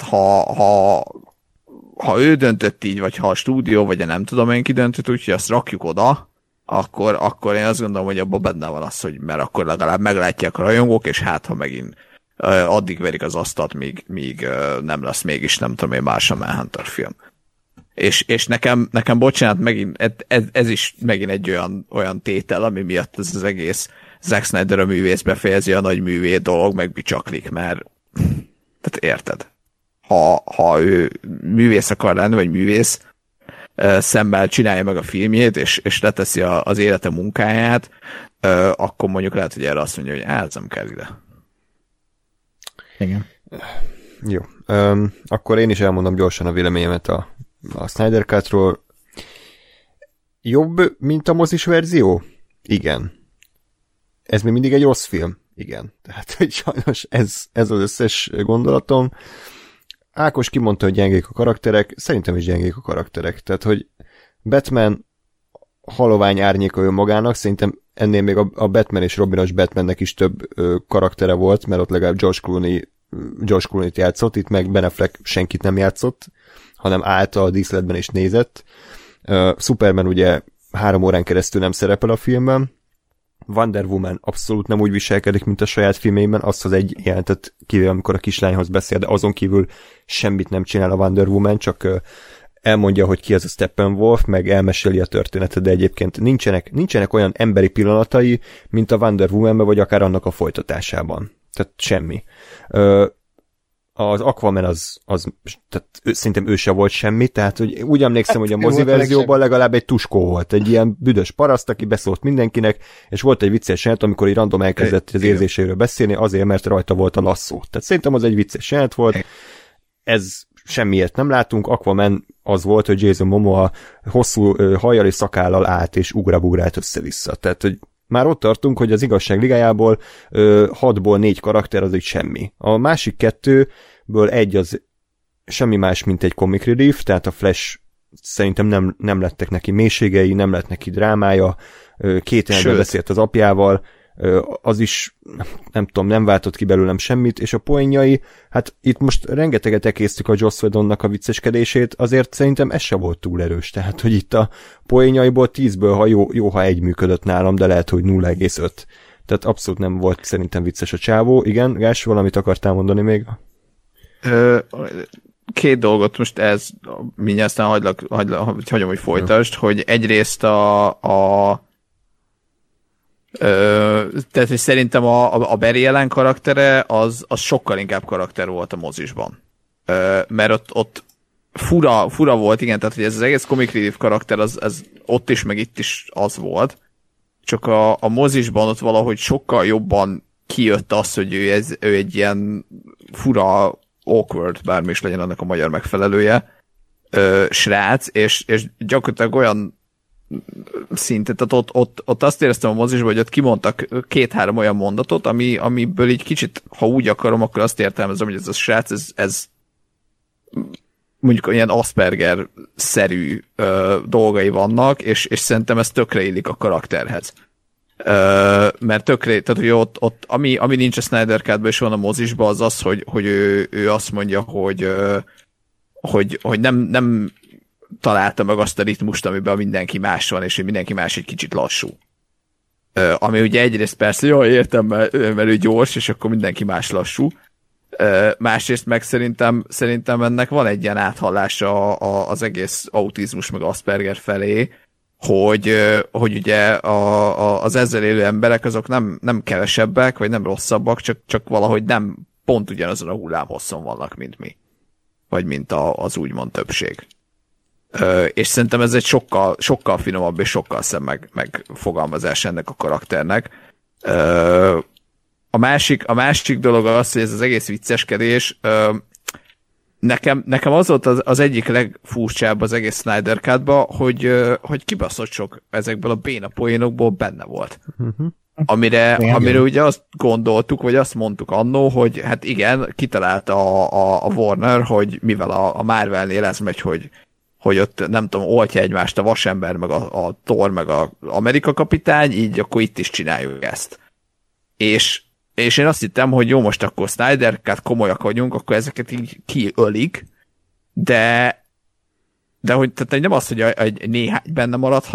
ha ő döntött így, vagy ha a stúdió, vagy nem tudom én ki döntött, úgyhogy azt rakjuk oda, akkor én azt gondolom, hogy abban benne van az, hogy mert akkor legalább meglátják a rajongók, és hát ha megint addig verik az asztalt, míg nem lesz mégis, nem tudom én, Martian Manhunter film. És nekem bocsánat, megint, ez is megint egy olyan tétel, ami miatt ez az egész Zack Snyder a művész befejezi a nagy művé dolog, meg bicsaklik, mert tehát érted. Ha ő művész akar lenni, vagy művész, szemmel csinálja meg a filmjét, és leteszi az élete munkáját, akkor mondjuk lehet, hogy erre azt mondja, hogy ez nem kell ide. Igen. Jó. Akkor én is elmondom gyorsan a véleményemet a Snyder Cut-ról. Jobb, mint a mozis verzió? Igen. Ez még mindig egy rossz film? Igen. Tehát, hogy sajnos ez az összes gondolatom. Ákos kimondta, hogy gyengék a karakterek, szerintem is gyengék a karakterek. Tehát, hogy Batman halovány árnyéka önmagának, szerintem ennél még a Batman és Robinos Batmannek is több karaktere volt, mert ott legalább George Clooney-t játszott, itt meg Ben Affleck senkit nem játszott, hanem állt a díszletben és nézett. Superman ugye 3 órán keresztül nem szerepel a filmben, Wonder Woman abszolút nem úgy viselkedik, mint a saját filmében, azt az egy jelentet kivéve, amikor a kislányhoz beszél, de azon kívül semmit nem csinál a Wonder Woman, csak elmondja, hogy ki az a Steppenwolf, meg elmeséli a történetet, de egyébként nincsenek olyan emberi pillanatai, mint a Wonder Woman-ben, vagy akár annak a folytatásában. Tehát semmi. Az Aquaman az tehát szerintem ő se volt semmi, tehát hogy úgy emlékszem, hogy a mozi verzióban legalább egy tuskó volt, egy ilyen büdös paraszt, aki beszólt mindenkinek, és volt egy vicces jelent, amikor így random elkezdett az érzéséről beszélni, azért, mert rajta volt a lasszó. Tehát szerintem az egy vicces jelent volt, ez semmiért nem látunk, Aquaman az volt, hogy Jason Momoa hosszú hajjal és szakállal állt, és ugrabugrált össze-vissza. Tehát, hogy már ott tartunk, hogy az igazság ligájából 6-ból 4 karakter az egy semmi. A másik 2-ből egy az semmi más, mint egy comic relief, tehát a Flash szerintem nem lettek neki mélységei, nem lett neki drámája, 2 nyelven beszélt az apjával, az is, nem tudom, nem váltott ki belőlem semmit, és a poénjai, hát itt most rengeteget ekésztük a Joss Whedonnak a vicceskedését, azért szerintem ez se volt túl erős, tehát, hogy itt a poénjaiból 10-ből, ha jó, ha egy működött nálam, de lehet, hogy 0,5. Tehát abszolút nem volt szerintem vicces a csávó. Igen, Gás, valamit akartál mondani még? 2 dolgot most mindjárt aztán hagyom, hogy folytasd, hogy egyrészt tehát, hogy szerintem a Barry Allen karaktere az sokkal inkább karakter volt a mozisban. Mert ott fura volt, igen, tehát hogy ez az egész comic relief karakter az ott is, meg itt is az volt. Csak a mozisban ott valahogy sokkal jobban kijött az, hogy ő egy ilyen fura, awkward, bármi is legyen annak a magyar megfelelője, srác, és gyakorlatilag olyan szinten, tehát ott azt éreztem a mozisban, hogy ott kimondtak 2-3 olyan mondatot, amiből így kicsit, ha úgy akarom, akkor azt értelmezem, hogy ez a srác, ez mondjuk ilyen Asperger-szerű dolgai vannak, és szerintem ez tökre illik a karakterhez. Mert tökre, tehát hogy ott ami nincs a Snyder Cut-ban és van a mozisban, az az, hogy ő azt mondja, hogy nem találta meg azt a ritmust, amiben mindenki más van, és hogy mindenki más egy kicsit lassú. Ami ugye egyrészt persze, jó, értem, mert ő gyors, és akkor mindenki más lassú. Másrészt meg szerintem ennek van egy ilyen áthallása az egész autizmus meg Asperger felé, hogy ugye az ezzel élő emberek azok nem kevesebbek, vagy nem rosszabbak, csak valahogy nem pont ugyanazon a hullámhosszon vannak, mint mi. Vagy mint az úgymond többség. És szerintem ez egy sokkal finomabb és sokkal szebb megfogalmazás ennek a karakternek. A másik dolog az, hogy ez az egész vicceskedés, nekem az volt az egyik legfurcsább az egész Snyder Cut-ba, hogy kibaszott sok ezekből a béna poénokból benne volt. Amire ugye azt gondoltuk, vagy azt mondtuk annó, hogy hát igen, kitalálta a Warner, hogy mivel a Marvelnél ez megy, hogy ott nem tudom, oltja egymást a Vasember, meg a Thor, meg a Amerika kapitány, így akkor itt is csináljuk ezt. És én azt hittem, hogy jó, most akkor Snyder Cut, komolyak vagyunk, akkor ezeket így kiölik, de hogy tehát nem az, hogy egy néhány benne maradt,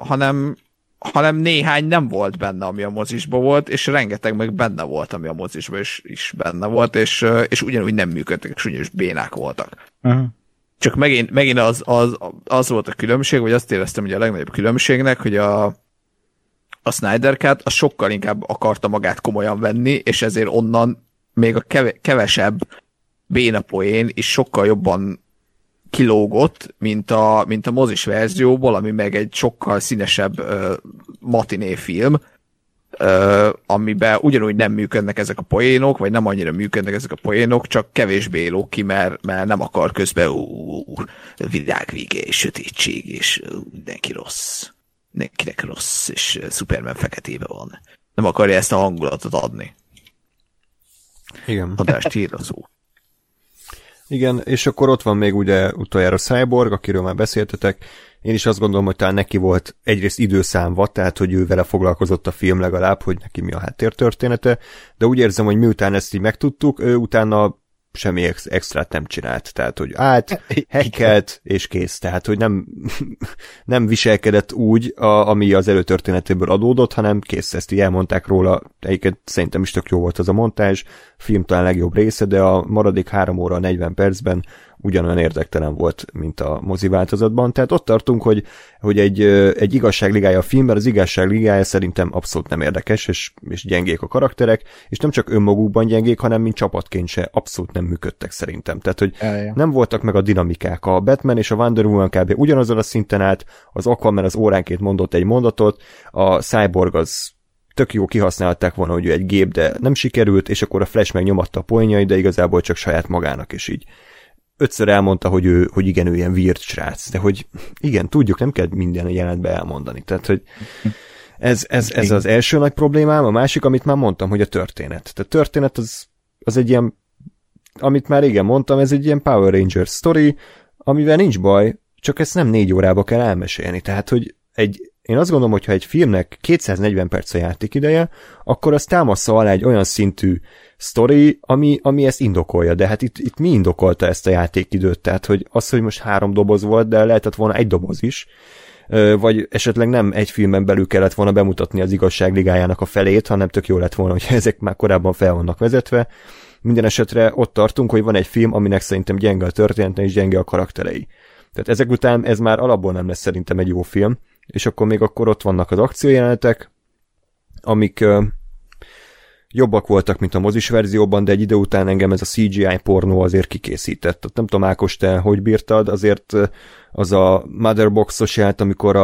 hanem néhány nem volt benne, ami a mozisban volt, és rengeteg meg benne volt, ami a mozisban is benne volt, és ugyanúgy nem működtek, és ugyanúgy bénák voltak. Uh-huh. Csak megint az volt a különbség, vagy azt éreztem, hogy a legnagyobb különbségnek, hogy a Snyder Cut az sokkal inkább akarta magát komolyan venni, és ezért onnan még a kevesebb béna poén is sokkal jobban kilógott, mint a mozis verzióból, ami meg egy sokkal színesebb matiné film, amiben ugyanúgy nem működnek ezek a poénok, vagy nem annyira működnek ezek a poénok, csak kevésbé lóg ki, mert nem akar közben világvége és sötétség, és mindenki rossz. Mindenkinek rossz, és Superman feketébe van. Nem akarja ezt a hangulatot adni. Igen. Adást hírozó. Igen, és akkor ott van még ugye utoljára Cyborg, akiről már beszéltetek. Én is azt gondolom, hogy talán neki volt egyrészt időszámva, tehát hogy ő vele foglalkozott a film legalább, hogy neki mi a háttértörténete, de úgy érzem, hogy miután ezt így megtudtuk, ő utána semmi extrát nem csinált. Tehát, hogy hackelt, és kész. Tehát, hogy nem viselkedett úgy, ami az előtörténetéből adódott, hanem kész, ezt így elmondták róla. Egyébként szerintem is tök jó volt az a montázs, a film talán legjobb része, de a maradék 3 óra 40 percben ugyanolyan érdektelen volt, mint a mozi változatban. Tehát ott tartunk, hogy egy igazságligája a filmben, az igazságligája szerintem abszolút nem érdekes, és gyengék a karakterek, és nem csak önmagukban gyengék, hanem mint csapatként se abszolút nem működtek szerintem. Tehát, hogy nem voltak meg a dinamikák. A Batman és a Wonder Woman kb. Ugyanazon a szinten állt, az Aquaman az óránként mondott egy mondatot, a Cyborg az tök jó kihasználták volna, hogy ő egy gép, de nem sikerült, és akkor a Flash megnyomatta a poénjai, de igazából csak saját magának, és így 5-ször elmondta, hogy igen, ő ilyen weird srác, de hogy igen, tudjuk, nem kell minden jelenetben elmondani. Tehát, hogy ez az első nagy problémám, a másik, amit már mondtam, hogy a történet. Tehát a történet az egy ilyen, amit már régen mondtam, ez egy ilyen Power Rangers story, amivel nincs baj, csak ezt nem 4 órába kell elmesélni. Tehát, hogy én azt gondolom, hogy ha egy filmnek 240 perc a játékideje, akkor az támassza alá egy olyan szintű sztori, ami ezt indokolja, de hát itt mi indokolta ezt a játékidőt? Tehát, hogy az, hogy most 3 doboz volt, de lehetett volna 1 doboz is, vagy esetleg nem egy filmen belül kellett volna bemutatni az igazságligájának a felét, hanem tök jó lett volna, hogy ezek már korábban fel vannak vezetve. Minden esetre ott tartunk, hogy van egy film, aminek szerintem gyenge a története és gyenge a karakterei. Tehát ezek után ez már alapból nem lesz szerintem egy jó film, és akkor ott vannak az akciójelenetek, amik jobbak voltak, mint a mozis verzióban, de egy idő után engem ez a CGI pornó azért kikészített. Nem tudom, Ákos, te hogy bírtad, azért az a Motherbox-os jelent, amikor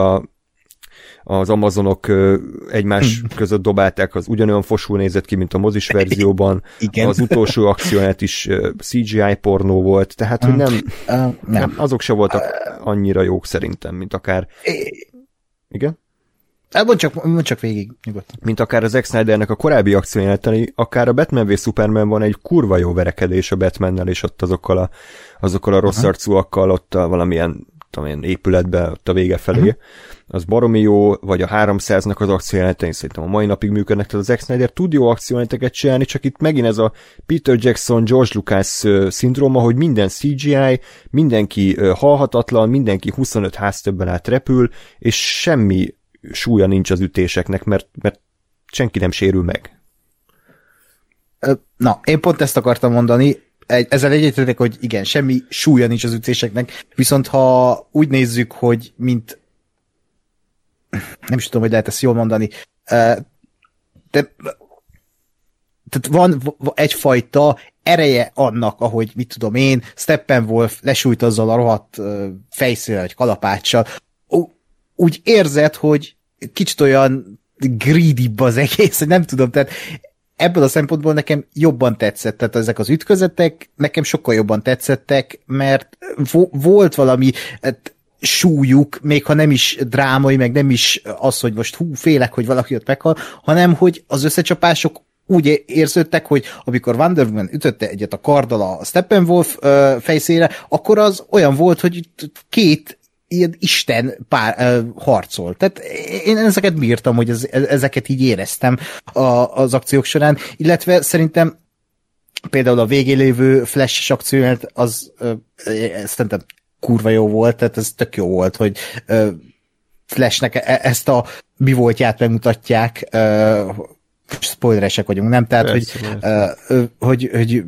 az Amazonok egymás között dobálták, az ugyanolyan fosul nézett ki, mint a mozis verzióban. Igen. Az utolsó akcióját is CGI pornó volt, tehát hogy nem, azok se voltak annyira jók szerintem, mint akár... Igen? Mondd csak végig, nyugodtan. Mint akár az Zack Snydernek a korábbi akciójelenetei, akár a Batman v Superman van egy kurva jó verekedés a Batmannel, és ott azokkal a rossz arcúakkal ott valamilyen tudom én, épületbe, ott a vége felé, az baromi jó, vagy a 300-nak az akciójelenetei szerintem a mai napig működnek, tehát a Zack Snyder tud jó akciójeleneteket csinálni, csak itt megint ez a Peter Jackson, George Lucas szindróma, hogy minden CGI, mindenki halhatatlan, mindenki 25 háztöbben át repül, és semmi súlya nincs az ütéseknek, mert senki nem sérül meg. Na, én pont ezt akartam mondani, ezzel egyetértek, hogy igen, semmi súlya nincs az ütéseknek, viszont ha úgy nézzük, hogy mint nem is tudom, hogy lehet ezt jól mondani, de tehát van egyfajta ereje annak, ahogy mit tudom én, Steppenwolf lesújt azzal a rohadt fejszéllel, vagy kalapáccsal. Úgy érzed, hogy kicsit olyan greedybb az egész, hogy nem tudom, tehát ebből a szempontból nekem jobban tetszett, tehát ezek az ütközetek nekem sokkal jobban tetszettek, mert volt valami súlyuk, még ha nem is drámai, meg nem is az, hogy most félek, hogy valaki ott meghal, hanem hogy az összecsapások úgy érződtek, hogy amikor Wonder Woman ütötte egyet a karddal a Steppenwolf fejszére, akkor az olyan volt, hogy két ilyen isten harcol. Tehát én ezeket bírtam, hogy ezeket így éreztem az akciók során, illetve szerintem például a végén lévő Flash-es akcióját az szerintem kurva jó volt, tehát ez tök jó volt, hogy Flashnek ezt a mi voltját megmutatják, spoileresek vagyunk, nem? Tehát, hogy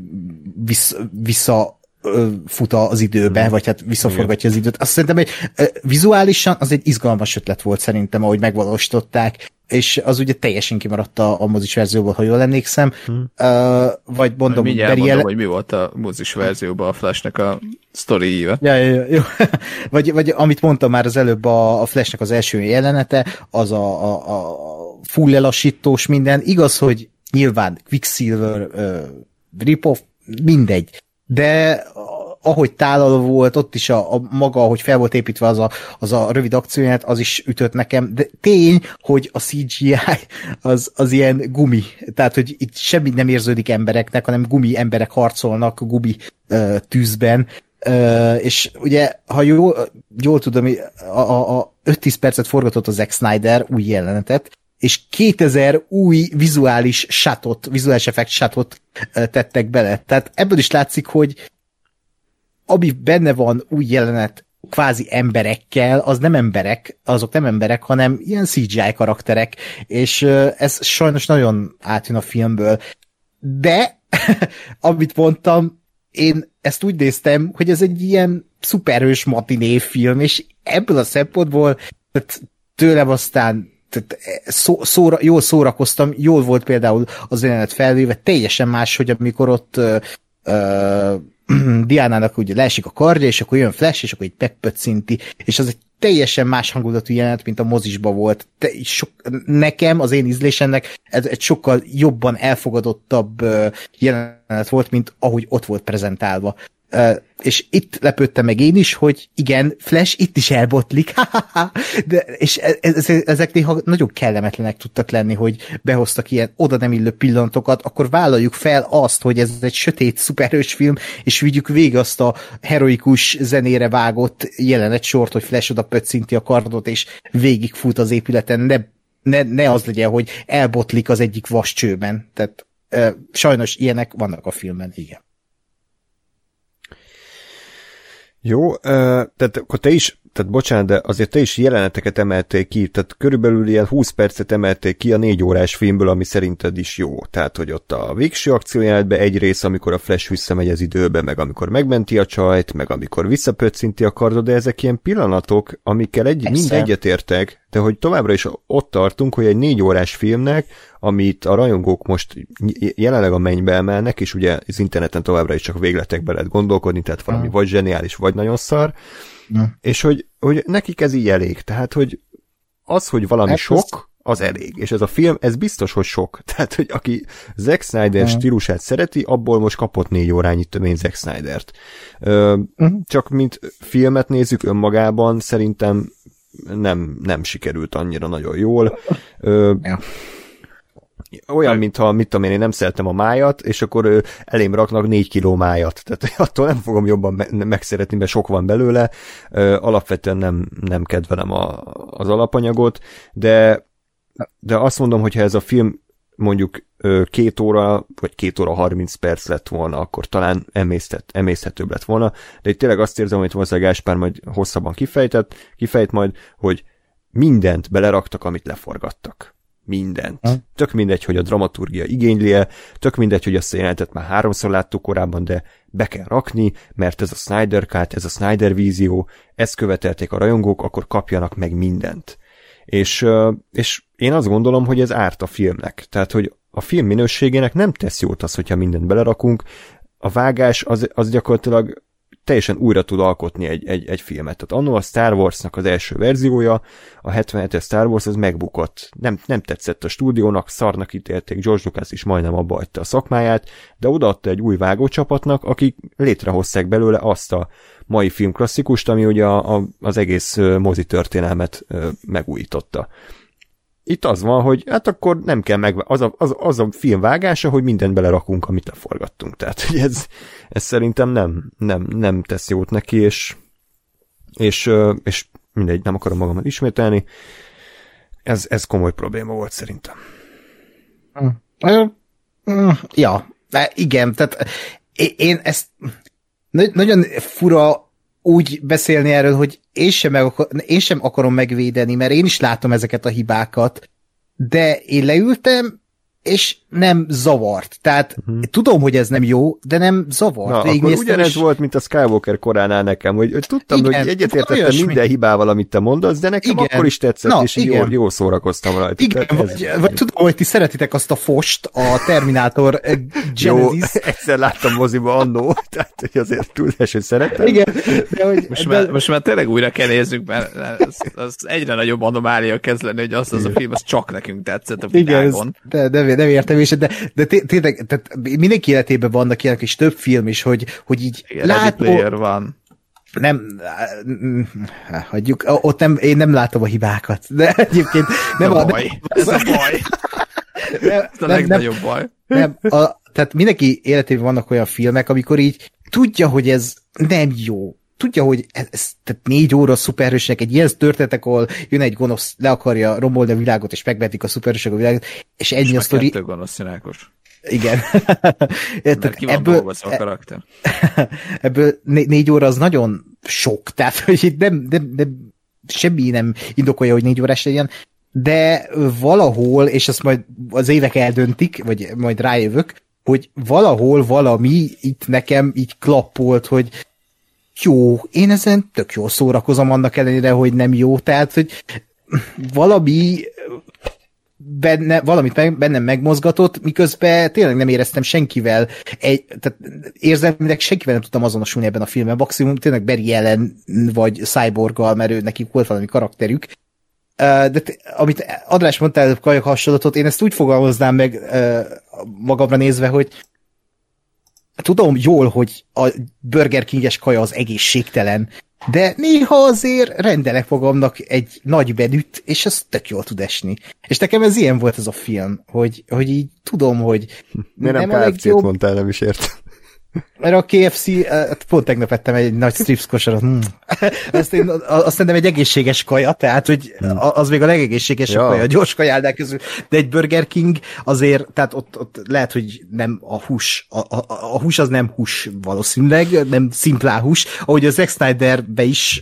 vissza fut az időbe, vagy hát visszaforgatja az időt. Azt szerintem, hogy vizuálisan az egy izgalmas ötlet volt szerintem, ahogy megvalósították, és az ugye teljesen kimaradt a mozis verzióból, ha jól emlékszem. Vagy mondom, mindjárt mondom, hogy mi volt a mozis verzióban a Flashnek a sztori íve. Jó. vagy amit mondtam már az előbb, a Flashnek az első jelenete, az a full lelassítós minden. Igaz, hogy nyilván Quicksilver, rip-off, mindegy. De ahogy tálaló volt, ott is a maga, ahogy fel volt építve az a rövid akcióját, az is ütött nekem. De tény, hogy a CGI az ilyen gumi. Tehát, hogy itt semmi nem érződik embereknek, hanem gumi emberek harcolnak gumi tűzben. És ugye, ha jól tudom, a 5-10 percet forgatott a Zack Snyder új jelenetet, és 2000 új vizuális effekt shotot tettek bele. Tehát ebből is látszik, hogy ami benne van új jelenet kvázi emberekkel, azok nem emberek, hanem ilyen CGI karakterek, és ez sajnos nagyon átjön a filmből. De, amit mondtam, én ezt úgy néztem, hogy ez egy ilyen szuperhős matiné film, és ebből a szempontból tőlem aztán jól szórakoztam, jól volt például az jelenet felvéve, teljesen más, hogy amikor ott Diánának ugye leesik a kardja, és akkor jön Flash, és akkor így megpöccinti, és az egy teljesen más hangulatú jelenet, mint a mozisba volt. Nekem, az én ízlésemnek ez egy sokkal jobban elfogadottabb jelenet volt, mint ahogy ott volt prezentálva. És itt lepődtem meg én is, hogy igen, Flash itt is elbotlik, és ezek néha nagyon kellemetlenek tudtak lenni, hogy behoztak ilyen oda nem illő pillanatokat, akkor vállaljuk fel azt, hogy ez egy sötét, szuperhős film, és vigyük végig azt a heroikus zenére vágott jelenetsort, hogy Flash oda pöccinti a kardot, és végigfut az épületen, ne az legyen, hogy elbotlik az egyik vascsőben. Tehát sajnos ilyenek vannak a filmben, igen. Jó, tehát akkor bocsánat, de azért te is jeleneteket emeltél ki, tehát körülbelül ilyen 20 percet emeltél ki a 4 órás filmből, ami szerinted is jó. Tehát, hogy ott a végső akciójelenetben egy rész, amikor a Flash visszamegy az időbe, meg amikor megmenti a csajt, meg amikor visszapöccinti a kardot, de ezek ilyen pillanatok, amikkel mind egyetértek, de hogy továbbra is ott tartunk, hogy egy 4 órás filmnek, amit a rajongók most jelenleg a mennybe emelnek, és ugye az interneten továbbra is csak végletekbe lehet gondolkodni, tehát valami vagy zseniális, vagy nagyon szar, és hogy nekik ez így elég. Tehát, hogy az, hogy valami sok, az elég. És ez a film, ez biztos, hogy sok. Tehát, hogy aki Zack Snyder stílusát szereti, abból most kapott 4 órányi tömény Zack Snydert. Csak mint filmet nézzük önmagában, szerintem nem sikerült annyira nagyon jól. Olyan, mintha, mit tudom én nem szeretem a májat, és akkor elém raknak 4 kiló májat. Tehát attól nem fogom jobban megszeretni, mert sok van belőle. Alapvetően nem kedvelem az alapanyagot, de azt mondom, hogyha ez a film mondjuk 2 óra, vagy 2 óra 30 perc lett volna, akkor talán emészhetőbb lett volna, de itt tényleg azt érzem, hogy valószínűleg Gáspár majd hosszabban kifejt majd, hogy mindent beleraktak, amit leforgattak. Mindent. Tök mindegy, hogy a dramaturgia igényli-e, tök mindegy, hogy azt a jelenetet már 3-szor láttuk korábban, de be kell rakni, mert ez a Snyder Cut, ez a Snyder vízió, ezt követelték a rajongók, akkor kapjanak meg mindent. És én azt gondolom, hogy ez árt a filmnek. Tehát, hogy a film minőségének nem tesz jót az, hogyha mindent belerakunk. A vágás az gyakorlatilag teljesen újra tud alkotni egy filmet. Tehát annól a Star Warsnak az első verziója, a 77-es Star Wars, az megbukott. Nem tetszett a stúdiónak, szarnak ítélték, George Lucas is majdnem abba hagyta a szakmáját, de odaadta egy új vágócsapatnak, akik létrehozták belőle azt a mai filmklasszikust, ami ugye az egész mozi történelmet megújította. Itt az van, hogy hát akkor nem kell az a film vágása, hogy mindent belerakunk, amit leforgattunk. Tehát, hogy ez szerintem nem tesz jót neki, és mindegy, nem akarom magamat ismételni. Ez komoly probléma volt szerintem. Ja, igen, tehát én ezt nagyon fura úgy beszélni erről, hogy én sem akarom megvédeni, mert én is látom ezeket a hibákat, de én leültem, és nem zavart. Tehát tudom, hogy ez nem jó, de nem zavart. Na, akkor ugyanez volt, mint a Skywalker koránál nekem, hogy tudtam, igen, hogy egyetértettem minden hibával, amit te mondasz, de nekem igen. Akkor is tetszett, és jól szórakoztam rajta. Igen, vagy tudom, hogy ti szeretitek azt a fost, a Terminator Genesis. Jó, egyszer láttam moziba annó, tehát hogy azért tudás, hogy szeretem. Igen, de hogy, most már tényleg újra kell nézzük, mert az egyre nagyobb anomália kezd lenni, hogy az a film, az csak nekünk tetszett a világon. Igen, nem értem, és de tényleg, tehát mindenki életében vannak ilyenek, és több film is, hogy így látó... van. Nem, hagyjuk, ott én nem látom a hibákat, de egyébként nem a baj. Ez a baj. Ez a legnagyobb baj. Tehát mindenki életében vannak olyan filmek, amikor így tudja, hogy ez nem jó. Tudja, hogy ez tehát 4 óra szuperhősnek egy ilyen történetek, ahol jön egy gonosz, le akarja rombolni a világot, és megvetik a szuperhősök a világot, és ennyi a sztori... 2 gonosz Rákos. Igen. Mert ki van dolgozva a karakter. Ebből 4 óra az nagyon sok, tehát hogy itt nem semmi nem indokolja, hogy 4 órás legyen, de valahol, és azt majd az évek eldöntik, vagy majd rájövök, hogy valahol valami itt nekem így klappolt, hogy jó, én ezen tök jól szórakozom annak ellenére, hogy nem jó, tehát, hogy valamit bennem megmozgatott, miközben tényleg nem éreztem senkivel, tehát érzelmileg senkivel nem tudtam azonosulni ebben a filmben, maximum tényleg Barry Allen vagy Cyborggal, mert nekik volt valami karakterük. De amit András mondta előbb kajak hasonlatot, én ezt úgy fogalmaznám meg magamra nézve, hogy tudom jól, hogy a Burger King-es kaja az egészségtelen, de néha azért rendelek magamnak egy nagy menüt, és ez tök jól tud esni. És nekem ez ilyen volt ez a film, hogy így tudom, hogy nem a legjobb. Mondtál, nem is értem. Mert a KFC, pont tegnap ettem egy nagy strips kosarat. Azt szerintem egy egészséges kaja, tehát hogy az még a legegészségesebb kaja a gyors kajálnál közül, de egy Burger King azért, tehát ott lehet, hogy nem a hús, a hús az nem hús valószínűleg, nem szimplán hús, ahogy az Zack Snyderbe is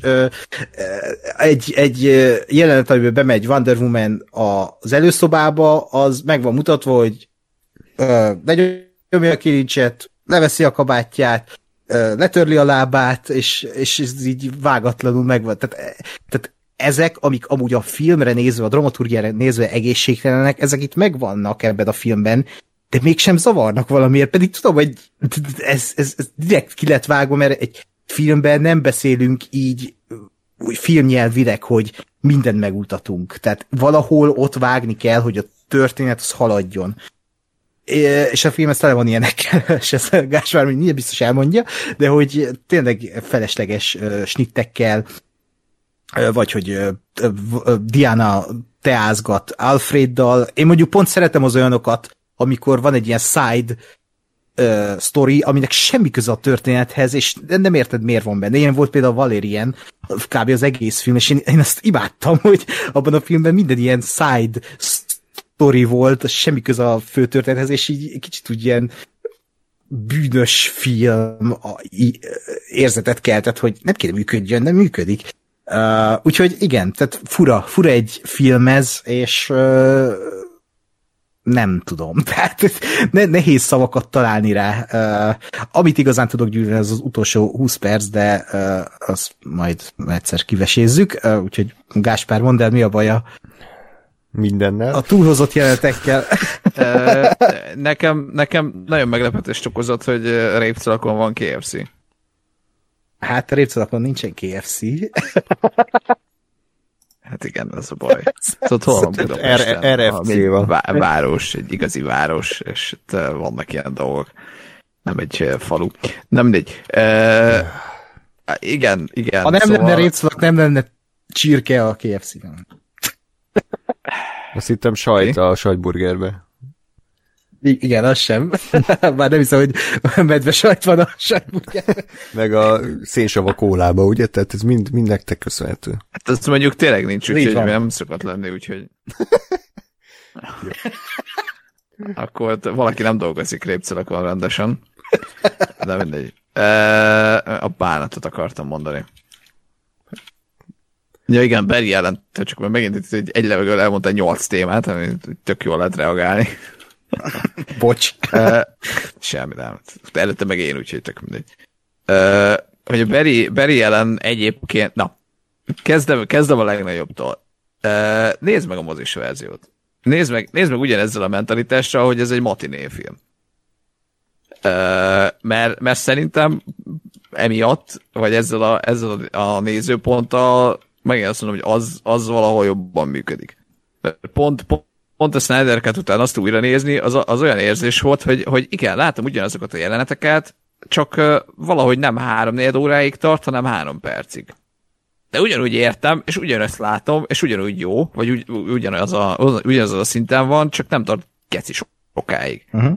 egy jelenet, amiben bemegy Wonder Woman az előszobába, az meg van mutatva, hogy nyomja a kilincset, leveszi a kabátját, letörli a lábát, és ez így vágatlanul megvan. Tehát ezek, amik amúgy a filmre nézve, a dramaturgiára nézve egészségtelenek, ezek itt megvannak ebben a filmben, de mégsem zavarnak valamiért, pedig tudom, hogy ez direkt ki lett vágva, mert egy filmben nem beszélünk így filmnyelvileg, hogy mindent megmutatunk. Tehát valahol ott vágni kell, hogy a történet az haladjon. És a film ez tele van ilyenekkel, és ezt Gáspár még nyilván biztos elmondja, de hogy tényleg felesleges snittekkel, vagy hogy Diana teázgat Alfreddal. Én mondjuk pont szeretem az olyanokat, amikor van egy ilyen side story, aminek semmi köze a történethez, és nem érted, miért van benne. Ilyen volt például Valerian, kb. Az egész film, és én azt imádtam, hogy abban a filmben minden ilyen side story volt, semmi köze a fő történethez, és így kicsit úgy ilyen bűnös film érzetet keltett, hogy nem kéne működjön, nem működik. Úgyhogy igen, tehát fura egy film ez, és nem tudom, tehát nehéz szavakat találni rá. Amit igazán tudok gyűlölni, az utolsó 20 perc, de azt majd egyszer kivesézzük, úgyhogy Gáspár, mondd el, mi a baja? Mindennel. A túlhozott jelenetekkel. Nekem nagyon meglepetést okozott, hogy Répcolakon van KFC. Hát a Répcolakon nincsen KFC. Hát igen, ez a baj. Szóval hol van Budapesten? RFC van. Város, egy igazi város, és itt vannak ilyen dolgok. Nem egy falu. Nem mindegy. Igen. Ha nem lenne Répcolak, nem lenne csirke a KFC-ben. Azt hittem sajt a sajtburgerbe. Igen, az sem. Már nem hiszem, hogy medve sajt van a sajtburgerben. Meg a szénsav a kólába, ugye? Tehát ez mind nektek köszönhető. Hát azt mondjuk tényleg nincs, úgyhogy nem szokott lenni, úgyhogy... Akkor valaki nem dolgozik Répcolakon rendesen. De mindegy. A bánatot akartam mondani. Ja igen, Barry Allen, csak már megint egy levegővel elmondta 8 témát, ami tök jól lehet reagálni. Bocs. Semmi, nem. Előtte meg én, úgyhogy tök mindegy. Hogy a Barry Allen egyébként, na, kezdem a legnagyobbtól. Nézd meg a mozis verziót. Nézd meg ugyanezzel a mentalitással, hogy ez egy matinéfilm. Mert szerintem emiatt, vagy ezzel a nézőponttal megint azt mondom, hogy az valahol jobban működik. Pont a Snyder Cut után azt újra nézni, az olyan érzés volt, hogy igen, látom ugyanazokat a jeleneteket, csak valahogy nem 3-4 óráig tart, hanem 3 percig. De ugyanúgy értem, és ugyanazt látom, és ugyanúgy jó, vagy ugyanaz a szinten van, csak nem tart geci sokáig. Uh-huh.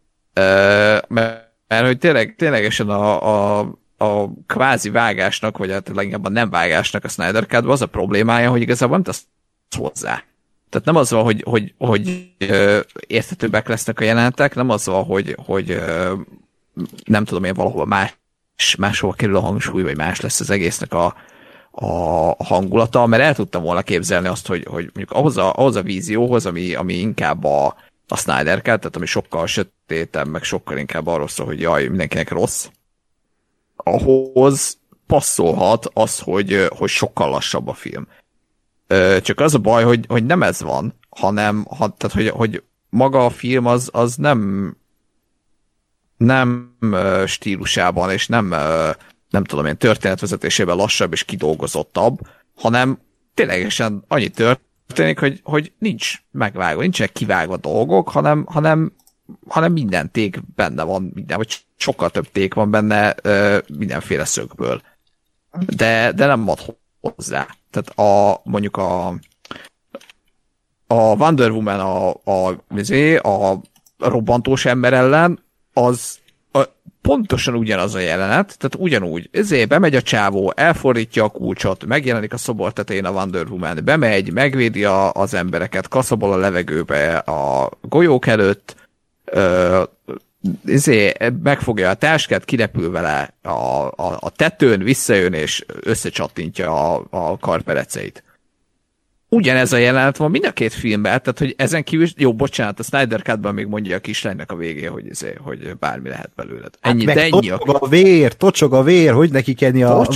Mert hogy ténylegesen a kvázi vágásnak, vagy hát leginkább a nem vágásnak a Snyder Cut-ban az a problémája, hogy igazából nem tesz hozzá. Tehát nem az van, hogy érthetőbbek lesznek a jelenetek, nem az van, hogy nem tudom én, valahol máshol kerül a hangsúly, vagy más lesz az egésznek a hangulata, mert el tudtam volna képzelni azt, hogy mondjuk ahhoz a vízióhoz, ami inkább a Snyder Cut, tehát ami sokkal sötétebb, meg sokkal inkább arról szól, hogy jaj, mindenkinek rossz, ahhoz passzolhat az, hogy sokkal lassabb a film. Csak az a baj, hogy nem ez van, tehát hogy maga a film az nem stílusában, és nem tudom én, történetvezetésében lassabb és kidolgozottabb, hanem ténylegesen annyi történik, hogy nincs megvágva, nincsenek kivágva dolgok, hanem minden ték benne van, vagy sokkal több ték van benne mindenféle szögből. De nem ad hozzá. Tehát mondjuk a Wonder Woman a robbantós ember ellen az pontosan ugyanaz a jelenet, tehát ugyanúgy. Bemegy a csávó, elfordítja a kulcsot, megjelenik a szobor tetején a Wonder Woman, bemegy, megvédi az embereket, kaszabol a levegőbe a golyók előtt, megfogja a táskát, kirepül vele a tetőn, visszajön és összecsattintja a karpereceit. Ugyanez a jelenet van mind a két filmben, tehát hogy ezen kívül, jó, bocsánat, a Snyder Cut-ban még mondja a kislánynak a végén, hogy bármi lehet belőled. Ennyi, hát de ennyi. Tocsog a vér, hogy neki kenni a...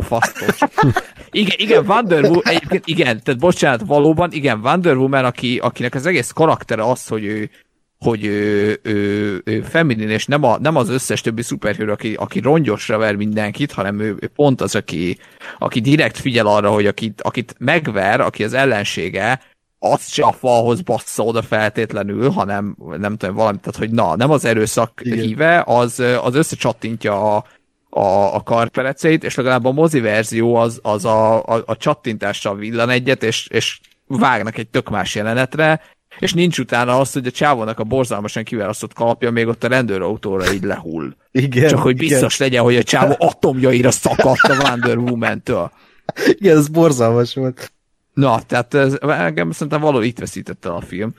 Igen, Wonder Woman, egyébként igen, tehát bocsánat, valóban, igen, Wonder Woman, akinek az egész karaktere az, hogy ő feminin, és nem az összes többi szuperhőr, aki rongyosra ver mindenkit, hanem ő pont az, aki direkt figyel arra, hogy akit megver, aki az ellensége, azt se a falhoz bassza oda feltétlenül, hanem nem tudom, valamit, tehát hogy nem az erőszak híve, az összecsattintja a karpereceit, és legalább a mozi verzió az a csattintással villan egyet, és vágnak egy tök más jelenetre, és nincs utána az, hogy a csávónak a borzalmasan kiválasztott kalapja még ott a rendőrautóra így lehull. Igen, csak hogy biztos legyen, hogy a csávó atomjaira szakadt a Wonder Woman-től. Igen, ez borzalmas volt. Na, tehát engem szerintem valahol itt veszítette a film.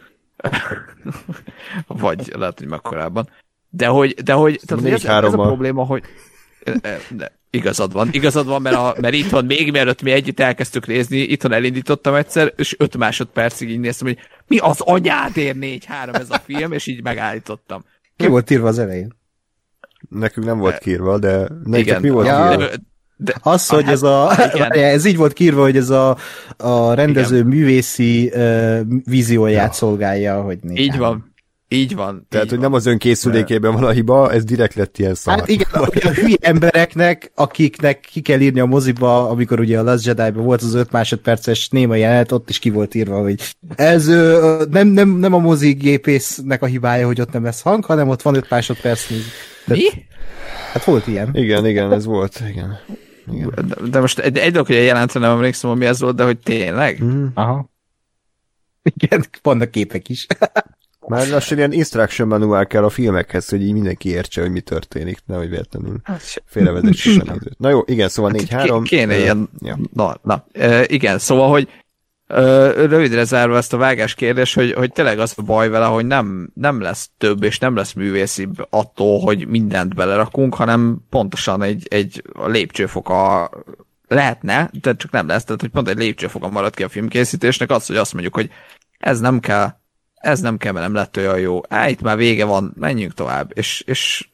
Vagy lehet, hogy megkorábban. De hogy tehát ez a probléma, hogy igazad van, mert itthon még mielőtt mi együtt elkezdtük nézni, itthon elindítottam egyszer, és 5 másodpercig így néztem, hogy mi az anyádért 4-3 ez a film, és így megállítottam. Ki volt írva az elején? Nekünk nem volt kiírva, de igen, mi volt kiírva? Az, hogy ez így volt kiírva, hogy ez a rendező igen. művészi vízióját szolgálja, hogy Így van. Tehát, hogy nem az önkészülékében van a hiba, ez direkt lett ilyen szar. Hát igen, a hülye embereknek, akiknek ki kell írni a moziba, amikor ugye a Last Jedi-ban volt az 5 másodperces néma jelenet, ott is ki volt írva, hogy ez nem a mozigépésznek a hibája, hogy ott nem lesz hang, hanem ott van 5 másodperc. Mi? Hát volt ilyen. Igen, ez volt, igen. De most egy dolog, hogy a jelentre nem emlékszem, hogy mi ez volt, de hogy tényleg? Aha. Igen, vannak képek is. Már lassan ilyen instruction manuál kell a filmekhez, hogy így mindenki értse, hogy mi történik, nehogy véletlenül félrevezessen időt. Na jó, igen, szóval 4-3. Kéne ilyen... Ja. Na, igen, szóval, hogy rövidre zárva ezt a vágás kérdés, hogy tényleg az a baj vele, hogy nem lesz több és nem lesz művészibb attól, hogy mindent belerakunk, hanem pontosan egy lépcsőfoka lehetne, de csak nem lesz, tehát hogy pont egy lépcsőfoka marad ki a filmkészítésnek az, hogy azt mondjuk, hogy ez nem kell, mert nem lett olyan jó. Itt már vége van, menjünk tovább. És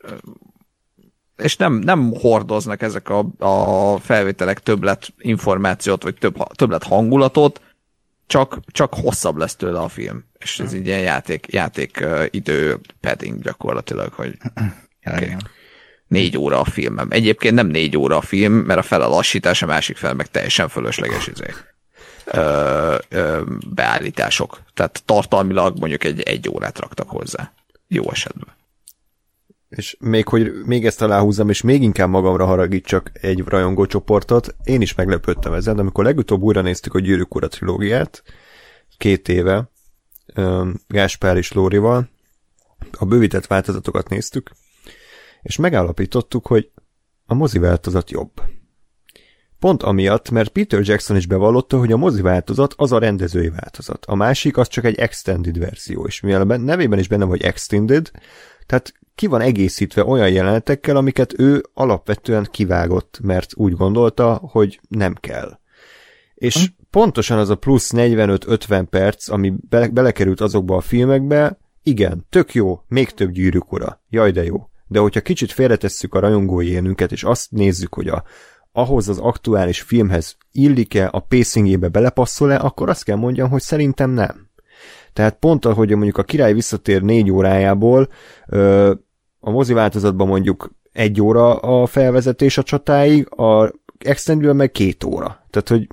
nem hordoznak ezek a felvételek többlet információt, vagy többlet hangulatot, csak hosszabb lesz tőle a film. És ez így ilyen játék idő padding gyakorlatilag, hogy okay. 4 óra a filmem. Egyébként nem 4 óra a film, mert a fele lassítás, a másik fel meg teljesen fölösleges beállítások. Tehát tartalmilag mondjuk egy órát raktak hozzá. Jó esetben. És még ezt aláhúzzam, és még inkább magamra haragítsak egy rajongócsoportot, én is meglepődtem ezen, de amikor legutóbb újra néztük a Gyűrűk Ura trilógiát, 2 éve, Gáspár és Lórival, a bővített változatokat néztük, és megállapítottuk, hogy a mozi változat jobb. Pont amiatt, mert Peter Jackson is bevallotta, hogy a mozi változat az a rendezői változat. A másik az csak egy extended verzió, és mivel a nevében is benne vagy extended, tehát ki van egészítve olyan jelenetekkel, amiket ő alapvetően kivágott, mert úgy gondolta, hogy nem kell. És pontosan az a plusz 45-50 perc, ami belekerült azokba a filmekbe, igen, tök jó, még több Gyűrűk Ura, jaj de jó. De hogyha kicsit félretesszük a rajongói énünket, és azt nézzük, hogy ahhoz az aktuális filmhez illik-e, a pacingébe belepasszol-e, akkor azt kell mondjam, hogy szerintem nem. Tehát pont ahogy mondjuk a Király visszatér 4 órájából, a mozi változatban mondjuk 1 óra a felvezetés a csatáig, a extendedben meg 2 óra. Tehát, hogy...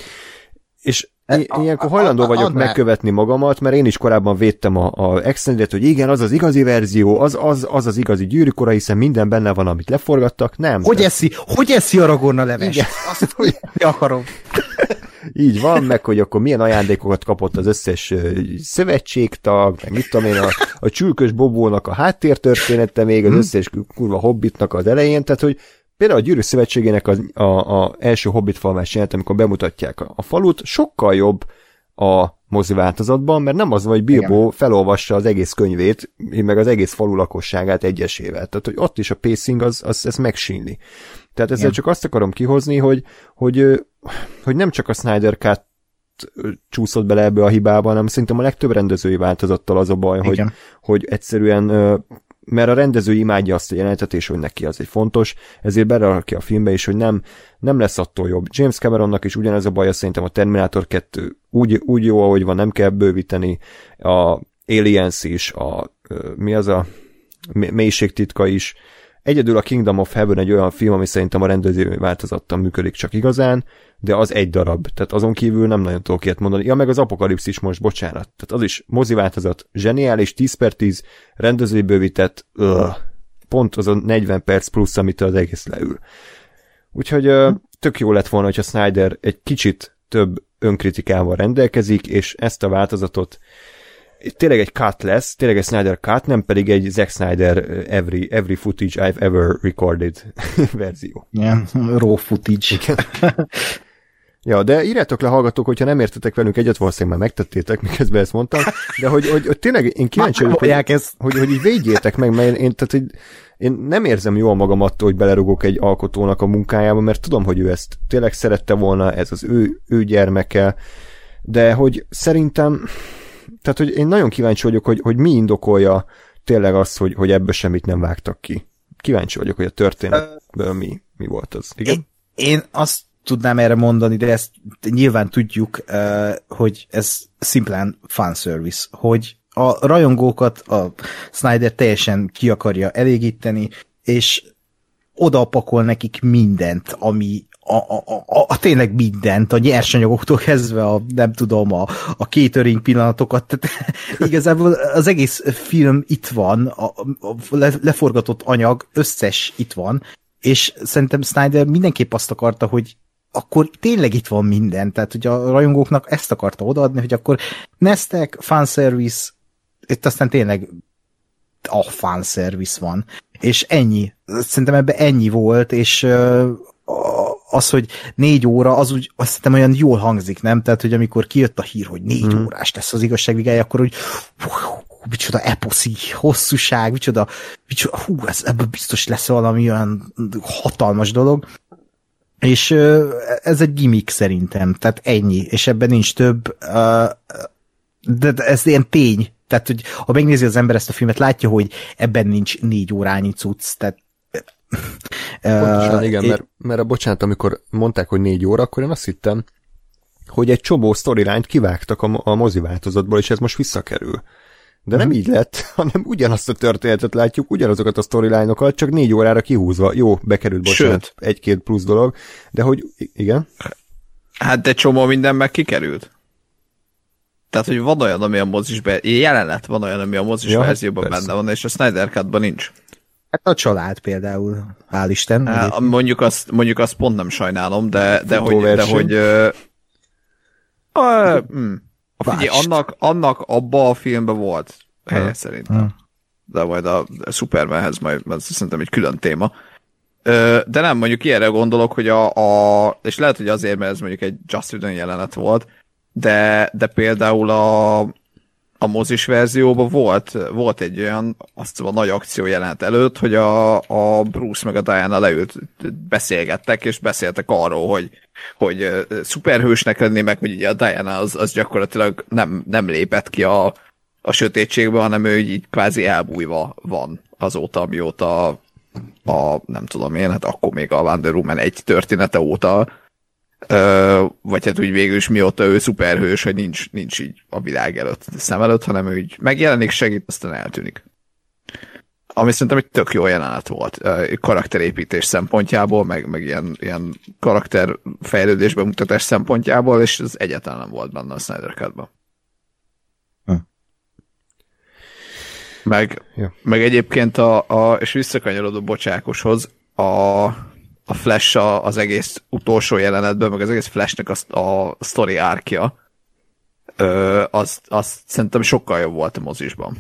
És ilyenkor hajlandó vagyok megkövetni magamat, mert én is korábban védtem a extendet, hogy igen, az az igazi verzió, az igazi Gyűrűk Ura, hiszen minden benne van, amit leforgattak. Nem. Hogy eszi Aragorn a leves? Igen. Azt, hogy akarom. Így van, meg hogy akkor milyen ajándékokat kapott az összes szövetségtag, meg mit tudom én, a csülkös Bobónak a háttértörténete, még az összes kurva hobbitnak az elején, tehát hogy például a Gyűrűk Szövetségének az első Hobbit falmás jelent, amikor bemutatják a falut, sokkal jobb a mozi változatban, mert nem az, hogy Bilbo felolvassa az egész könyvét, meg az egész falu lakosságát egyesével. Tehát, hogy ott is a pacing az ezt megsínli. Tehát ezzel csak azt akarom kihozni, hogy nem csak a Snyder Cut csúszott bele ebbe a hibába, hanem szerintem a legtöbb rendezői változattal az a baj, hogy egyszerűen mert a rendező imádja azt a jelenetet, és hogy neki az egy fontos, ezért belerakja a filmbe is, hogy nem lesz attól jobb. James Cameronnak is ugyanez a baja, szerintem a Terminator 2 úgy jó, ahogy van, nem kell bővíteni, a Aliens is, mi az a Mélységtitka is. Egyedül a Kingdom of Heaven egy olyan film, ami szerintem a rendezői változattal működik csak igazán, de az egy darab. Tehát azon kívül nem nagyon tudok ilyet mondani. Ja, meg az Apokalipszis most, bocsánat. Tehát az is mozi változat, zseniális, 10/10, rendezői bővített, pont az a 40 perc plusz, amit az egész leül. Úgyhogy tök jó lett volna, hogyha Snyder egy kicsit több önkritikával rendelkezik, és ezt a változatot tényleg egy cut lesz, tényleg egy Snyder cut, nem pedig egy Zack Snyder every footage I've ever recorded verzió. Igen, raw footage. Igen. Ja, de írjátok le, hallgatók, hogyha nem értetek velünk egyet, valószínűleg már megtettétek, miközben ezt mondtam, de hogy tényleg én kíváncsi vagyok, hogy így védjétek meg, mert én nem érzem jól magam attól, hogy belerugok egy alkotónak a munkájába, mert tudom, hogy ő ezt tényleg szerette volna, ez az ő gyermeke, de hogy szerintem, tehát hogy én nagyon kíváncsi vagyok, hogy mi indokolja tényleg azt, hogy ebből semmit nem vágtak ki. Kíváncsi vagyok, hogy a történetből mi volt az. Igen? Én azt tudnám erre mondani, de ezt nyilván tudjuk, hogy ez szimplán fanservice, hogy a rajongókat a Snyder teljesen ki akarja elégíteni, és odapakol nekik mindent, ami tényleg mindent, a nyersanyagoktól kezdve nem tudom, a catering pillanatokat, tehát igazából az egész film itt van, a leforgatott anyag összes itt van, és szerintem Snyder mindenképp azt akarta, hogy akkor tényleg itt van minden, tehát hogy a rajongóknak ezt akarta odaadni, hogy akkor neztek, fanservice, itt aztán tényleg a fanservice van, és ennyi. Szerintem ebben ennyi volt, és az, hogy 4 óra, az úgy azt hiszem olyan jól hangzik, nem? Tehát, hogy amikor kijött a hír, hogy 4 órás lesz az igazságvigája, akkor úgy micsoda eposzi, hosszúság, micsoda ebből biztos lesz valami olyan hatalmas dolog. És ez egy gimmick szerintem, tehát ennyi, és ebben nincs több, de ez ilyen tény, tehát hogy ha megnézi az ember ezt a filmet, látja, hogy ebben nincs 4 órányi cucc, tehát pontosan, igen, mert bocsánat, amikor mondták, hogy 4 óra, akkor én azt hittem, hogy egy csomó storyline-t kivágtak a mozi változatból, és ez most visszakerül. De nem így lett, hanem ugyanazt a történetet látjuk, ugyanazokat a storyline-okat, csak 4 órára kihúzva. Jó, bekerült, bocsánat, 1-2 plusz dolog, de hogy igen? Hát de csomó minden meg kikerült. Tehát, hogy van olyan, ami a mozisban, jelenet van olyan, ami a mozis verzióban benne van, és a Snyder Cut-ban nincs. Hát a család például, hál' Isten. Mondjuk azt pont nem sajnálom, de hogy figyelj, annak abba a filmben volt helye szerintem. De majd a Supermanhez majd szerintem egy külön téma. De nem, mondjuk ilyenre gondolok, hogy és lehet, hogy azért, mert ez mondjuk egy Joss Whedon jelenet volt, de például a mozis verzióban volt egy olyan, azt hiszem, a nagy akció jelenet előtt, hogy a Bruce meg a Diana leült, beszélgettek, és beszéltek arról, hogy szuperhősnek lenni, meg hogy ugye a Diana az gyakorlatilag nem lépett ki a sötétségbe, hanem ő így kvázi elbújva van azóta, mióta nem tudom én, hát akkor még a Wonder Woman 1 története óta, vagy hát úgy végül is mióta ő szuperhős, hogy nincs így a világ előtt, szem előtt, hanem ő így megjelenik, segít, aztán eltűnik. Ami szerintem egy tök jó jelenet volt karakterépítés szempontjából, meg ilyen karakterfejlődés bemutatás szempontjából, és ez egyáltalán nem volt benne a Snyder Cut-ban. Meg egyébként és visszakanyarodó Bocsákoshoz, a Flash az egész utolsó jelenetben, meg az egész Flashnek a sztori árkja, az szerintem sokkal jobb volt a mozisban.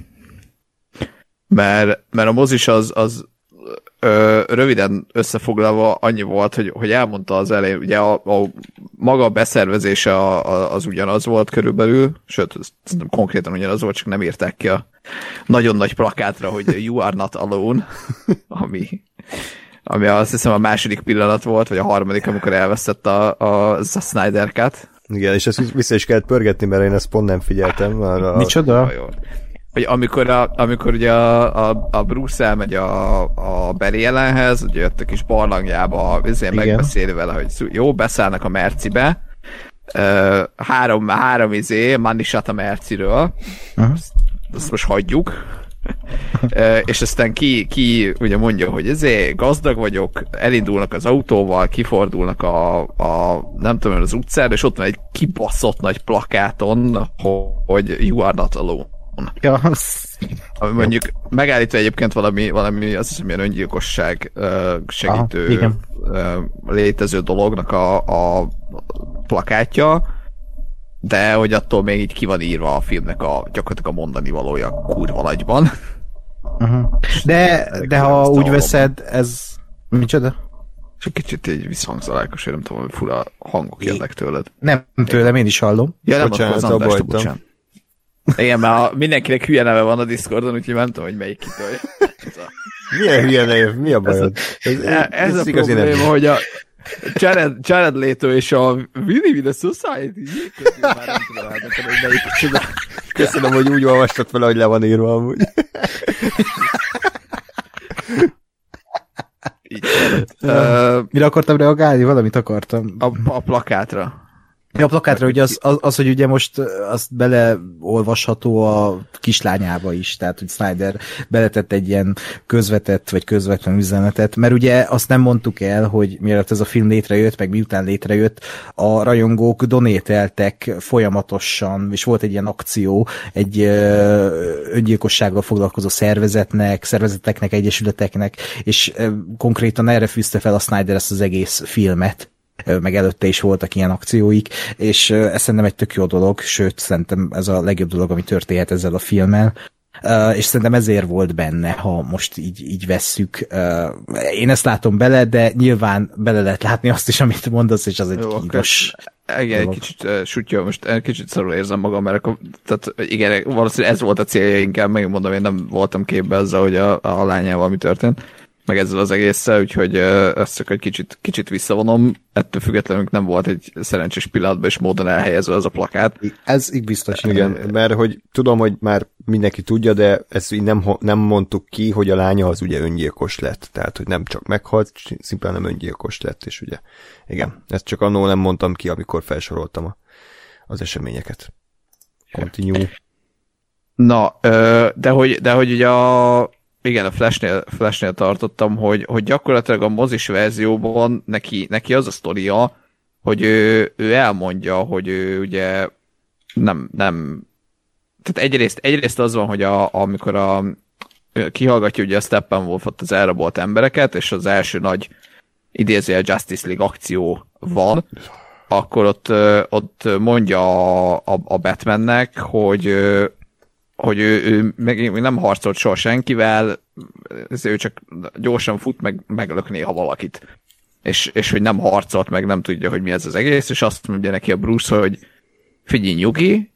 Mert a mozis az röviden összefoglalva annyi volt, hogy elmondta az elején, ugye a maga beszervezése az ugyanaz volt körülbelül, sőt, szerintem konkrétan ugyanaz volt, csak nem írták ki a nagyon nagy plakátra, hogy You are not alone, ami azt hiszem a második pillanat volt, vagy a harmadik, amikor elvesztett a Snyder Cut. Igen, és ezt vissza is kellett pörgetni, mert én ezt pont nem figyeltem. Micsoda? Hogy amikor ugye a Bruce elmegy a Barry Allenhez, ugye jött a kis barlangjába, megbeszéli vele, hogy jó, beszállnak a Mercibe, három money shot a Merciről, azt most hagyjuk, és aztán ki ugye mondja, hogy gazdag vagyok, elindulnak az autóval, kifordulnak a nem tudom, az utcára, és ott van egy kibaszott nagy plakáton, hogy You are not alone. Ja, Ami mondjuk megállítva egyébként valami azt hiszem ilyen öngyilkosság segítő létező dolognak a plakátja, de hogy attól még így ki van írva a filmnek gyakorlatilag a mondani valója kurva nagyban. De ha úgy veszed, ez... Micsoda? És egy kicsit így visszhangzalákos, hogy nem tudom, hogy fura hangok jönnek tőled. Nem tőlem, én is hallom. Ja, nem, bocsánat, az Andrástól, bocsánat. Igen, mert mindenkinek hülye neve van a Discordon, úgyhogy nem tudom, hogy melyik kitől. Milyen hülye neve? Mi a bajod? Ez a probléma, hogy a Jared Leto és a Winnie with the Society már nem tudom elmondani, hogy melyik csinál. Köszönöm, hogy úgy olvastad fel, hogy le van írva amúgy. Így. Mire akartam reagálni? Valamit akartam. A plakátra. Ja, a plakátra, ugye az, hogy ugye most azt beleolvasható a kislányába is, tehát hogy Snyder beletett egy ilyen közvetett vagy közvetlen üzenetet, mert ugye azt nem mondtuk el, hogy mielőtt ez a film létrejött, meg miután létrejött, a rajongók donételtek folyamatosan, és volt egy ilyen akció, egy öngyilkossággal foglalkozó szervezeteknek, egyesületeknek, és konkrétan erre fűzte fel a Snyder ezt az egész filmet, meg előtte is voltak ilyen akcióik, és ez szerintem egy tök jó dolog, sőt, szerintem ez a legjobb dolog, ami történhet ezzel a filmmel, és szerintem ezért volt benne, ha most így vesszük. Én ezt látom bele, de nyilván bele lehet látni azt is, amit mondasz, és az egy kínos. Igen, egy kicsit sütjön, most egy kicsit szarul érzem magam, mert akkor, tehát igen, valószínűleg ez volt a célja inkább, megmondom, én nem voltam képbe ezzel, hogy a lányával mi történt, meg ezzel az egésszel, úgyhogy ezt csak egy kicsit visszavonom, ettől függetlenül nem volt egy szerencsés pillanatban és módon elhelyezve ez a plakát. Ez így biztos. Igen, mert hogy tudom, hogy már mindenki tudja, de ezt így nem mondtuk ki, hogy a lánya az ugye öngyilkos lett, tehát hogy nem csak meghalt, szimplán nem öngyilkos lett, és ugye igen, ezt csak annól nem mondtam ki, amikor felsoroltam az eseményeket. Continue. Na, de hogy ugye igen, a Flashnél tartottam, hogy gyakorlatilag a mozis verzióban neki az a sztoria, hogy ő elmondja, hogy ő ugye nem tehát egyrészt az van, hogy amikor kihallgatja ugye a Steppenwolfot, az elrabolt embereket, és az első nagy idézőjel Justice League akció van, akkor ott mondja a Batmannek, hogy ő még nem harcolt soha senkivel, ő csak gyorsan fut, meglök néha valakit. És hogy nem harcolt, meg nem tudja, hogy mi ez az egész, és azt mondja neki a Bruce, hogy figyelj, nyugi,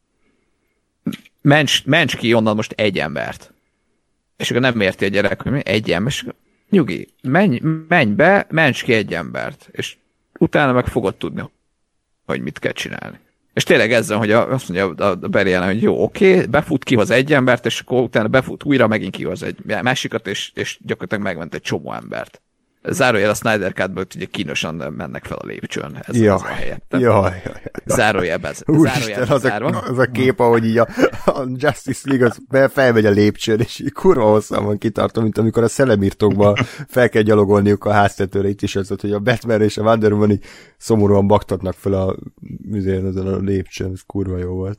ments ki onnan most egy embert. És akkor nem érti a gyerek, hogy egy ember, és nyugi, menj be, ments ki egy embert, és utána meg fogod tudni, hogy mit kell csinálni. És tényleg ezzel, hogy azt mondja a Barry Allen, hogy jó, oké, befut, kihoz egy embert, és akkor utána befut újra, megint kihoz egy másikat, és gyakorlatilag megment egy csomó embert. Zárójel a Snyder Cut-ből ugye kínosan mennek fel a lépcsőn. Ez az a helyett. Zárójelben. Úristen, az a kép, ahogy így a Justice League az felmegy a lépcsőn, és így kurva hosszan van kitartó, mint amikor a szellemírtókban fel kell gyalogolniuk a háztetőre, itt is az, hogy a Batman és a Wonder Woman így szomorúan baktatnak fel ezen a lépcsőn, ez kurva jó volt.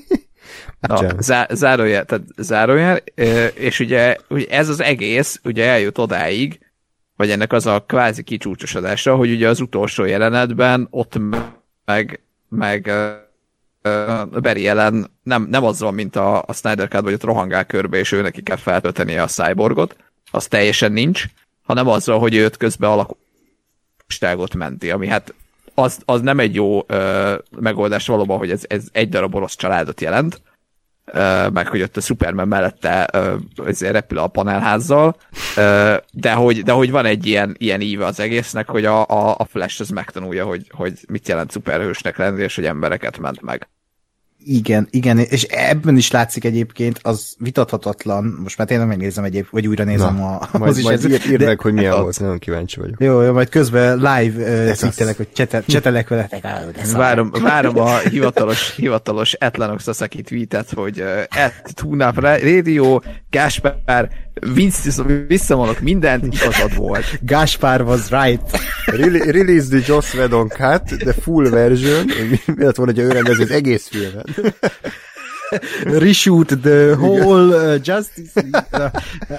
Zárójel, és ugye ez az egész ugye eljut odáig, vagy ennek az a kvázi kicsúcsosodása, hogy ugye az utolsó jelenetben ott meg Barry Allen nem az van, mint a Snyder Cut, vagy ott rohangál körbe, és ő neki kell feltöltenie a cyborgot, az teljesen nincs, hanem azzal, hogy őt közben alakosságot menti, ami hát az nem egy jó megoldás valóban, hogy ez egy darab orosz családot jelent, meg hogy ott a Superman mellette repül a panelházzal, de hogy van egy ilyen íve az egésznek, hogy a Flash az megtanulja, hogy mit jelent szuperhősnek lenni, és hogy embereket ment meg. Igen, és ebben is látszik egyébként, az vitathatatlan, most már tényleg megnézem vagy újra nézem majd írd meg, hogy milyen volt, nagyon kíváncsi vagyok. Jó, majd közben live cikkelek, hogy csetelek veletek. Várom a hivatalos Atlanox Sasaki tweetet, hogy Tune Up Radio, Gáspár, visszamondok mindent, igazad volt. Gáspár was right. Release the Joss Whedon cut, the full version, illetve volna, hogy ő rendezi az egész filmet. Reshoot the whole Justice League.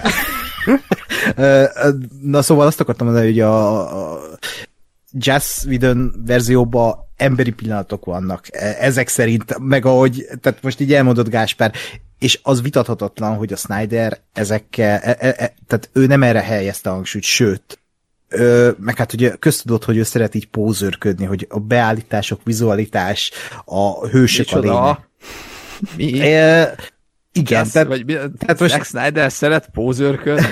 Na szóval azt akartam mondani, hogy a Joss Whedon verzióban emberi pillanatok vannak. Ezek szerint, meg ahogy, tehát most így elmondott Gáspár, és az vitathatatlan, hogy a Snyder ezekkel, tehát ő nem erre helyezte a hangsúlyt, sőt, meg hát ugye köztudott, hogy ő szeret így pózőrködni, hogy a beállítások, vizualitás, a hősök micsoda? a lényeg. Igen, Yes, tehát most... Zack Snyder szeret pózőrködni,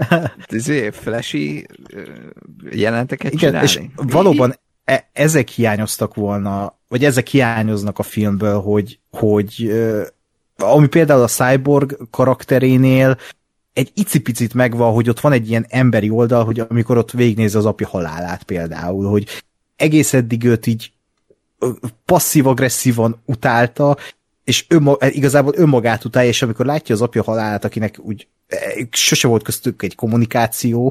flashy jelenteket igen, csinálni. És valóban ezek hiányoztak volna, vagy ezek hiányoznak a filmből, hogy ami például a Cyborg karakterénél egy icipicit megvan, hogy ott van egy ilyen emberi oldal, hogy amikor ott végignéz az apja halálát például, hogy egész eddig őt így passzív-agresszívan utálta, és igazából önmagát utálja, és amikor látja az apja halálát, akinek úgy sose volt köztük egy kommunikáció,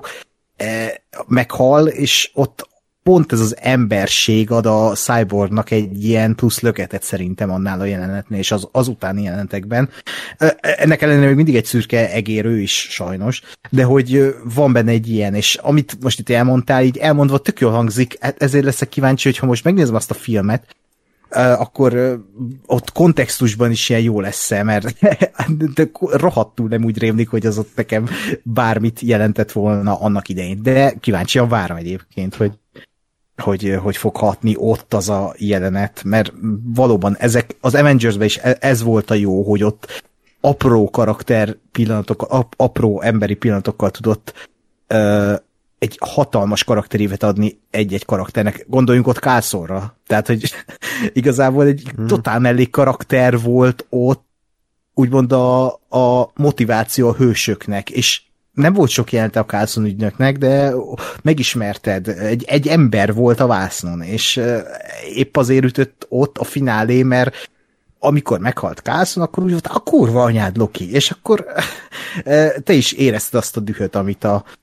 meghal, és ott pont ez az emberség ad a Cyborgnak egy ilyen plusz löketet szerintem annál a jelenetnél, és az utáni jelenetekben. Ennek ellenére még mindig egy szürke egér ő is sajnos, de hogy van benne egy ilyen, és amit most itt elmondtál, így elmondva tök jól hangzik, ezért leszek kíváncsi, hogy ha most megnézem azt a filmet, akkor ott kontextusban is ilyen jó lesz, mert de rohadtul nem úgy rémlik, hogy az ott nekem bármit jelentett volna annak idején. De kíváncsian várom egyébként, hogy fog hatni ott az a jelenet, mert valóban ezek az Avengersben is ez volt a jó, hogy ott apró karakter pillanatok, apró emberi pillanatokkal tudott egy hatalmas karakterévet adni egy-egy karakternek. Gondoljunk ott Coulsonra. Tehát, hogy igazából egy totál mellék karakter volt ott, úgymond a motiváció a hősöknek, és nem volt sok jelente a Coulson ügynöknek, de megismerted, egy ember volt a vásznon, és épp azért ütött ott a finálé, mert amikor meghalt Coulson, akkor úgy volt, a kurva anyád, Loki, és akkor te is érezted azt a dühöt, amit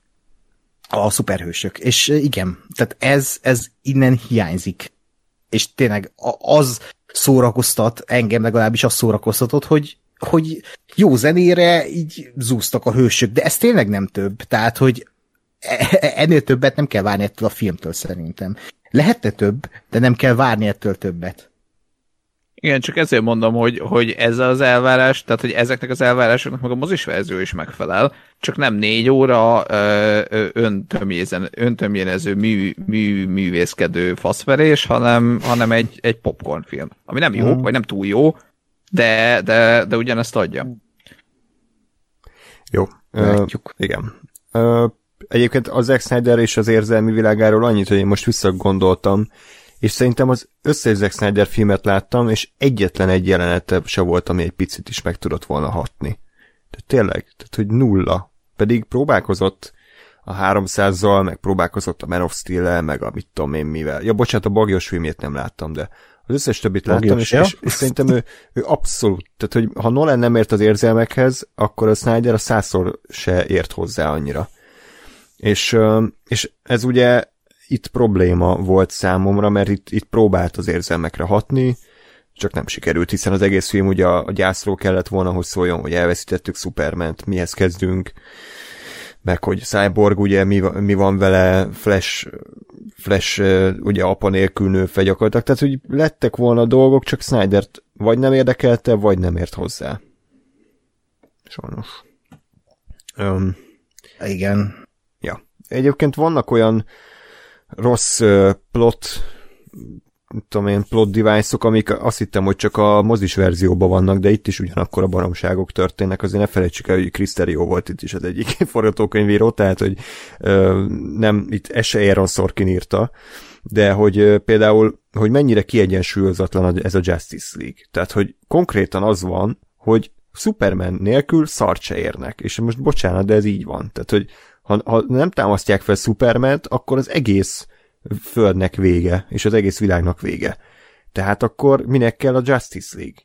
a szuperhősök. És igen, tehát ez innen hiányzik. És tényleg az szórakoztat, engem legalábbis az szórakoztatott, hogy jó zenére így zúztak a hősök, de ez tényleg nem több. Tehát, hogy ennél többet nem kell várni ettől a filmtől szerintem. Lehetne több, de nem kell várni ettől többet. Igen, csak ezért mondom, hogy ez az elvárás, tehát hogy ezeknek az elvárásoknak meg a mozis verzió is megfelel, csak nem 4 óra öntömjénező művészkedő faszverés, hanem egy popcorn film, ami nem jó, vagy nem túl jó, de ugyanezt adja. Jó, igen. Egyébként az Zack Snyder és az érzelmi világáról annyit, hogy én most visszagondoltam, és szerintem az összes Zack Snyder filmet láttam, és egyetlen egy jelenete se volt, ami egy picit is meg tudott volna hatni. Tehát tényleg, tehát hogy nulla. Pedig próbálkozott a 300-zal, meg próbálkozott a Man of Steel-el, meg a mit tudom én mivel. Ja, bocsánat, a Bagyos filmjét nem láttam, de az összes többit láttam, és szerintem ő abszolút, tehát hogy ha Nolan nem ért az érzelmekhez, akkor a Snyder a 100-szor se ért hozzá annyira. És ez ugye itt probléma volt számomra, mert itt próbált az érzelmekre hatni, csak nem sikerült, hiszen az egész film ugye a gyászról kellett volna, hogy szóljon, hogy elveszítettük Supermant, mihez kezdünk, meg hogy Cyborg ugye mi van vele, Flash ugye apa nélkül nő fel gyakorlatilag, tehát hogy lettek volna dolgok, csak Snydert vagy nem érdekelte, vagy nem ért hozzá. Sajnos. Igen. Ja. Egyébként vannak olyan rossz plot device-ok, amik azt hittem, hogy csak a mozis verzióban vannak, de itt is ugyanakkor a baromságok történnek, azért ne felejtsük el, hogy Chris Terrio volt itt is az egyik forgatókönyvíró, tehát, hogy nem, itt ez se Aaron Sorkin írta, de hogy például, hogy mennyire kiegyensúlyozatlan ez a Justice League. Tehát, hogy konkrétan az van, hogy Superman nélkül szart se érnek, és most bocsánat, de ez így van. Tehát, hogy ha nem támasztják fel Supermant, akkor az egész földnek vége, és az egész világnak vége. Tehát akkor minek kell a Justice League?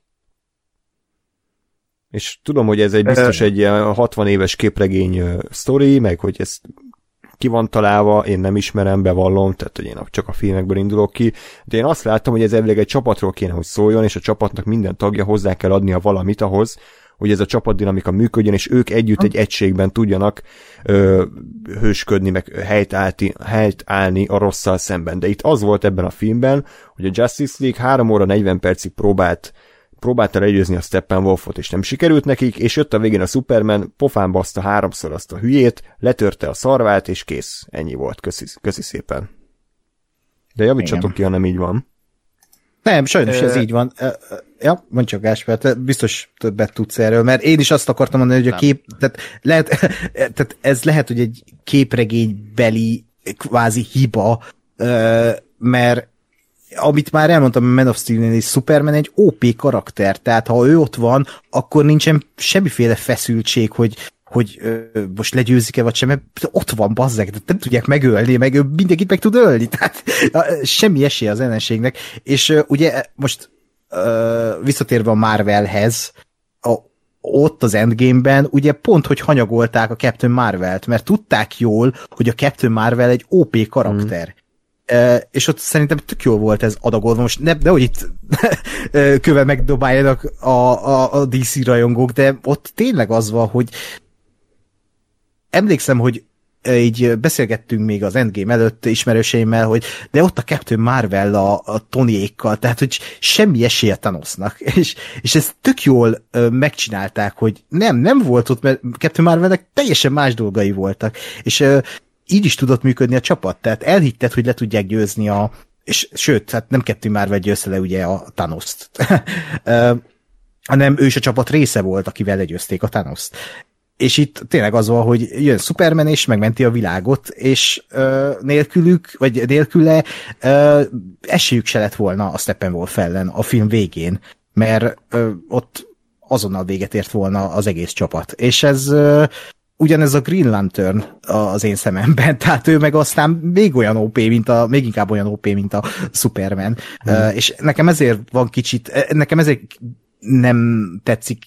És tudom, hogy ez biztos egy ilyen 60 éves képregény sztori, meg hogy ezt ki van találva, én nem ismerem, bevallom, tehát hogy én csak a filmekből indulok ki, de én azt láttam, hogy ez elvileg egy csapatról kéne, hogy szóljon, és a csapatnak minden tagja hozzá kell adnia valamit ahhoz, hogy ez a csapatdinamika működjön, és ők együtt egy egységben tudjanak hősködni, meg helyt állni a rosszal szemben. De itt az volt ebben a filmben, hogy a Justice League 3 óra 40 percig próbálta legyőzni a Steppenwolfot, és nem sikerült nekik, és jött a végén a Superman, pofán baszta 3-szor azt a hülyét, letörte a szarvát, és kész. Ennyi volt. Köszi szépen. De javítsatok ki, ha nem így van. Nem, sajnos ez így van. Ja, mondj csak, Gáspár, te biztos többet tudsz erről, mert én is azt akartam mondani, hogy a kép, tehát ez lehet, hogy egy képregénybeli kvázi hiba, mert amit már elmondtam, a Man of Steel-nél is, Superman egy OP karakter, tehát ha ő ott van, akkor nincsen semmiféle feszültség, hogy most legyőzik-e vagy sem, mert ott van, bazzeg, nem tudják megölni, meg ő mindenkit meg tud ölni, tehát semmi esélye az ellenségnek, és ugye most visszatérve a Marvelhez, ott az Endgame-ben ugye pont, hogy hanyagolták a Captain Marvelt, mert tudták jól, hogy a Captain Marvel egy OP karakter. És ott szerintem tök jól volt ez adagolva. Most nehogy itt követ megdobáljanak a DC rajongók, de ott tényleg az van, hogy emlékszem, hogy így beszélgettünk még az Endgame előtt ismerőseimmel, hogy de ott a Captain Marvel a Tonyékkal, tehát hogy semmi esélye Thanosnak, és ezt tök jól megcsinálták, hogy nem volt ott, mert Captain Marvelnek teljesen más dolgai voltak, és így is tudott működni a csapat, tehát elhitted, hogy le tudják győzni és sőt, hát nem Captain Marvel győzte le ugye a Thanost, hanem ő is a csapat része volt, akivel legyőzték a Thanost. És itt tényleg az van, hogy jön Superman és megmenti a világot, és nélküle esélyük se lett volna a Steppenwolf ellen a film végén, mert ott azonnal véget ért volna az egész csapat. És ez ugyanez a Green Lantern az én szememben, tehát ő meg aztán még inkább olyan OP, mint a Superman. És nekem ezért van ezért nem tetszik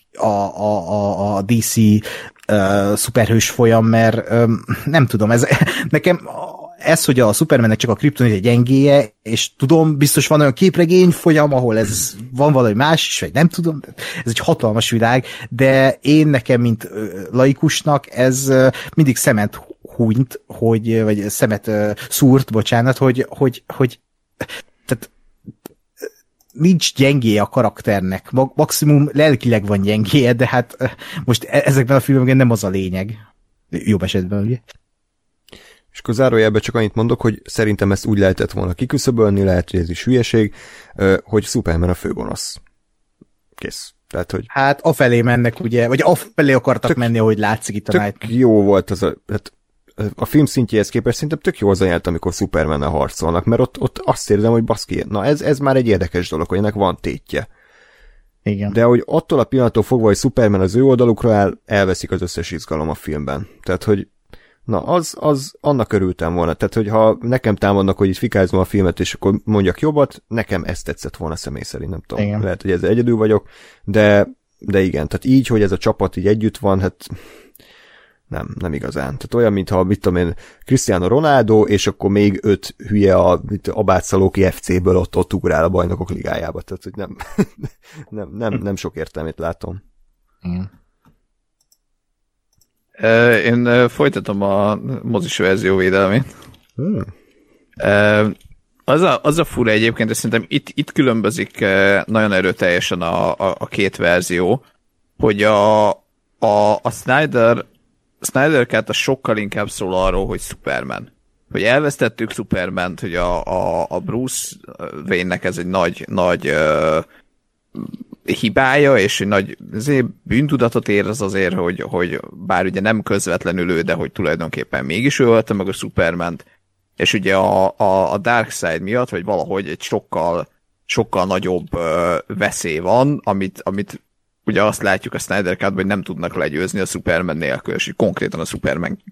a DC szuperhős folyam, mert nem tudom, nekem hogy a Supermannek csak a kriptonit egy gyengéje, és tudom, biztos van olyan képregény folyam, ahol ez van valami más is, vagy nem tudom, ez egy hatalmas világ, de nekem, mint laikusnak, ez mindig szemet húnyt, vagy szemet szúrt, bocsánat, hogy tehát nincs gyengéje a karakternek, maximum lelkileg van gyengéje, de hát most ezekben a filmekben nem az a lényeg. Jobb esetben, ugye? És akkor zárójelben csak annyit mondok, hogy szerintem ezt úgy lehetett volna kiküszöbölni, lehet, hogy ez is hülyeség, hogy Superman a főgonosz. Kész. Tehát, hogy hát afelé mennek, ugye, vagy afelé akartak menni, ahogy látszik itt a Night. Jó volt az a film szintjéhez képest szerintem tök jó az ajánlat, amikor Superman-nel harcolnak, mert ott azt érzem, hogy baszki, na ez már egy érdekes dolog, hogy ennek van tétje. Igen. De hogy attól a pillanattól fogva, hogy Superman az ő oldalukra áll, elveszik az összes izgalom a filmben. Tehát, hogy na, az annak örültem volna. Tehát, hogy ha nekem támadnak, hogy itt fikázom a filmet, és akkor mondjak jobbat, nekem ezt tetszett volna személy szerint, nem tudom. Igen. Lehet, hogy ezzel egyedül vagyok, de igen, tehát így, hogy ez a csapat így együtt van, hát nem igazán. Tehát olyan, mintha, mit tudom én, Cristiano Ronaldo, és akkor még 5 hülye a Abátszalóki FC-ből ott ugrál a Bajnokok Ligájába. Tehát, hogy nem sok értelmét látom. Igen. Én folytatom a mozis verzió védelmét. Az a fura egyébként, és szerintem itt különbözik nagyon erőteljesen a két verzió, hogy a Snyder Cut sokkal inkább szól arról, hogy Superman. Hogy elvesztettük Supermant, hogy a Bruce Wayne-nek ez egy nagy hibája, és egy nagy bűntudatot érez azért, hogy bár ugye nem közvetlenül ő, de hogy tulajdonképpen mégis ő ölte meg a Supermant, és ugye a Darkseid miatt, vagy valahogy egy sokkal nagyobb veszély van, amit ugye azt látjuk a Snyder Cut-ban, hogy nem tudnak legyőzni a Superman nélkül, és konkrétan a Superman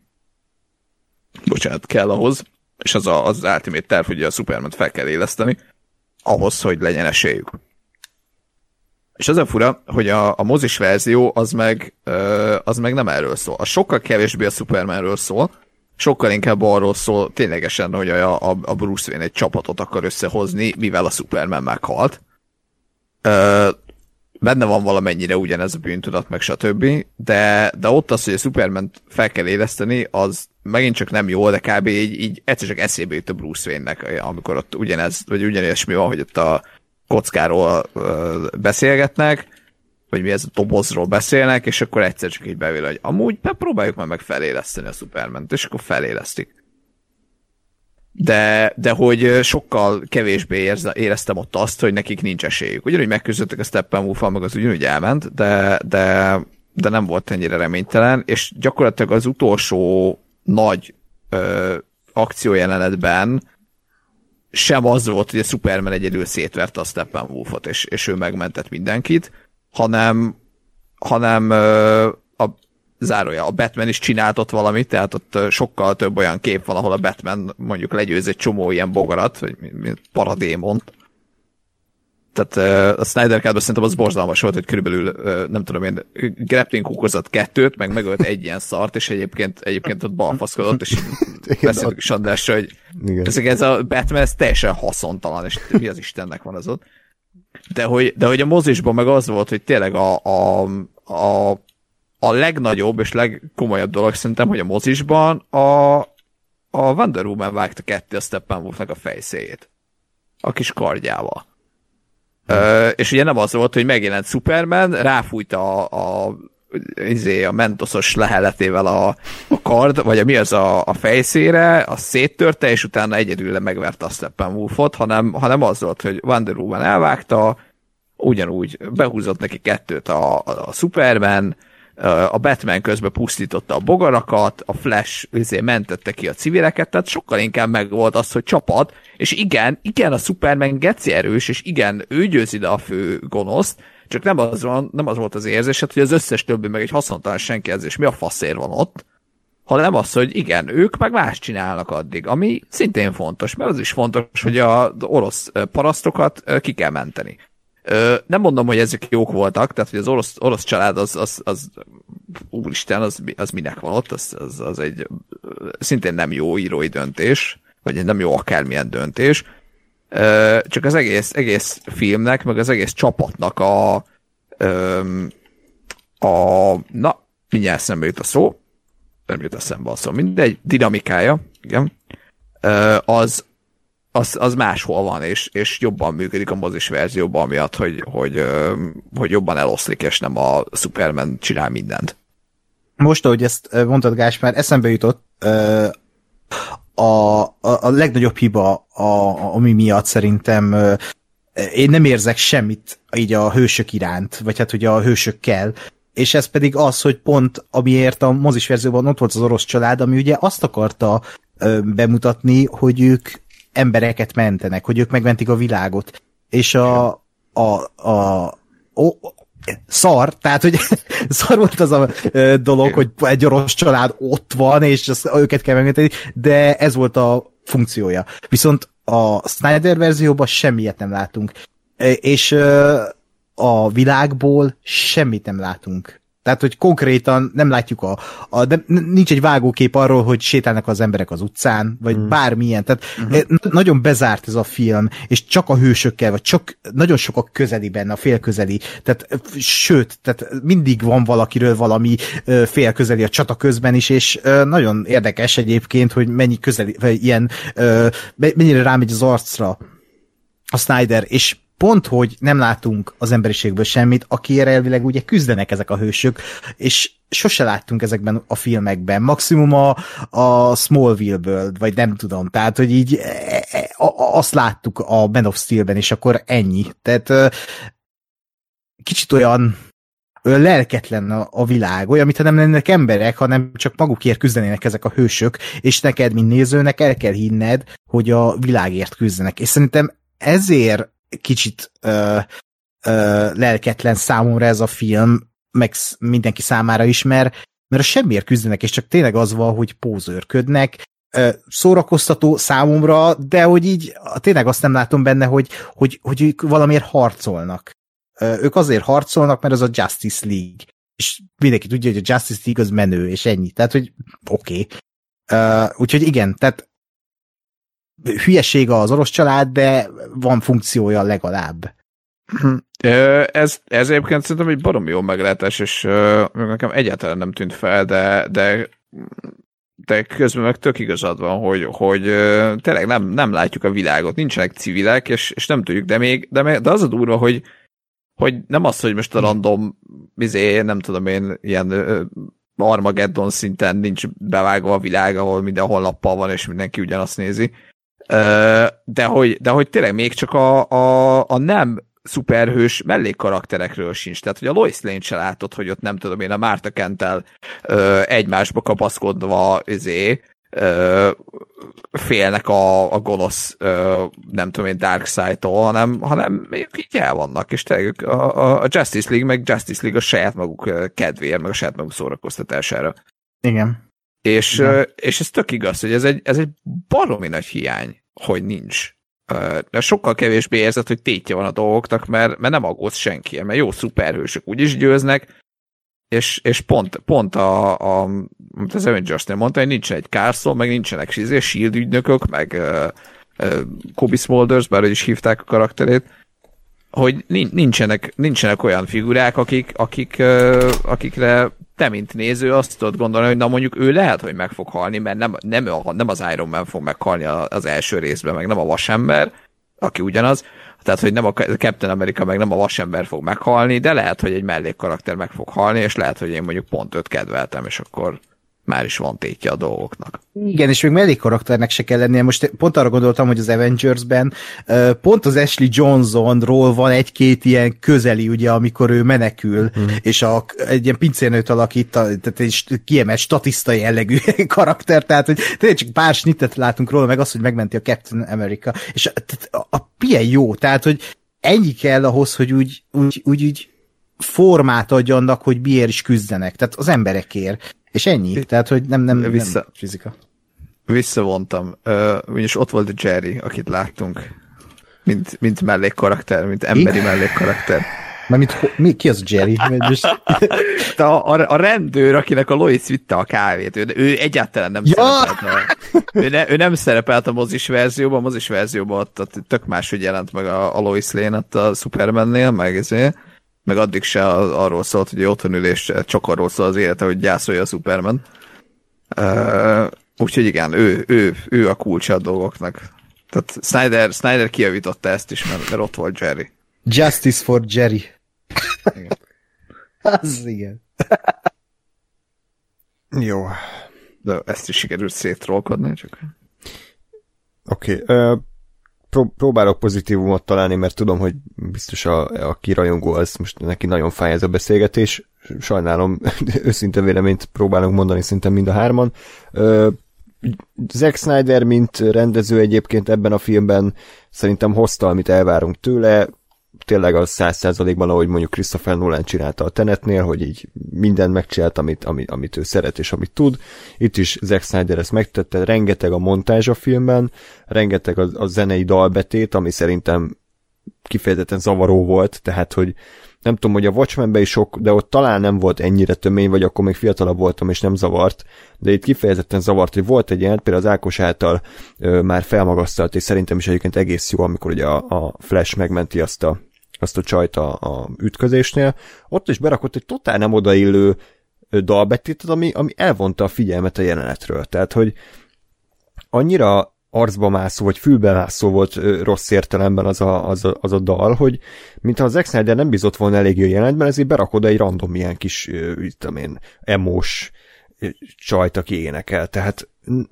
kell ahhoz, és az ultimate terv, hogy a Superman fel kell éleszteni, ahhoz, hogy legyen esélyük. És az a fura, hogy a mozis verzió az meg nem erről szól. Az sokkal kevésbé a Supermanről szól, sokkal inkább arról szól ténylegesen, hogy a Bruce Wayne egy csapatot akar összehozni, mivel a Superman meghalt. Benne van valamennyire ugyanez a bűntudat, meg stb. De ott az, hogy a Superman fel kell éleszteni, az megint csak nem jó, de kb. így egyszer csak eszébe jut a Bruce Wayne-nek, amikor ott ugyanez, vagy ugyanismi van, hogy ott a kockáról beszélgetnek, vagy mi ez a dobozról beszélnek, és akkor egyszer csak így bevél, hogy amúgy próbáljuk meg feléleszteni a Superman-t, és akkor felélesztik. De hogy sokkal kevésbé éreztem ott azt, hogy nekik nincs esélyük. Ugyanúgy megküzdöttek a Steppenwolf-val, meg az ugyanúgy elment, de nem volt ennyire reménytelen, és gyakorlatilag az utolsó nagy akciójelenetben sem az volt, hogy a Superman egyedül szétverte a Steppenwolfot, és ő megmentett mindenkit, hanem a Batman is csinált ott valamit, tehát ott sokkal több olyan kép van, ahol a Batman mondjuk legyőz egy csomó ilyen bogarat, vagy mint paradémont. Tehát a Snyder Cut-ban szerintem az borzalmas volt, hogy körülbelül, nem tudom én, grappling hookozott 2-t, meg megölt egy ilyen szart, és egyébként ott balfaszkodott, és beszéltük is Andrásra, hogy ez a Batman ez teljesen haszontalan, és mi az Istennek van az ott. De hogy a mozisban meg az volt, hogy tényleg a legnagyobb és legkomolyabb dolog szerintem, hogy a mozisban a Wonder Woman vágta ketté a Steppenwolfnak a fejszéjét. A kis kardjával. És ugye nem az volt, hogy megjelent Superman, ráfújta a mentoszos leheletével a kard, vagy mi az a fejszére, azt széttörte, és utána egyedül megverte a Steppenwolfot, hanem az volt, hogy Wonder Woman elvágta, ugyanúgy behúzott neki 2 a Superman, a Batman közben pusztította a bogarakat, a Flash mentette ki a civileket, tehát sokkal inkább meg volt az, hogy csapat, és igen, a Superman geci erős, és igen, ő győzi ide a fő gonoszt, csak nem az volt az érzésed, hogy az összes többi meg egy haszontalan senki és mi a faszér van ott, hanem az, hogy igen, ők meg más csinálnak addig, ami szintén fontos, mert az is fontos, hogy az orosz parasztokat ki kell menteni. Nem mondom, hogy ezek jók voltak, tehát hogy az orosz család az úristen, az minek van ott, az egy szintén nem jó írói döntés, vagy nem jó akármilyen döntés, csak az egész filmnek, meg az egész csapatnak na, mindjárt eszembe jut a szó, nem jut eszembe a szó, mindegy, dinamikája, igen, az máshol van, és jobban működik a mozis verzióban, miatt, hogy jobban eloszlik, és nem a Superman csinál mindent. Most, ahogy ezt mondtad, Gáspár, eszembe jutott a legnagyobb hiba, ami miatt szerintem én nem érzek semmit így a hősök iránt, vagy hát, hogy a hősökkel, és ez pedig az, hogy pont amiért a mozis verzióban ott volt az orosz család, ami ugye azt akarta bemutatni, hogy ők embereket mentenek, hogy ők megmentik a világot. És szar, tehát, hogy szar volt az a dolog, hogy egy orosz család ott van, és őket kell megmenteni, de ez volt a funkciója. Viszont a Snyder verzióban semmiet nem látunk. És a világból semmit nem látunk. Tehát, hogy konkrétan nem látjuk de nincs egy vágókép arról, hogy sétálnak az emberek az utcán, vagy bármilyen. Tehát nagyon bezárt ez a film, és csak a hősökkel, vagy csak nagyon sok a közeli benne, a félközeli. Tehát, sőt, tehát mindig van valakiről valami félközeli a csata közben is, és nagyon érdekes egyébként, hogy mennyi közeli, vagy ilyen, mennyire rámegy az arcra a Snyder, és pont, hogy nem látunk az emberiségből semmit, akire elvileg ugye küzdenek ezek a hősök, és sose láttunk ezekben a filmekben. Maximum a Smallville-ből, vagy nem tudom. Tehát, hogy így azt láttuk a Man of Steel-ben, és akkor ennyi. Tehát kicsit olyan lelketlen a világ, olyan, mintha nem lennének emberek, hanem csak magukért küzdenének ezek a hősök, és neked, mint nézőnek el kell hinned, hogy a világért küzdenek. És szerintem ezért kicsit lelketlen számomra ez a film, meg mindenki számára is, mert a semmiért küzdenek, és csak tényleg az van, hogy pózőrködnek, szórakoztató számomra, de hogy így tényleg azt nem látom benne, hogy ők valamiért harcolnak. Ők azért harcolnak, mert az a Justice League. És mindenki tudja, hogy a Justice League az menő, és ennyi. Tehát, hogy oké. Úgyhogy igen, tehát hülyeség az orosz család, de van funkciója legalább. Ez egyébként szerintem egy baromi jó meglátás, és nekem egyáltalán nem tűnt fel, de közben meg tök igazad van, hogy tényleg nem látjuk a világot, nincsenek civilek, és nem tudjuk, de az a durva, hogy nem az, hogy most a random, nem tudom én, ilyen Armageddon szinten nincs bevágva a világ, ahol mindenhol nappal van, és mindenki ugyanazt nézi, de hogy tényleg még csak a nem szuperhős mellékkarakterekről sincs. Tehát, hogy a Lois Lane se látod, hogy ott nem tudom én, a Martha Kent-tel egymásba kapaszkodva félnek a gonosz nem tudom én, Darkseid-tól, hanem így el vannak, és tényleg a Justice League, meg Justice League a saját maguk kedvéért, meg a saját maguk szórakoztatására. Igen. És ez tök igaz, hogy ez egy baromi nagy hiány, hogy nincs. De sokkal kevésbé érzed, hogy tétje van a dolgoknak, mert nem aggódsz senki, mert jó szuperhősök úgyis győznek, és pont az Avengers-nél mondta, hogy nincsen egy Carson, meg nincsenek Shield ügynökök, meg Kobe Smulders, bár is hívták a karakterét, hogy nincsenek olyan figurák, akikre te, mint néző, azt tudod gondolni, hogy na mondjuk ő lehet, hogy meg fog halni, mert nem az Iron Man fog meghalni az első részben, meg nem a Vasember, aki ugyanaz, tehát, hogy nem a Captain America, meg nem a Vasember fog meghalni, de lehet, hogy egy mellékkarakter meg fog halni, és lehet, hogy én mondjuk pont őt kedveltem, és akkor már is van tétje a dolgoknak. Igen, és még mellékkarakternek se kell lennie. Most pont arra gondoltam, hogy az Avengersben pont az Ashley Johnsonról van egy-két ilyen közeli, ugye, amikor ő menekül, és egy ilyen pincérnőt alakít, tehát egy kiemelt statiszta jellegű karakter, tehát hogy tényleg csak pár snittet látunk róla, meg az, hogy megmenti a Captain America. És milyen jó, tehát, hogy ennyi kell ahhoz, hogy úgy formát adjanak, hogy miért is küzdenek. Tehát az emberekért. És ennyi. Tehát, hogy nem fizika. Visszavontam. Ugyanis ott volt a Jerry, akit láttunk. Mint mellékkarakter, mint emberi mellékkarakter. Ki az Jerry? A rendőr, akinek a Lois vitte a kávét. Ő egyáltalán nem szerepelt. Ő nem szerepelt a mozis verzióban. A mozis verzióban ott tök máshogy jelent meg a Lois Lane a Supermannél, meg addig se arról szólt, hogy otthon ülés, csak arról szól az élete, hogy gyászolja a Superman. Úgyhogy igen, ő a kulcsa a dolgoknak. Tehát Snyder kijavította ezt is, mert ott volt Jerry. Justice for Jerry. Igen. Az igen. Jó. De ezt is sikerült szétrolkodni, csak... Oké. Próbálok pozitívumot találni, mert tudom, hogy biztos a kirajongó az most neki nagyon fáj ez a beszélgetés. Sajnálom, őszinte véleményt próbálunk mondani szinte mind a hárman. Zack Snyder, mint rendező egyébként ebben a filmben szerintem hozta, amit elvárunk tőle. Tényleg az 100%-ban, ahogy mondjuk Christopher Nolan csinálta a Tenetnél, hogy így mindent megcsinált, amit ő szeret és amit tud. Itt is Zack Snyder ezt megtette, rengeteg a montázs a filmben, rengeteg a zenei dalbetét, ami szerintem kifejezetten zavaró volt, tehát, hogy nem tudom, hogy a Watchmenben is sok, de ott talán nem volt ennyire tömény, vagy akkor még fiatalabb voltam, és nem zavart, de itt kifejezetten zavart, hogy volt egy ilyen, például az Ákos által már felmagasztalt, és szerintem is egyébként egész jó, amikor ugye a Flash megmenti azt a csajt a ütközésnél. Ott is berakott egy totál nem odaillő dalbetétet, ami elvonta a figyelmet a jelenetről. Tehát, hogy annyira arcba mászó, vagy fülbe mászó volt rossz értelemben az a dal, hogy mintha az Zack Snyder nem bízott volna eléggé a jelenetben, ezért berakod egy random ilyen kis, emós csajt, aki énekel. Tehát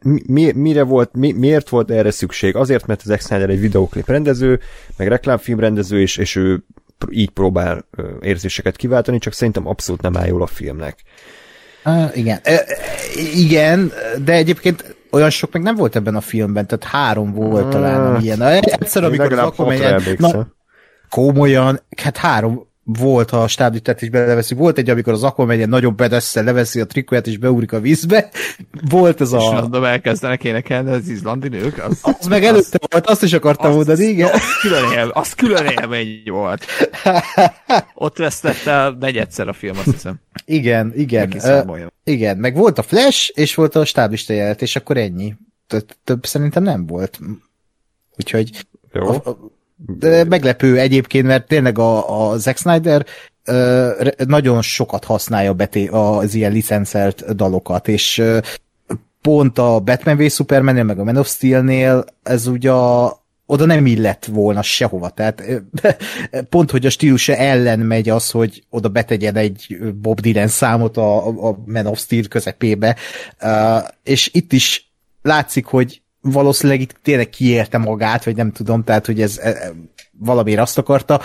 miért volt erre szükség? Azért, mert az Zack Snyder egy videóklip rendező, meg reklámfilm rendező, és ő így próbál érzéseket kiváltani, csak szerintem abszolút nem áll jól a filmnek. Igen. Igen, de egyébként olyan sok meg nem volt ebben a filmben, tehát 3 volt talán ilyen. Egyszer, amikor az Aquaman komolyan, hát 3 volt, ha a stáblistát is beleveszik, volt egy, amikor az Aquaman egy nagyon bedesszel leveszi a trikóját és beugrik a vízbe. Volt ez és random elkezdenek énekelni az izlandi nők. Az meg előtte volt, azt is akartam mondani, igen. Az külön élmény volt. Ott vesztette el negyedszer a film, azt hiszem. Igen. Igen, meg volt a Flash, és volt a stáblista jelenet, és akkor ennyi. Több szerintem nem volt. Úgyhogy Jó. de meglepő egyébként, mert tényleg a Zack Snyder nagyon sokat használja az ilyen licencelt dalokat, és pont a Batman v Superman-nél, meg a Man of Steel-nél ez ugye oda nem illett volna sehova, tehát pont, hogy a stílusa ellen megy az, hogy oda betegyen egy Bob Dylan számot a Man of Steel közepébe, és itt is látszik, hogy valószínűleg itt tényleg kiérte magát, vagy nem tudom, tehát, hogy ez valamiért azt akarta.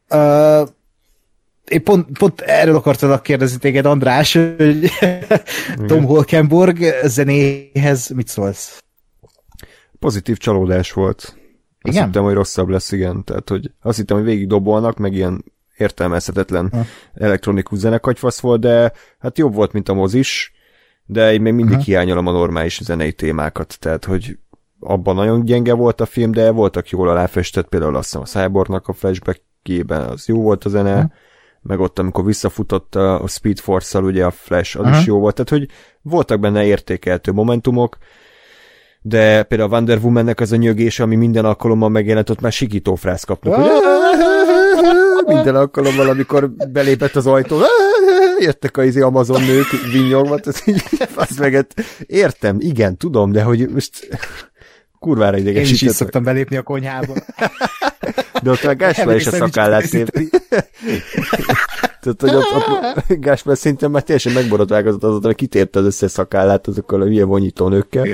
Én pont erről akartalak kérdezni téged, András, hogy Tom Holkenborg zenéhez mit szólsz? Pozitív csalódás volt. Azt hittem, hogy rosszabb lesz, igen. Tehát, hogy azt hittem, hogy végig dobolnak, meg ilyen értelmezhetetlen elektronikus zenekagyfasz volt, de hát jobb volt, mint a mozis, de én még mindig hiányolom a normális zenei témákat, tehát, hogy abban nagyon gyenge volt a film, de voltak jól aláfestett, például azt hiszem a Cyborgnak a flashbackjében az jó volt a zene, meg ott, amikor visszafutott a Speed Force-szal, ugye a Flash, az is jó volt, tehát, hogy voltak benne értékeltő momentumok, de például a Wonder Woman-nek az a nyögés, ami minden alkalommal megjelent, ott már sikítófrász kapnak, hogy minden alkalommal, amikor belépett az ajtó, jöttek az Amazon nők vinyogva, az meget értem, igen, tudom, de hogy most kurvára idegesített. Én is szoktam belépni a konyhába. De ott a Gáspár is a szakállát szép. Tehát, hogy ott Gáspár szintén már teljesen megborotvágozott azon, hogy kitérte az összes szakállát azokkal a hülye vonyító nőkkel.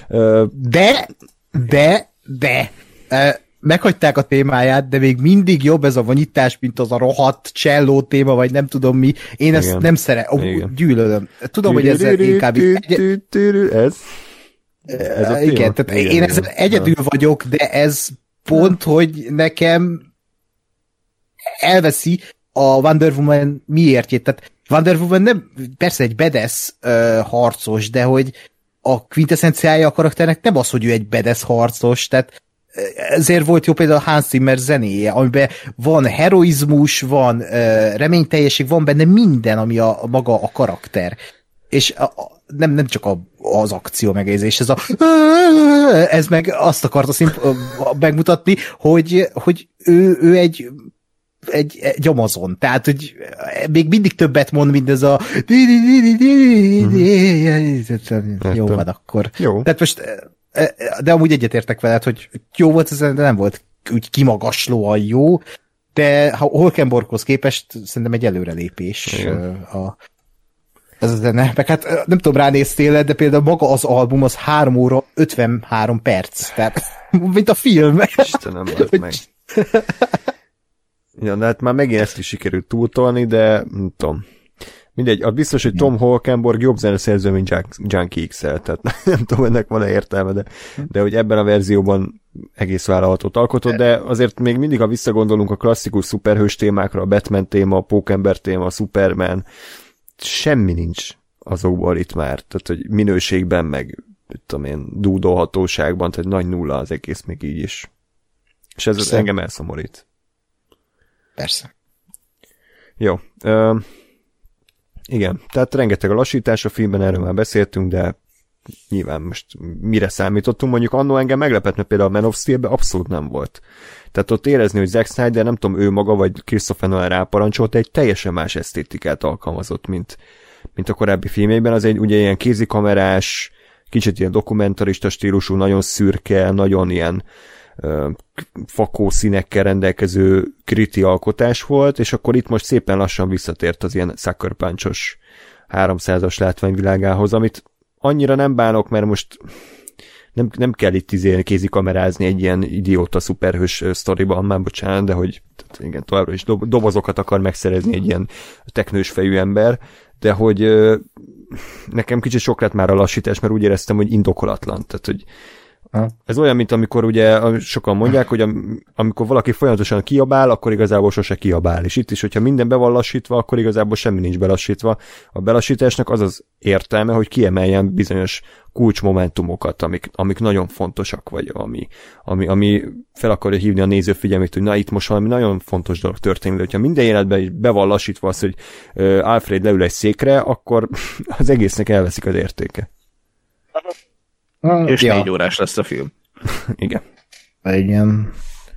De meghagyták a témáját, de még mindig jobb ez a vonyítás, mint az a rohadt cselló téma, vagy nem tudom mi. Én ezt nem szeretem, gyűlölöm. Tudom, hogy ez inkább... Ez a igen, tehát én ezzel egyedül vagyok, de ez pont, hogy nekem elveszi a Wonder Woman miértjét. Tehát Wonder Woman nem, persze egy badass harcos, de hogy a quintessenciája a karakternek nem az, hogy ő egy badass harcos, tehát ezért volt jó például a Hans Zimmer zenéje, amiben van heroizmus, van reményteljesség, van benne minden, ami maga a karakter. És nem csak az akció megérzés, ez meg azt akarta megmutatni, hogy ő egy Amazon. Tehát, hogy még mindig többet mond, mint ez a jó van akkor. Jó. Tehát most, de amúgy egyetértek veled, hogy jó volt ez, de nem volt úgy kimagaslóan jó, de ha Holkenborghoz képest szerintem egy előrelépés ez a zene. Meg hát nem tudom, ránéztél, de például maga az album az 3 óra 53 perc. Tehát, mint a film. Istenem, meg. Ja, de hát már megint ezt is sikerült túltolni, de nem tudom. Mindegy, az biztos, hogy Tom Holkenborg jobb zeneszerző, mint Junkie XL, tehát nem tudom, ennek van-e értelme, de hogy ebben a verzióban egész vállalhatót alkotott, de azért még mindig, ha visszagondolunk a klasszikus szuperhős témákra, a Batman téma, a Pókember téma, a Superman, semmi nincs azokból itt már, tehát hogy minőségben, meg tudom én, dúdolhatóságban, tehát nagy nulla az egész még így is. És ez engem elszomorít. Persze. Jó. Igen, tehát rengeteg a lassítás a filmben, erről már beszéltünk, de nyilván most mire számítottunk, mondjuk annó engem meglepett, mert például a Man of Steel-ben abszolút nem volt. Tehát ott érezni, hogy Zack Snyder, nem tudom, ő maga vagy Christopher Nolan ráparancsolt, egy teljesen más esztétikát alkalmazott, mint a korábbi filmjeiben. Az egy ugye ilyen kézikamerás, kicsit ilyen dokumentarista stílusú, nagyon szürke, nagyon ilyen fakó színekkel rendelkező kriti alkotás volt, és akkor itt most szépen lassan visszatért az ilyen Sucker Punch-os 300-as látványvilágához, amit annyira nem bánok, mert most nem kell itt kézikamerázni egy ilyen idióta szuperhős sztoriban, már bocsánat, de hogy igen, továbbra is dobozokat akar megszerezni egy ilyen teknős fejű ember, de hogy nekem kicsit sok lett már a lassítás, mert úgy éreztem, hogy indokolatlan, tehát hogy Ez olyan, mint amikor ugye sokan mondják, hogy amikor valaki folyamatosan kiabál, akkor igazából sose kiabál. És itt is, hogyha minden be van lassítva, akkor igazából semmi nincs belassítva. A belassításnak az az értelme, hogy kiemeljen bizonyos kulcsmomentumokat, amik nagyon fontosak, vagy ami fel akarja hívni a néző figyelmét, hogy na itt most valami nagyon fontos dolog történik, de hogyha minden életben is be van lassítva az, hogy Alfred leül egy székre, akkor az egésznek elveszik az értéke. És 4 órás lesz a film. Igen. Igen.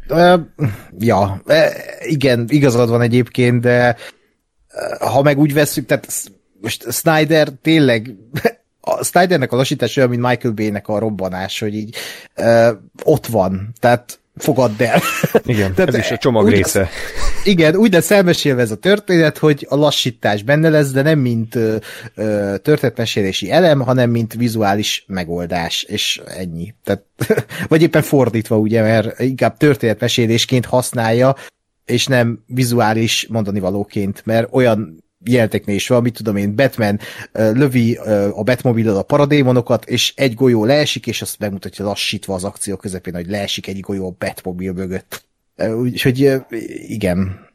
Igen, igazad van egyébként, de ha meg úgy vesszük, tehát most Snyder tényleg a Snydernek a lassítás olyan, mint Michael Bay-nek a robbanás, hogy így ott van, tehát fogadd el. Igen, tehát ez is a csomag része. Igen, úgy lesz elmesélve ez a történet, hogy a lassítás benne lesz, de nem mint történetmesélési elem, hanem mint vizuális megoldás, és ennyi. Tehát, vagy éppen fordítva, ugye, mert inkább történetmesélésként használja, és nem vizuális mondanivalóként, mert olyan jelenteknél is van, mit tudom én, Batman lövi a Batmobillal a paradémonokat, és egy golyó leesik, és azt megmutatja lassítva az akció közepén, hogy leesik egy golyó a Batmobil mögött. Úgyhogy igen.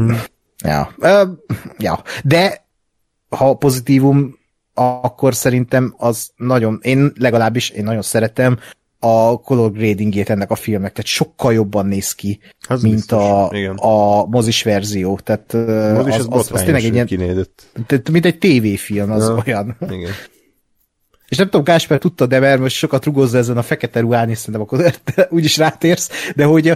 Ja. De ha pozitívum, akkor szerintem az nagyon, én nagyon szeretem a color gradingjét ennek a filmnek, tehát sokkal jobban néz ki, az mint biztos, a mozis verzió. Tehát az tényleg egy ilyen, mint egy tévéfilm, az olyan. Igen. És nem tudom, Gásper tudta, de mert most sokat rugózza ezen a fekete ruhán, és szerintem akkor úgyis rátérsz, de hogy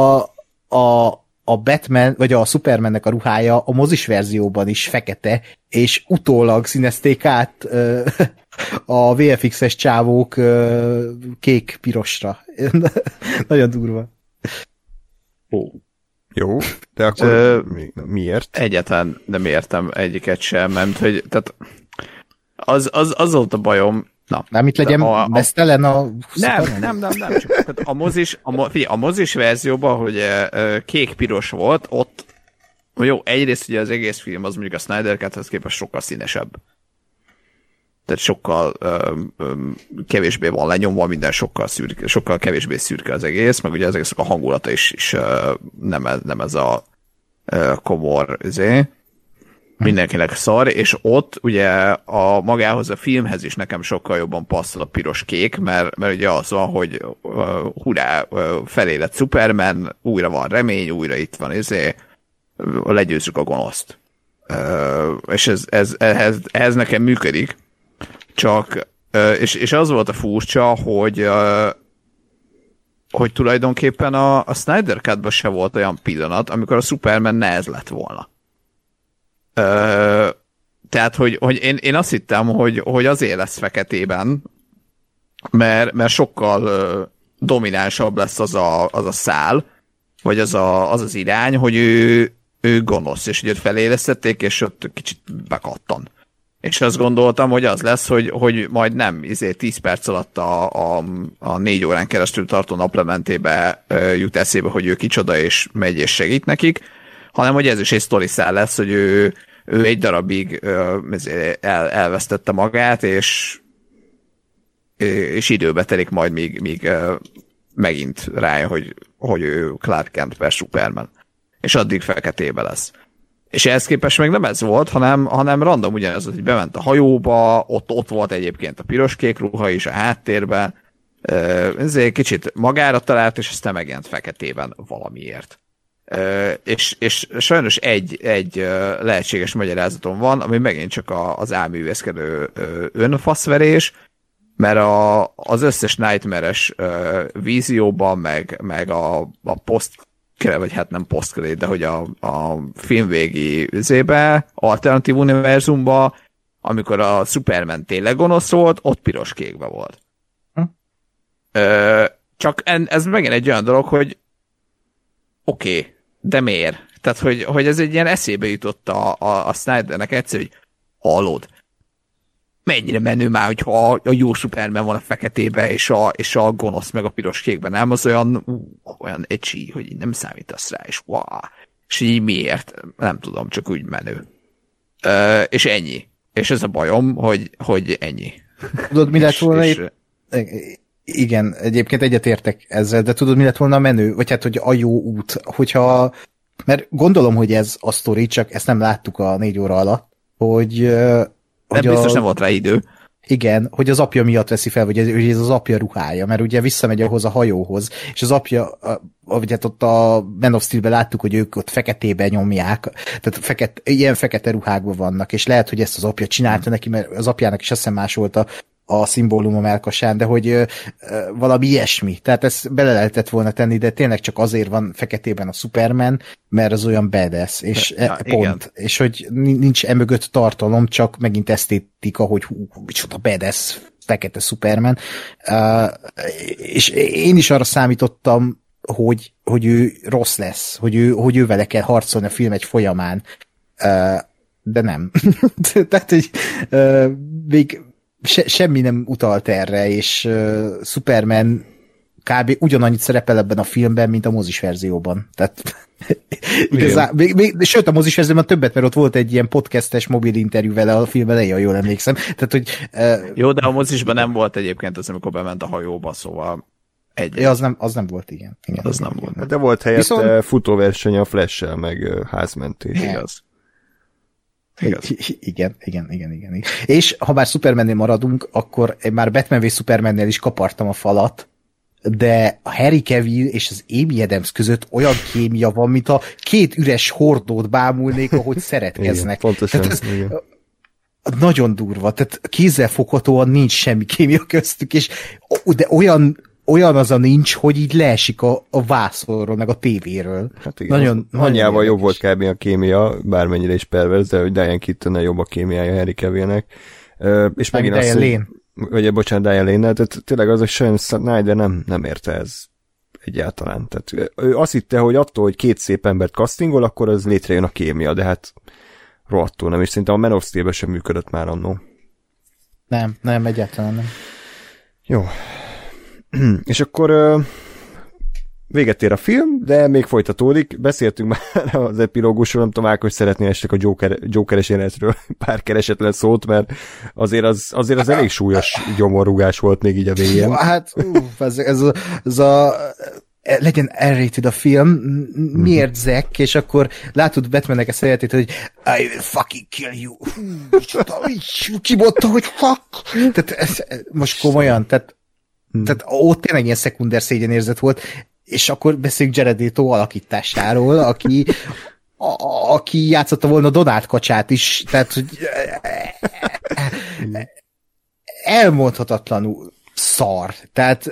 a Batman, vagy a Supermannek a ruhája a mozis verzióban is fekete, és utólag színezték át a VFX-es csávók kék-pirosra. Nagyon durva. Jó, de akkor miért? Egyáltalán nem értem egyiket sem, mert hogy tehát az volt a bajom. Nem itt legyen mesztelen a... Nem, csak a mozis verzióban, hogy kék-piros volt, ott jó, egyrészt ugye az egész film az mondjuk a Snyder Cut-hoz képest sokkal színesebb. Tehát sokkal kevésbé van lenyomva, minden sokkal kevésbé szürke az egész, meg ugye az egész a hangulata is nem ez a komor mindenkinek szar, és ott ugye a magához a filmhez is nekem sokkal jobban passzol a piros-kék, mert ugye az van, hogy hurrá, felé lett Superman, újra van remény, újra itt van, legyőzzük a gonoszt. És ehhez nekem működik. Csak, és az volt a furcsa, hogy tulajdonképpen a Snyder Cut-ban se volt olyan pillanat, amikor a Superman ne ez lett volna. Tehát, hogy én azt hittem, hogy azért lesz feketében, mert sokkal dominánsabb lesz az a szál, vagy az irány, hogy ő gonosz, és hogy őt felélesztették, és ott kicsit bekattan. És azt gondoltam, hogy az lesz, hogy majd nem 10 perc alatt a 4 órán keresztül tartó naplementébe jut eszébe, hogy ő kicsoda, és megy és segít nekik, hanem hogy ez is egy sztoriszál lesz, hogy ő egy darabig elvesztette magát, és időbe telik majd még megint rájön, hogy ő Clark Kent per Superman. És addig feketébe lesz. És ehhez képest még nem ez volt, hanem random ugyanez, hogy bement a hajóba, ott volt egyébként a piros-kék ruha is a háttérben, ezért kicsit magára talált, és aztán megjelent feketében valamiért. És sajnos egy lehetséges magyarázatom van, ami megint csak az álművészkedő önfaszverés, mert az összes Nightmare-es vízióban, meg a post, vagy hát nem post-credit, de hogy a filmvégi üzébe, alternatív univerzumba, amikor a Superman tényleg gonosz volt, ott piros-kékbe volt. Csak ez megint egy olyan dolog, hogy oké, de miért? Tehát, hogy ez egy ilyen eszébe jutott a Snydernek egyszer, hogy hallod, mennyire menő már, hogyha a jó Superman van a feketébe, és a gonosz meg a piros-kékben, nem? Az olyan edgy, hogy nem számítasz rá, és wow. És így miért? Nem tudom, csak úgy menő. És ennyi. És ez a bajom, hogy ennyi. Tudod, mi lett volna Igen, egyébként egyetértek ezzel, de tudod, mi lett volna a menő? Vagy hát, hogy a jó út, hogyha... Mert gondolom, hogy ez a sztori, csak ezt nem láttuk a 4 óra alatt, hogy biztos nem volt rá idő. Igen, hogy az apja miatt veszi fel, vagy ez az apja ruhája, mert ugye visszamegy ahhoz a hajóhoz, és az apja, vagy hát ott a Man of Steel-ben láttuk, hogy ők ott feketében nyomják, tehát ilyen fekete ruhákban vannak, és lehet, hogy ezt az apja csinálta neki, mert az apjának is azt hiszem más volt a szimbólum a melkasán, de hogy valami ilyesmi. Tehát ezt bele lehetett volna tenni, de tényleg csak azért van feketében a Superman, mert az olyan badass, és pont. Igen. És hogy nincs emögött tartalom, csak megint esztétika, hogy micsoda badass fekete Superman. És én is arra számítottam, hogy ő rossz lesz, hogy ő vele kell harcolni a film egy folyamán. De nem. Tehát, hogy még semmi nem utalt erre, és Superman kb. Ugyanannyit szerepel ebben a filmben, mint a mozis verzióban. Tehát sőt, a mozis verzióban többet, mert ott volt egy ilyen podcastes mobil interjú vele a film elején, ha jól emlékszem. Tehát, hogy, jó, de a mozisban nem volt egyébként az, amikor bement a hajóba, szóval ja, az nem volt, igen. Az nem volt. De volt helyett futóverseny a Flash-sel, meg házmentés. Igaz. Igen. És ha már Supermannél maradunk, akkor már Batman v Supermannél is kapartam a falat, de a Harry Cavill és az Amy Adams között olyan kémia van, mint a két üres hordót bámulnék, ahogy szeretkeznek. Igen, pontosan. Tehát nagyon durva, tehát kézzelfoghatóan nincs semmi kémia köztük, de olyan az a nincs, hogy így leesik a vászonról, meg a tévéről. Hát igen, anyjával jobb volt kb. A kémia, bármennyire is perverz, de hogy Diane Keaton-nel jobb a kémiája Harry Cavillnek. És megint azt, Diane Lane-nel, tehát tényleg az, hogy Sean Snyder nem érte ez egyáltalán. Tehát ő azt hitte, hogy attól, hogy két szép embert castingol, akkor az létrejön a kémia, de hát rohadtul nem, és szerintem a Man of Steel-ben sem működött már annó. Nem, egyáltalán nem. Jó. És akkor véget ér a film, de még folytatódik. Beszéltünk már az epilógusról, nem tudom, Ákos szeretné esetleg a Jokeres jelenetről pár keresetlen szót, mert azért az elég súlyos gyomorrugás volt még így a végén. Hát, ez a legyen R-rated a film, miért Zack, és akkor látod Batmannek ezt a jelenetét, hogy I will fucking kill you. Ki mondta, hogy fuck? Tehát most komolyan, tehát ott tényleg ilyen szekunder szégyenérzet volt, és akkor beszéljünk Jared Leto alakításáról, aki játszotta volna Donald kacsát is, tehát hogy elmondhatatlanul szar, tehát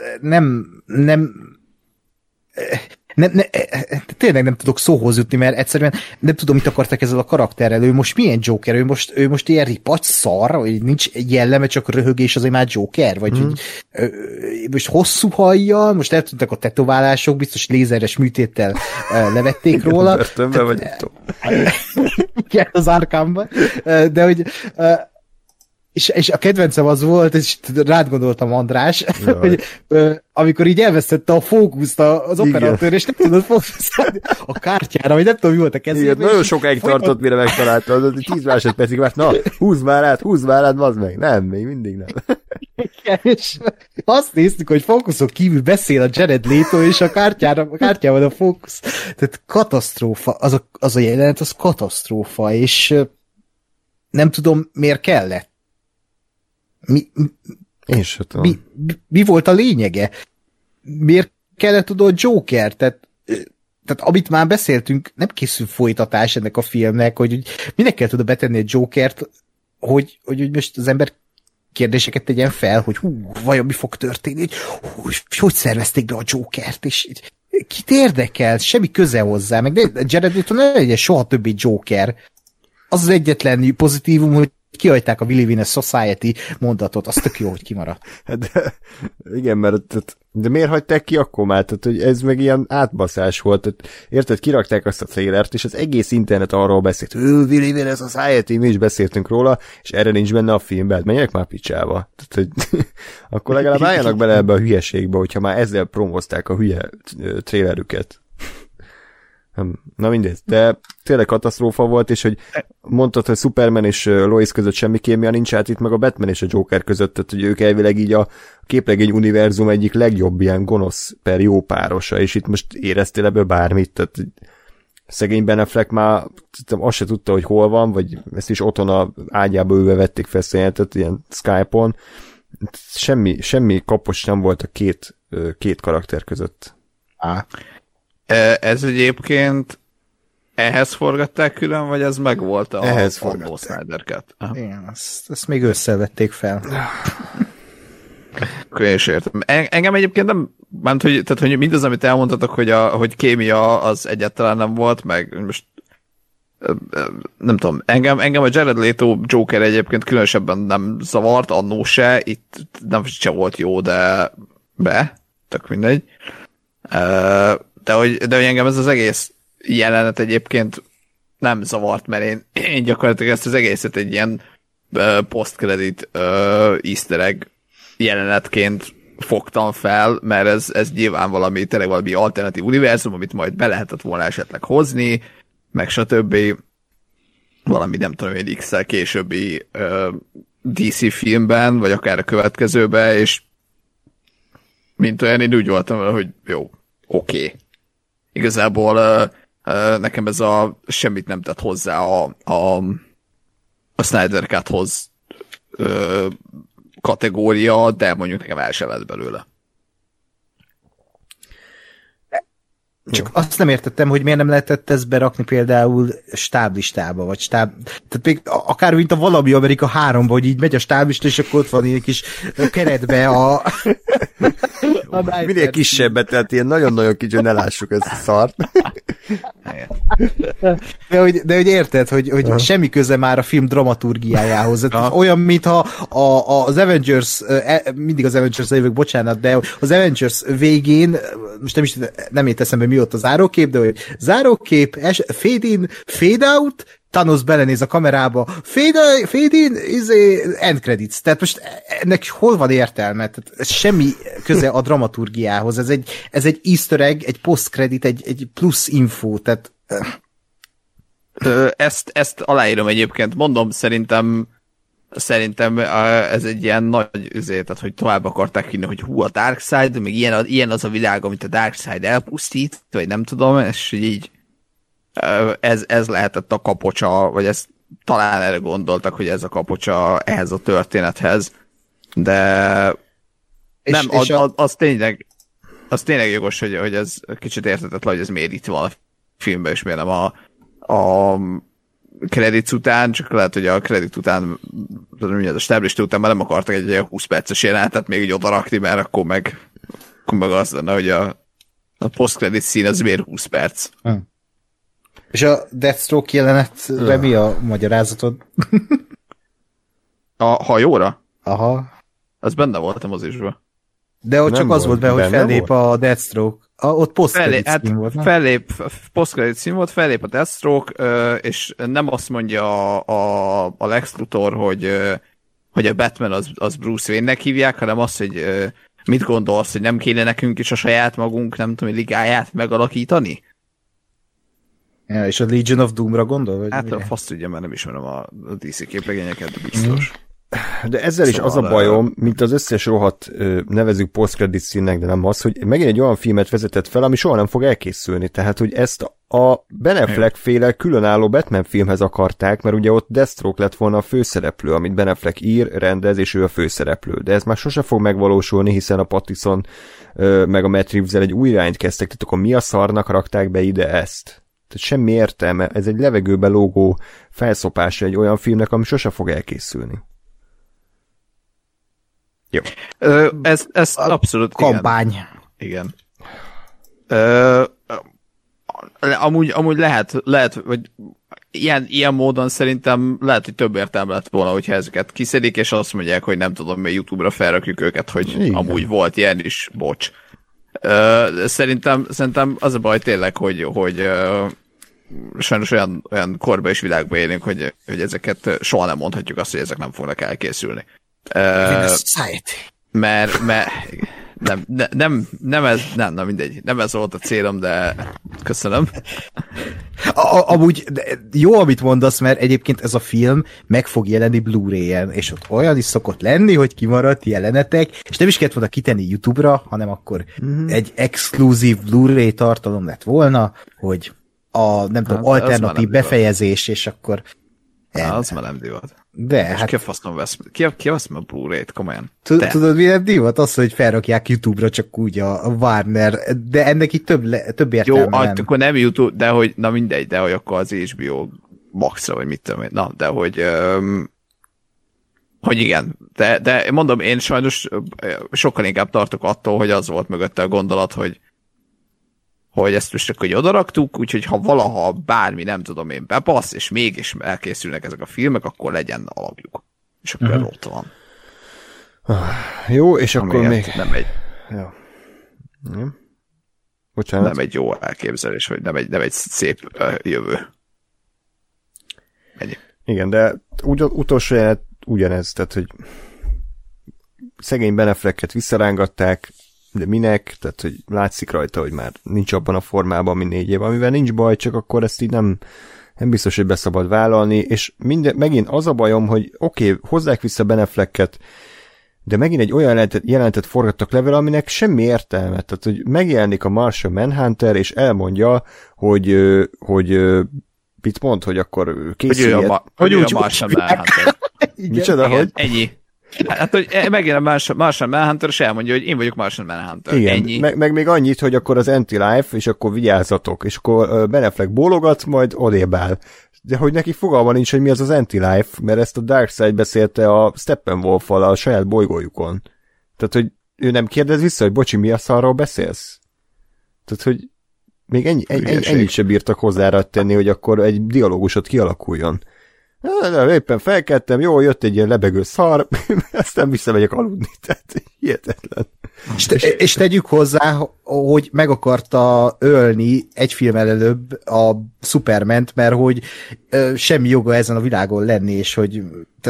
tényleg nem tudok szóhoz jutni, mert egyszerűen nem tudom, mit akartak ezzel a karakterrel. Ő most milyen Joker? Ő most ilyen ripacs szar, hogy nincs jelleme, csak röhögés, azért már Joker? Vagy hogy most hosszú hajjal, most eltűntek a tetoválások, biztos lézeres műtéttel levették róla. Börtönben vagy igen, az Arkhamban. De hogy és a kedvencem az volt, és rád gondoltam, András, hogy amikor így elvesztette a fókuszt az operatőr, és nem tudod fókuszálni a kártyára, vagy nem tudom, mi volt a kezében. Igen, nagyon sokáig tartott, mire megtalálta, az 10 másodpercig, mert na, húzd már át, bazd meg. Nem, még mindig nem. Igen, és azt néztük, hogy fókuszok kívül beszél a Jared Leto, és a kártyában a fókusz. Tehát katasztrófa, az a jelenet, az katasztrófa, és nem tudom, miért kellett. Mi volt a lényege? Miért kellett tudod Joker? Tehát amit már beszéltünk, nem készül folytatás ennek a filmnek, hogy minek kell tudod betenni a Jokert, hogy most az ember kérdéseket tegyen fel, hogy vajon mi fog történni, hogy szervezték be a Jokert, és kit érdekel? Semmi köze hozzá, meg Jared Leto ne legyen soha többi Joker. Az egyetlen pozitívum, hogy kihagyták a We Live in a Society mondatot, az tök jó, hogy kimaradt. De, igen, de miért hagyták ki akkor már? Tehát, hogy ez meg ilyen átbaszás volt. Tehát, érted, kirakták azt a trailert, és az egész internet arról beszélt, We Live in a Society, mi is beszéltünk róla, és erre nincs benne a filmben, hát menjenek már picsába. Tehát, hogy akkor legalább álljanak bele ebbe a hülyeségbe, hogyha már ezzel promozták a hülye trailerüket. Na mindegy, de tényleg katasztrófa volt, és hogy mondtad, hogy Superman és Lois között semmi kémia nincs, hát itt meg a Batman és a Joker között, tehát hogy ők elvileg így a képregény univerzum egyik legjobb ilyen gonosz per jó párosa, és itt most éreztél ebből bármit, tehát szegény Ben Affleck már azt se tudta, hogy hol van, vagy ezt is otthon a ágyába ülve vették fel széletet, ilyen Skype-on. Semmi kapos nem volt a két karakter között. Ez egyébként ehhez forgatták külön, vagy ez meg volt a Snyder Cut? Igen, ezt még összevették fel. Én is értem. Engem egyébként nem, tehát, hogy mindaz, amit elmondtatok, hogy kémia az egyáltalán nem volt, meg most nem tudom, engem a Jared Leto Joker egyébként különösebben nem zavart, annó se, itt nem se volt jó, de tök mindegy. De hogy engem ez az egész jelenet egyébként nem zavart, mert én gyakorlatilag ezt az egészet egy ilyen post-credit easter egg jelenetként fogtam fel, mert ez nyilván tényleg valami alternatív univerzum, amit majd be lehetett volna esetleg hozni, meg stb. Valami nem tudom, egy X-el későbbi DC filmben, vagy akár a következőben, és mint olyan, én úgy voltam vele, hogy jó, oké. Igazából nekem ez a semmit nem tett hozzá a Snyder Cut-hoz kategória, de mondjuk nekem el se lett belőle. Csak azt nem értettem, hogy miért nem lehetett ezt berakni például stáblistába, vagy tehát még akár mint a Valami Amerika 3-ba, hogy így megy a stáblista, és akkor ott van ilyen kis keretbe a minél kisebbet, tehát ilyen nagyon-nagyon kicsi, ne lássuk ezt a szart. De hogy érted, hogy semmi köze már a film dramaturgiájához. Olyan, mintha az Avengers, mindig az Avengers jövök, bocsánat, de az Avengers végén, most nem ért eszembe, mi ott a zárókép, de hogy zárókép, fade in, fade out, Thanos belenéz a kamerába, fade in, end credits. Tehát most ennek hol van értelme? Tehát semmi köze a dramaturgiához. Ez egy easter egg, egy post-credit, egy plusz info, tehát... Ezt aláírom egyébként. Mondom, szerintem ez egy ilyen nagy tehát hogy tovább akarták hinni, hogy a Darkseid, még ilyen az a világ, amit a Darkseid elpusztít, vagy nem tudom, és így ez lehetett a kapocsa, vagy ezt talán erre gondoltak, hogy ez a kapocsa ehhez a történethez, de nem, az tényleg jogos, hogy ez kicsit érthetetlen, hogy ez miért itt van a filmben, és miért nem a credits után, csak lehet, hogy a credit után, a stáblista után már nem akartak egy 20 perces jelenetet még így odarakni, mert akkor meg az lenne, hogy a post-credit szín az miért 20 perc. És a Deathstroke jelenetre mi a magyarázatod? A hajóra? Aha. Az benne voltam az isben. De ott csak az volt be, hogy fellép a Deathstroke. Ott post-credit szín volt, nem? Post-credit szín volt, fellép a Deathstroke, és nem azt mondja a Lex Luthor, hogy a Batman az Bruce Wayne-nek hívják, hanem azt, hogy mit gondolsz, hogy nem kéne nekünk is a saját magunk, nem tudom, ligáját megalakítani? Ja, és a Legion of Doom-ra gondol? Vagy hát azt tudja, mert nem ismerem a DC képregényeket, de biztos. De ezzel is az a bajom, mint az összes rohadt nevezük post-credit színnek, de nem az, hogy megint egy olyan filmet vezetett fel, ami soha nem fog elkészülni. Tehát, hogy ezt a Ben Affleck féle különálló Batman filmhez akarták, mert ugye ott Deathstroke lett volna a főszereplő, amit Ben Affleck ír, rendez, és ő a főszereplő. De ez már sose fog megvalósulni, hiszen a Pattison meg a Matt Reeves-el egy új irányt kezdtek, tehát akkor mi a szarnak rakták be ide ezt? Tehát semmi értelme, ez egy levegőbe lógó felszopása egy olyan filmnek, ami sose fog elkészülni. Jó. Ez abszolút kampány. Igen. Amúgy lehet, vagy ilyen módon szerintem lehet, hogy több értelme lett volna, hogyha ezeket kiszedik, és azt mondják, hogy nem tudom, hogy YouTube-ra felrakjuk őket, hogy igen, amúgy volt ilyen is, bocs. Szerintem az a baj tényleg, hogy sajnos olyan korba és világba élünk, hogy ezeket soha nem mondhatjuk azt, hogy ezek nem fognak elkészülni. Mert nem ez, na mindegy, nem ez volt a célom, de Köszönöm. Amúgy jó, amit mondasz, mert egyébként ez a film meg fog jelenni Blu-ray-en, és ott olyan is szokott lenni, hogy kimaradt jelenetek, és nem is kellett volna kitenni YouTube-ra, hanem akkor egy exkluzív Blu-ray tartalom lett volna, hogy nem tudom, alternatív befejezés, és akkor... Az már nem divat. De, hát... Ki vesz a Blu-ray-t, komolyan? Tudod, mi nem divat? Az, hogy felrakják YouTube-ra csak úgy a Warner, de ennek itt több értelme. Jó, akkor nem YouTube, de hogy, na mindegy, de hogy akkor az HBO Max-ra, vagy mit tudom én, na, de hogy igen, de mondom, én sajnos sokkal inkább tartok attól, hogy az volt mögötte a gondolat, hogy ezt most akkor odaraktuk, úgyhogy ha valaha bármi, nem tudom én, bepasz, és mégis elkészülnek ezek a filmek, akkor legyen alapjuk. És akkor ott van. Jó, és akkor még... Nem egy... Ja. Bocsánat. Nem egy jó elképzelés, vagy nem egy szép jövő. Ennyi. Igen, de utolsó jelenet ugyanez, tehát, hogy szegény Ben Afflecket visszarángatták, de minek? Tehát, hogy látszik rajta, hogy már nincs abban a formában, mint 4 év, amivel nincs baj, csak akkor ezt így nem biztos, hogy beszabad vállalni, és megint az a bajom, hogy oké, hozzák vissza Ben Afflecket, de megint egy olyan jelentet forgattak le vele, aminek semmi értelme. Tehát, hogy megjelenik a Martian Manhunter, és elmondja, hogy mit mond, hogy akkor készülj. Hogy a Martian Manhunter. Micsoda, hogy? Ennyi. Hát, hogy megint a Martian Manhunter, és elmondja, hogy én vagyok Martian Manhunter. Igen, ennyi. Meg még annyit, hogy akkor az Anti-Life, és akkor vigyázzatok, és akkor Ben Affleck bólogat, majd odébb áll. De hogy neki fogalma nincs, hogy mi az Anti-Life, mert ezt a Darkseid beszélte a Steppenwolf-val a saját bolygójukon. Tehát, hogy ő nem kérdez vissza, hogy bocsi, mi a szarról beszélsz? Tehát, hogy még ennyit sem bírtak hozzára tenni, hogy akkor egy dialógusot kialakuljon. Éppen felkeltem, jó, jött egy ilyen lebegő szar, aztán visszamegyek aludni, tehát hihetetlen. És tegyük hozzá, hogy meg akarta ölni egy filmmel előbb a Supermant, mert hogy semmi joga ezen a világon lenni, és hogy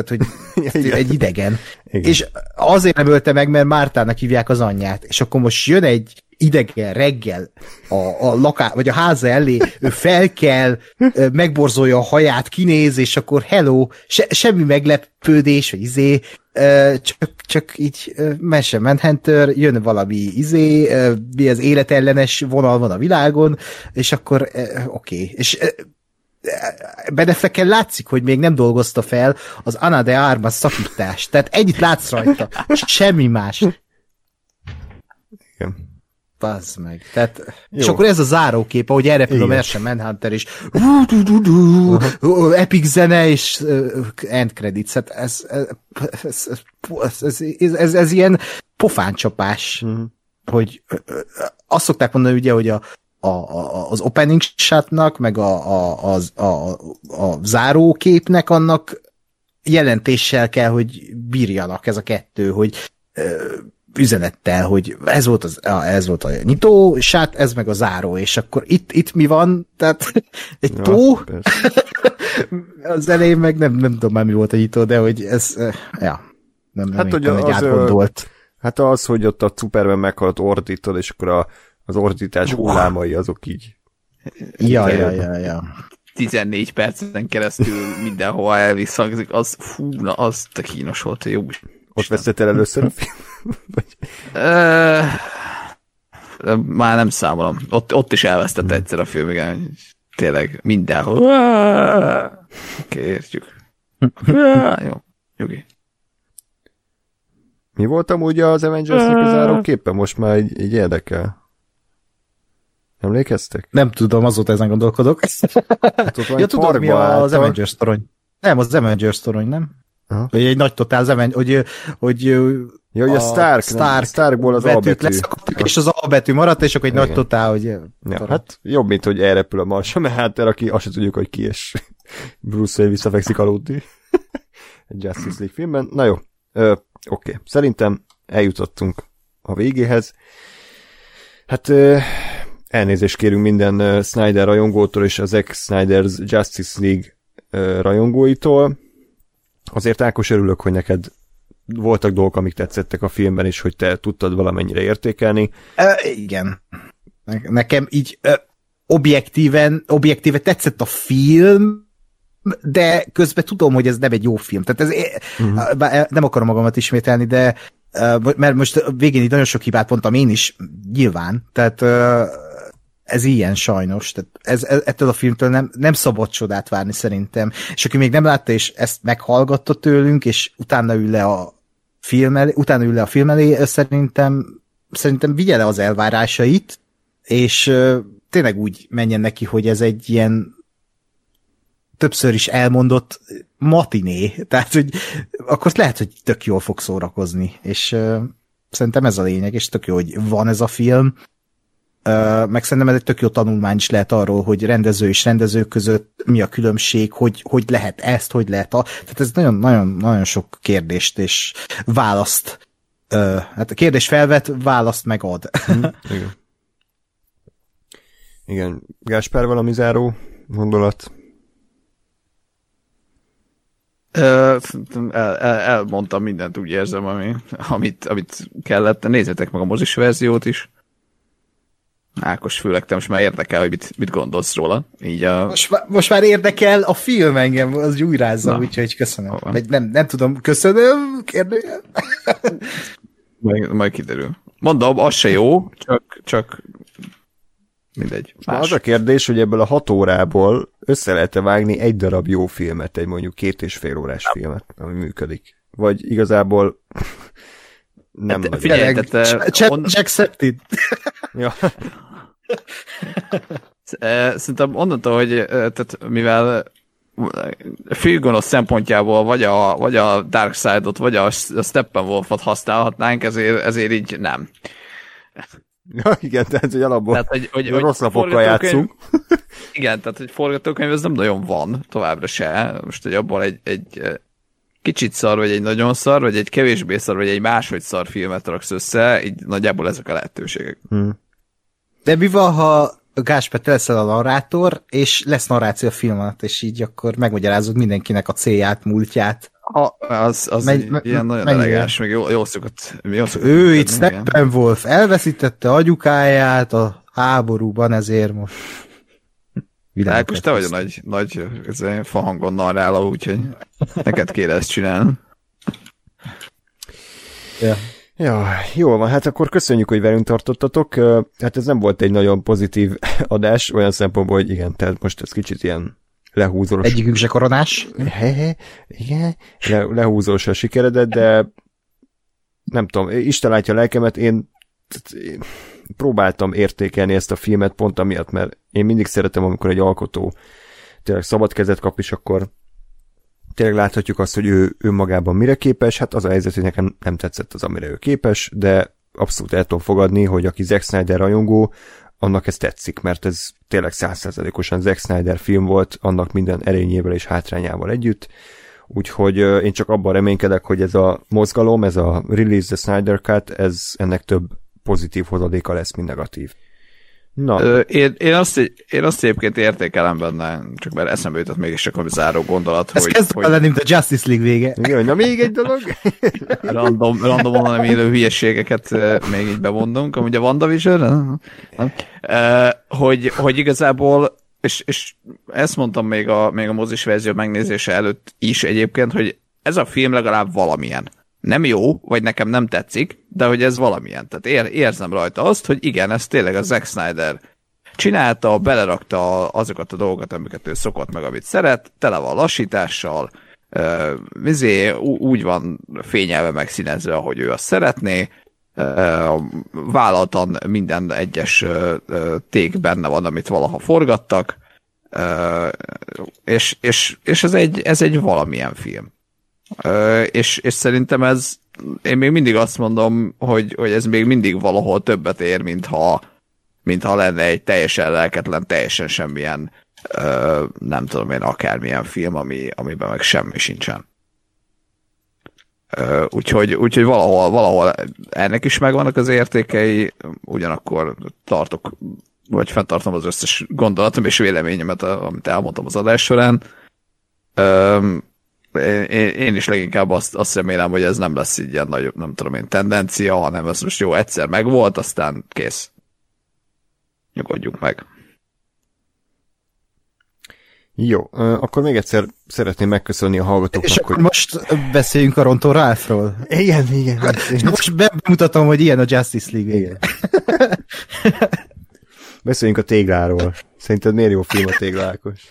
egy idegen. Igen. És azért nem ölte meg, mert Mártának hívják az anyját, és akkor most jön egy idegen reggel vagy a háza elé, ő felkel, megborzolja a haját, kinéz, és akkor hello, semmi meglepődés, vagy csak így Martian Manhunter, jön valami mi az életellenes vonal van a világon, és akkor oké. És Ben Afflecken látszik, hogy még nem dolgozta fel az Ana de Armas szakítást, tehát ennyit látsz rajta, semmi más. Igen. Bazd meg. Tehát, és akkor ez a zárókép, ahogy elrepül a Martian Manhunter is. Epic zene, és end credits. Hát ez ilyen pofáncsapás, hogy azt szokták mondani, ugye, hogy az opening shotnak, meg a záróképnek annak jelentéssel kell, hogy bírjanak ez a kettő, hogy üzenettel, hogy ez volt a nyitó shot, ez meg a záró, és akkor itt mi van? Tehát egy tó? Az elején meg nem tudom már mi volt a nyitó, de hogy ez, nem hát, hogy egy átgondolt. Hát az, hogy ott a Superman meghalt ordítod, és akkor az ordítás hullámai azok így. Ja. 14 percen keresztül mindenhova elvisszhangzik, az te kínos volt, jó. Ott vesztett el először a film? Már nem számolom. Ott is elvesztett egyszer a film, igen. Tényleg mindenhol. Oké, értjük. Jó, nyugi. Mi volt amúgy az Avengers-nek a záróképpen? Most már így érdekel. Emlékeztek? Nem tudom, azóta ezen gondolkodok. Hát tudom, mi az Avengers torony. Nem, az Avengers torony, nem? Aha. Hogy egy nagy totál, hogy a Starkból az A betű. És az A betű maradt, és akkor egy nagy totál, hogy... Ja, hát jobb, mint hogy elrepül a Martian Manhunter, aki azt se tudjuk, hogy ki, és Bruce Wayne visszafekszik aludni. Egy Justice League filmben. Na jó, oké. Szerintem eljutottunk a végéhez. Hát elnézést kérünk minden Snyder rajongótól, és az Zack Snyder's Justice League rajongóitól. Azért Ákos, örülök, hogy neked voltak dolgok, amik tetszettek a filmben, és hogy te tudtad valamennyire értékelni. Igen. Nekem így objektíve tetszett a film, de közben tudom, hogy ez nem egy jó film. Tehát nem akarom magamat ismételni, de mert most végén így nagyon sok hibát mondtam én is, nyilván. Tehát ez ilyen sajnos. Tehát ettől a filmtől nem szabad csodát várni szerintem. És aki még nem látta, és ezt meghallgatta tőlünk, és utána ül le a film elé, szerintem vigye le az elvárásait, és tényleg úgy menjen neki, hogy ez egy ilyen többször is elmondott matiné, tehát hogy akkor lehet, hogy tök jól fog szórakozni, és szerintem ez a lényeg, és tök jó, hogy van ez a film, meg szerintem ez egy tök jó tanulmány is lehet arról, hogy rendező és rendező között mi a különbség, hogy lehet ezt, hogy lehet tehát ez nagyon sok kérdést és választ, hát a kérdés felvet, választ megad. Igen. Igen. Gáspár, valami záró gondolat? Elmondtam mindent, úgy érzem, amit kellett. Nézzétek meg a mozis verziót is. Ákos, főleg te most már érdekel, hogy mit gondolsz róla. Így most már érdekel a film engem, az gyújrázza, úgyhogy köszönöm. Vagy nem tudom, köszönöm, kérdőjel. Majd kiderül. Mondom, az se jó, csak mindegy. Az a kérdés, hogy ebből a 6 órából össze lehet-e vágni egy darab jó filmet, egy mondjuk 2,5 órás filmet, ami működik. Vagy igazából nem. Figyelj, accepted. Ja. Szerintem onnantól, hogy tehát mivel főgonosz szempontjából vagy a Dark Side-ot, vagy a Steppenwolf-ot használhatnánk, ezért így nem. Ja, igen, tehát, hogy alapból hogy rossz napokkal játszunk. Igen, tehát, hogy forgatókönyv ez nem nagyon van továbbra se. Most, hogy abból egy kicsit szar, vagy egy nagyon szar, vagy egy kevésbé szar, vagy egy máshogy szar filmet raksz össze, így nagyjából ezek a lehetőségek. De mi van, ha Gáspár, te leszel a narrátor, és lesz narráció a film alatt, és így akkor megmagyarázod mindenkinek a célját, múltját. Az ilyen nagyon elegáns, meg jó szokott. Ő itt Steppenwolf elveszítette agyukáját a háborúban, ezért most... Ákos, te vagy a nagy fahangon narráló, úgyhogy neked kéne ezt csinálni. Ja, jól van, hát akkor köszönjük, hogy velünk tartottatok. Hát ez nem volt egy nagyon pozitív adás, olyan szempontból, hogy igen, tehát most ez kicsit ilyen lehúzós. Egyikünk se koronás. Igen, lehúzós a sikeredet, de nem tudom, Isten látja a lelkemet, én próbáltam értékelni ezt a filmet pont amiatt, mert én mindig szeretem, amikor egy alkotó tényleg szabad kezet kap, és akkor tényleg láthatjuk azt, hogy ő önmagában mire képes. Hát az a helyzet, hogy nekem nem tetszett az, amire ő képes, de abszolút el tudom fogadni, hogy aki Zack Snyder rajongó, annak ez tetszik, mert ez tényleg 100%-osan Zack Snyder film volt, annak minden erényével és hátrányával együtt. Úgyhogy én csak abban reménykedek, hogy ez a mozgalom, ez a Release the Snyder Cut, ennek több pozitív hozadéka lesz, mint negatív. Na. Én azt egyébként értékelem benne, csak mert eszembe jutott mégis csak a záró gondolat, ez hogy... Ez kezdve lenni, mint a Justice League vége. Igen, na még egy dolog. Randomon nem élő hülyeségeket még így bevondunk, amúgy a WandaVision, hogy igazából, és ezt mondtam még a mozis verzió megnézése előtt is egyébként, hogy ez a film legalább valamilyen. Nem jó, vagy nekem nem tetszik, de hogy ez valamilyen. Tehát érzem rajta azt, hogy igen, ez tényleg a Zack Snyder csinálta, belerakta azokat a dolgokat, amiket ő szokott meg, amit szeret, tele van lassítással, úgy van fényelve megszínezve, ahogy ő azt szeretné, vállaltan minden egyes ték benne van, amit valaha forgattak, és ez egy valamilyen film. És szerintem én még mindig azt mondom, hogy ez még mindig valahol többet ér, mintha lenne egy teljesen lelketlen, teljesen semmilyen, nem tudom én, akármilyen film, amiben meg semmi sincsen. Úgyhogy valahol ennek is megvannak az értékei, ugyanakkor tartok, vagy fenntartom az összes gondolatom és véleményemet, amit elmondtam az adás során. Én is leginkább azt remélem, hogy ez nem lesz így ilyen nagyobb, nem tudom én, tendencia, hanem ez most jó, egyszer megvolt, aztán kész. Nyugodjunk meg. Jó, akkor még egyszer szeretném megköszönni a hallgatóknak, és akkor most beszéljünk a Ronto Ralphról. Igen. Most bemutatom, hogy ilyen a Justice League vége. Beszéljünk a Tégláról. Szerinted miért jó film a Tégla, Ákos?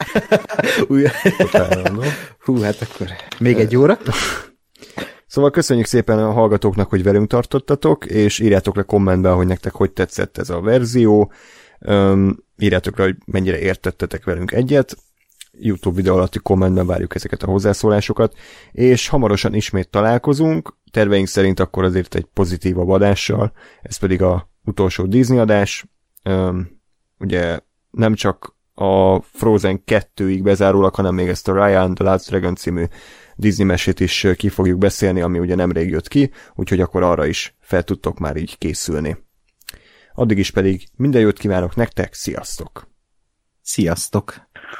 Hú, hát akkor még egy óra. Szóval köszönjük szépen a hallgatóknak, hogy velünk tartottatok, és írjátok le kommentben, hogy nektek hogy tetszett ez a verzió. Írjátok le, hogy mennyire értettetek velünk egyet. YouTube videó alatti kommentben várjuk ezeket a hozzászólásokat, és hamarosan ismét találkozunk, terveink szerint akkor azért egy pozitívabb adással, ez pedig a utolsó Disney adás. Ugye nem csak a Frozen 2-ig bezárólag, hanem még ezt a Raya and the Last Dragon című Disney mesét is ki fogjuk beszélni, ami ugye nemrég jött ki, úgyhogy akkor arra is fel tudtok már így készülni. Addig is pedig minden jót kívánok nektek, sziasztok! Sziasztok!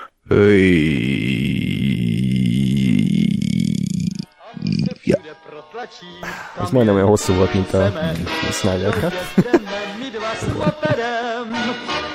Ja. Ez majdnem olyan hosszú volt, mint a Snyder Cut.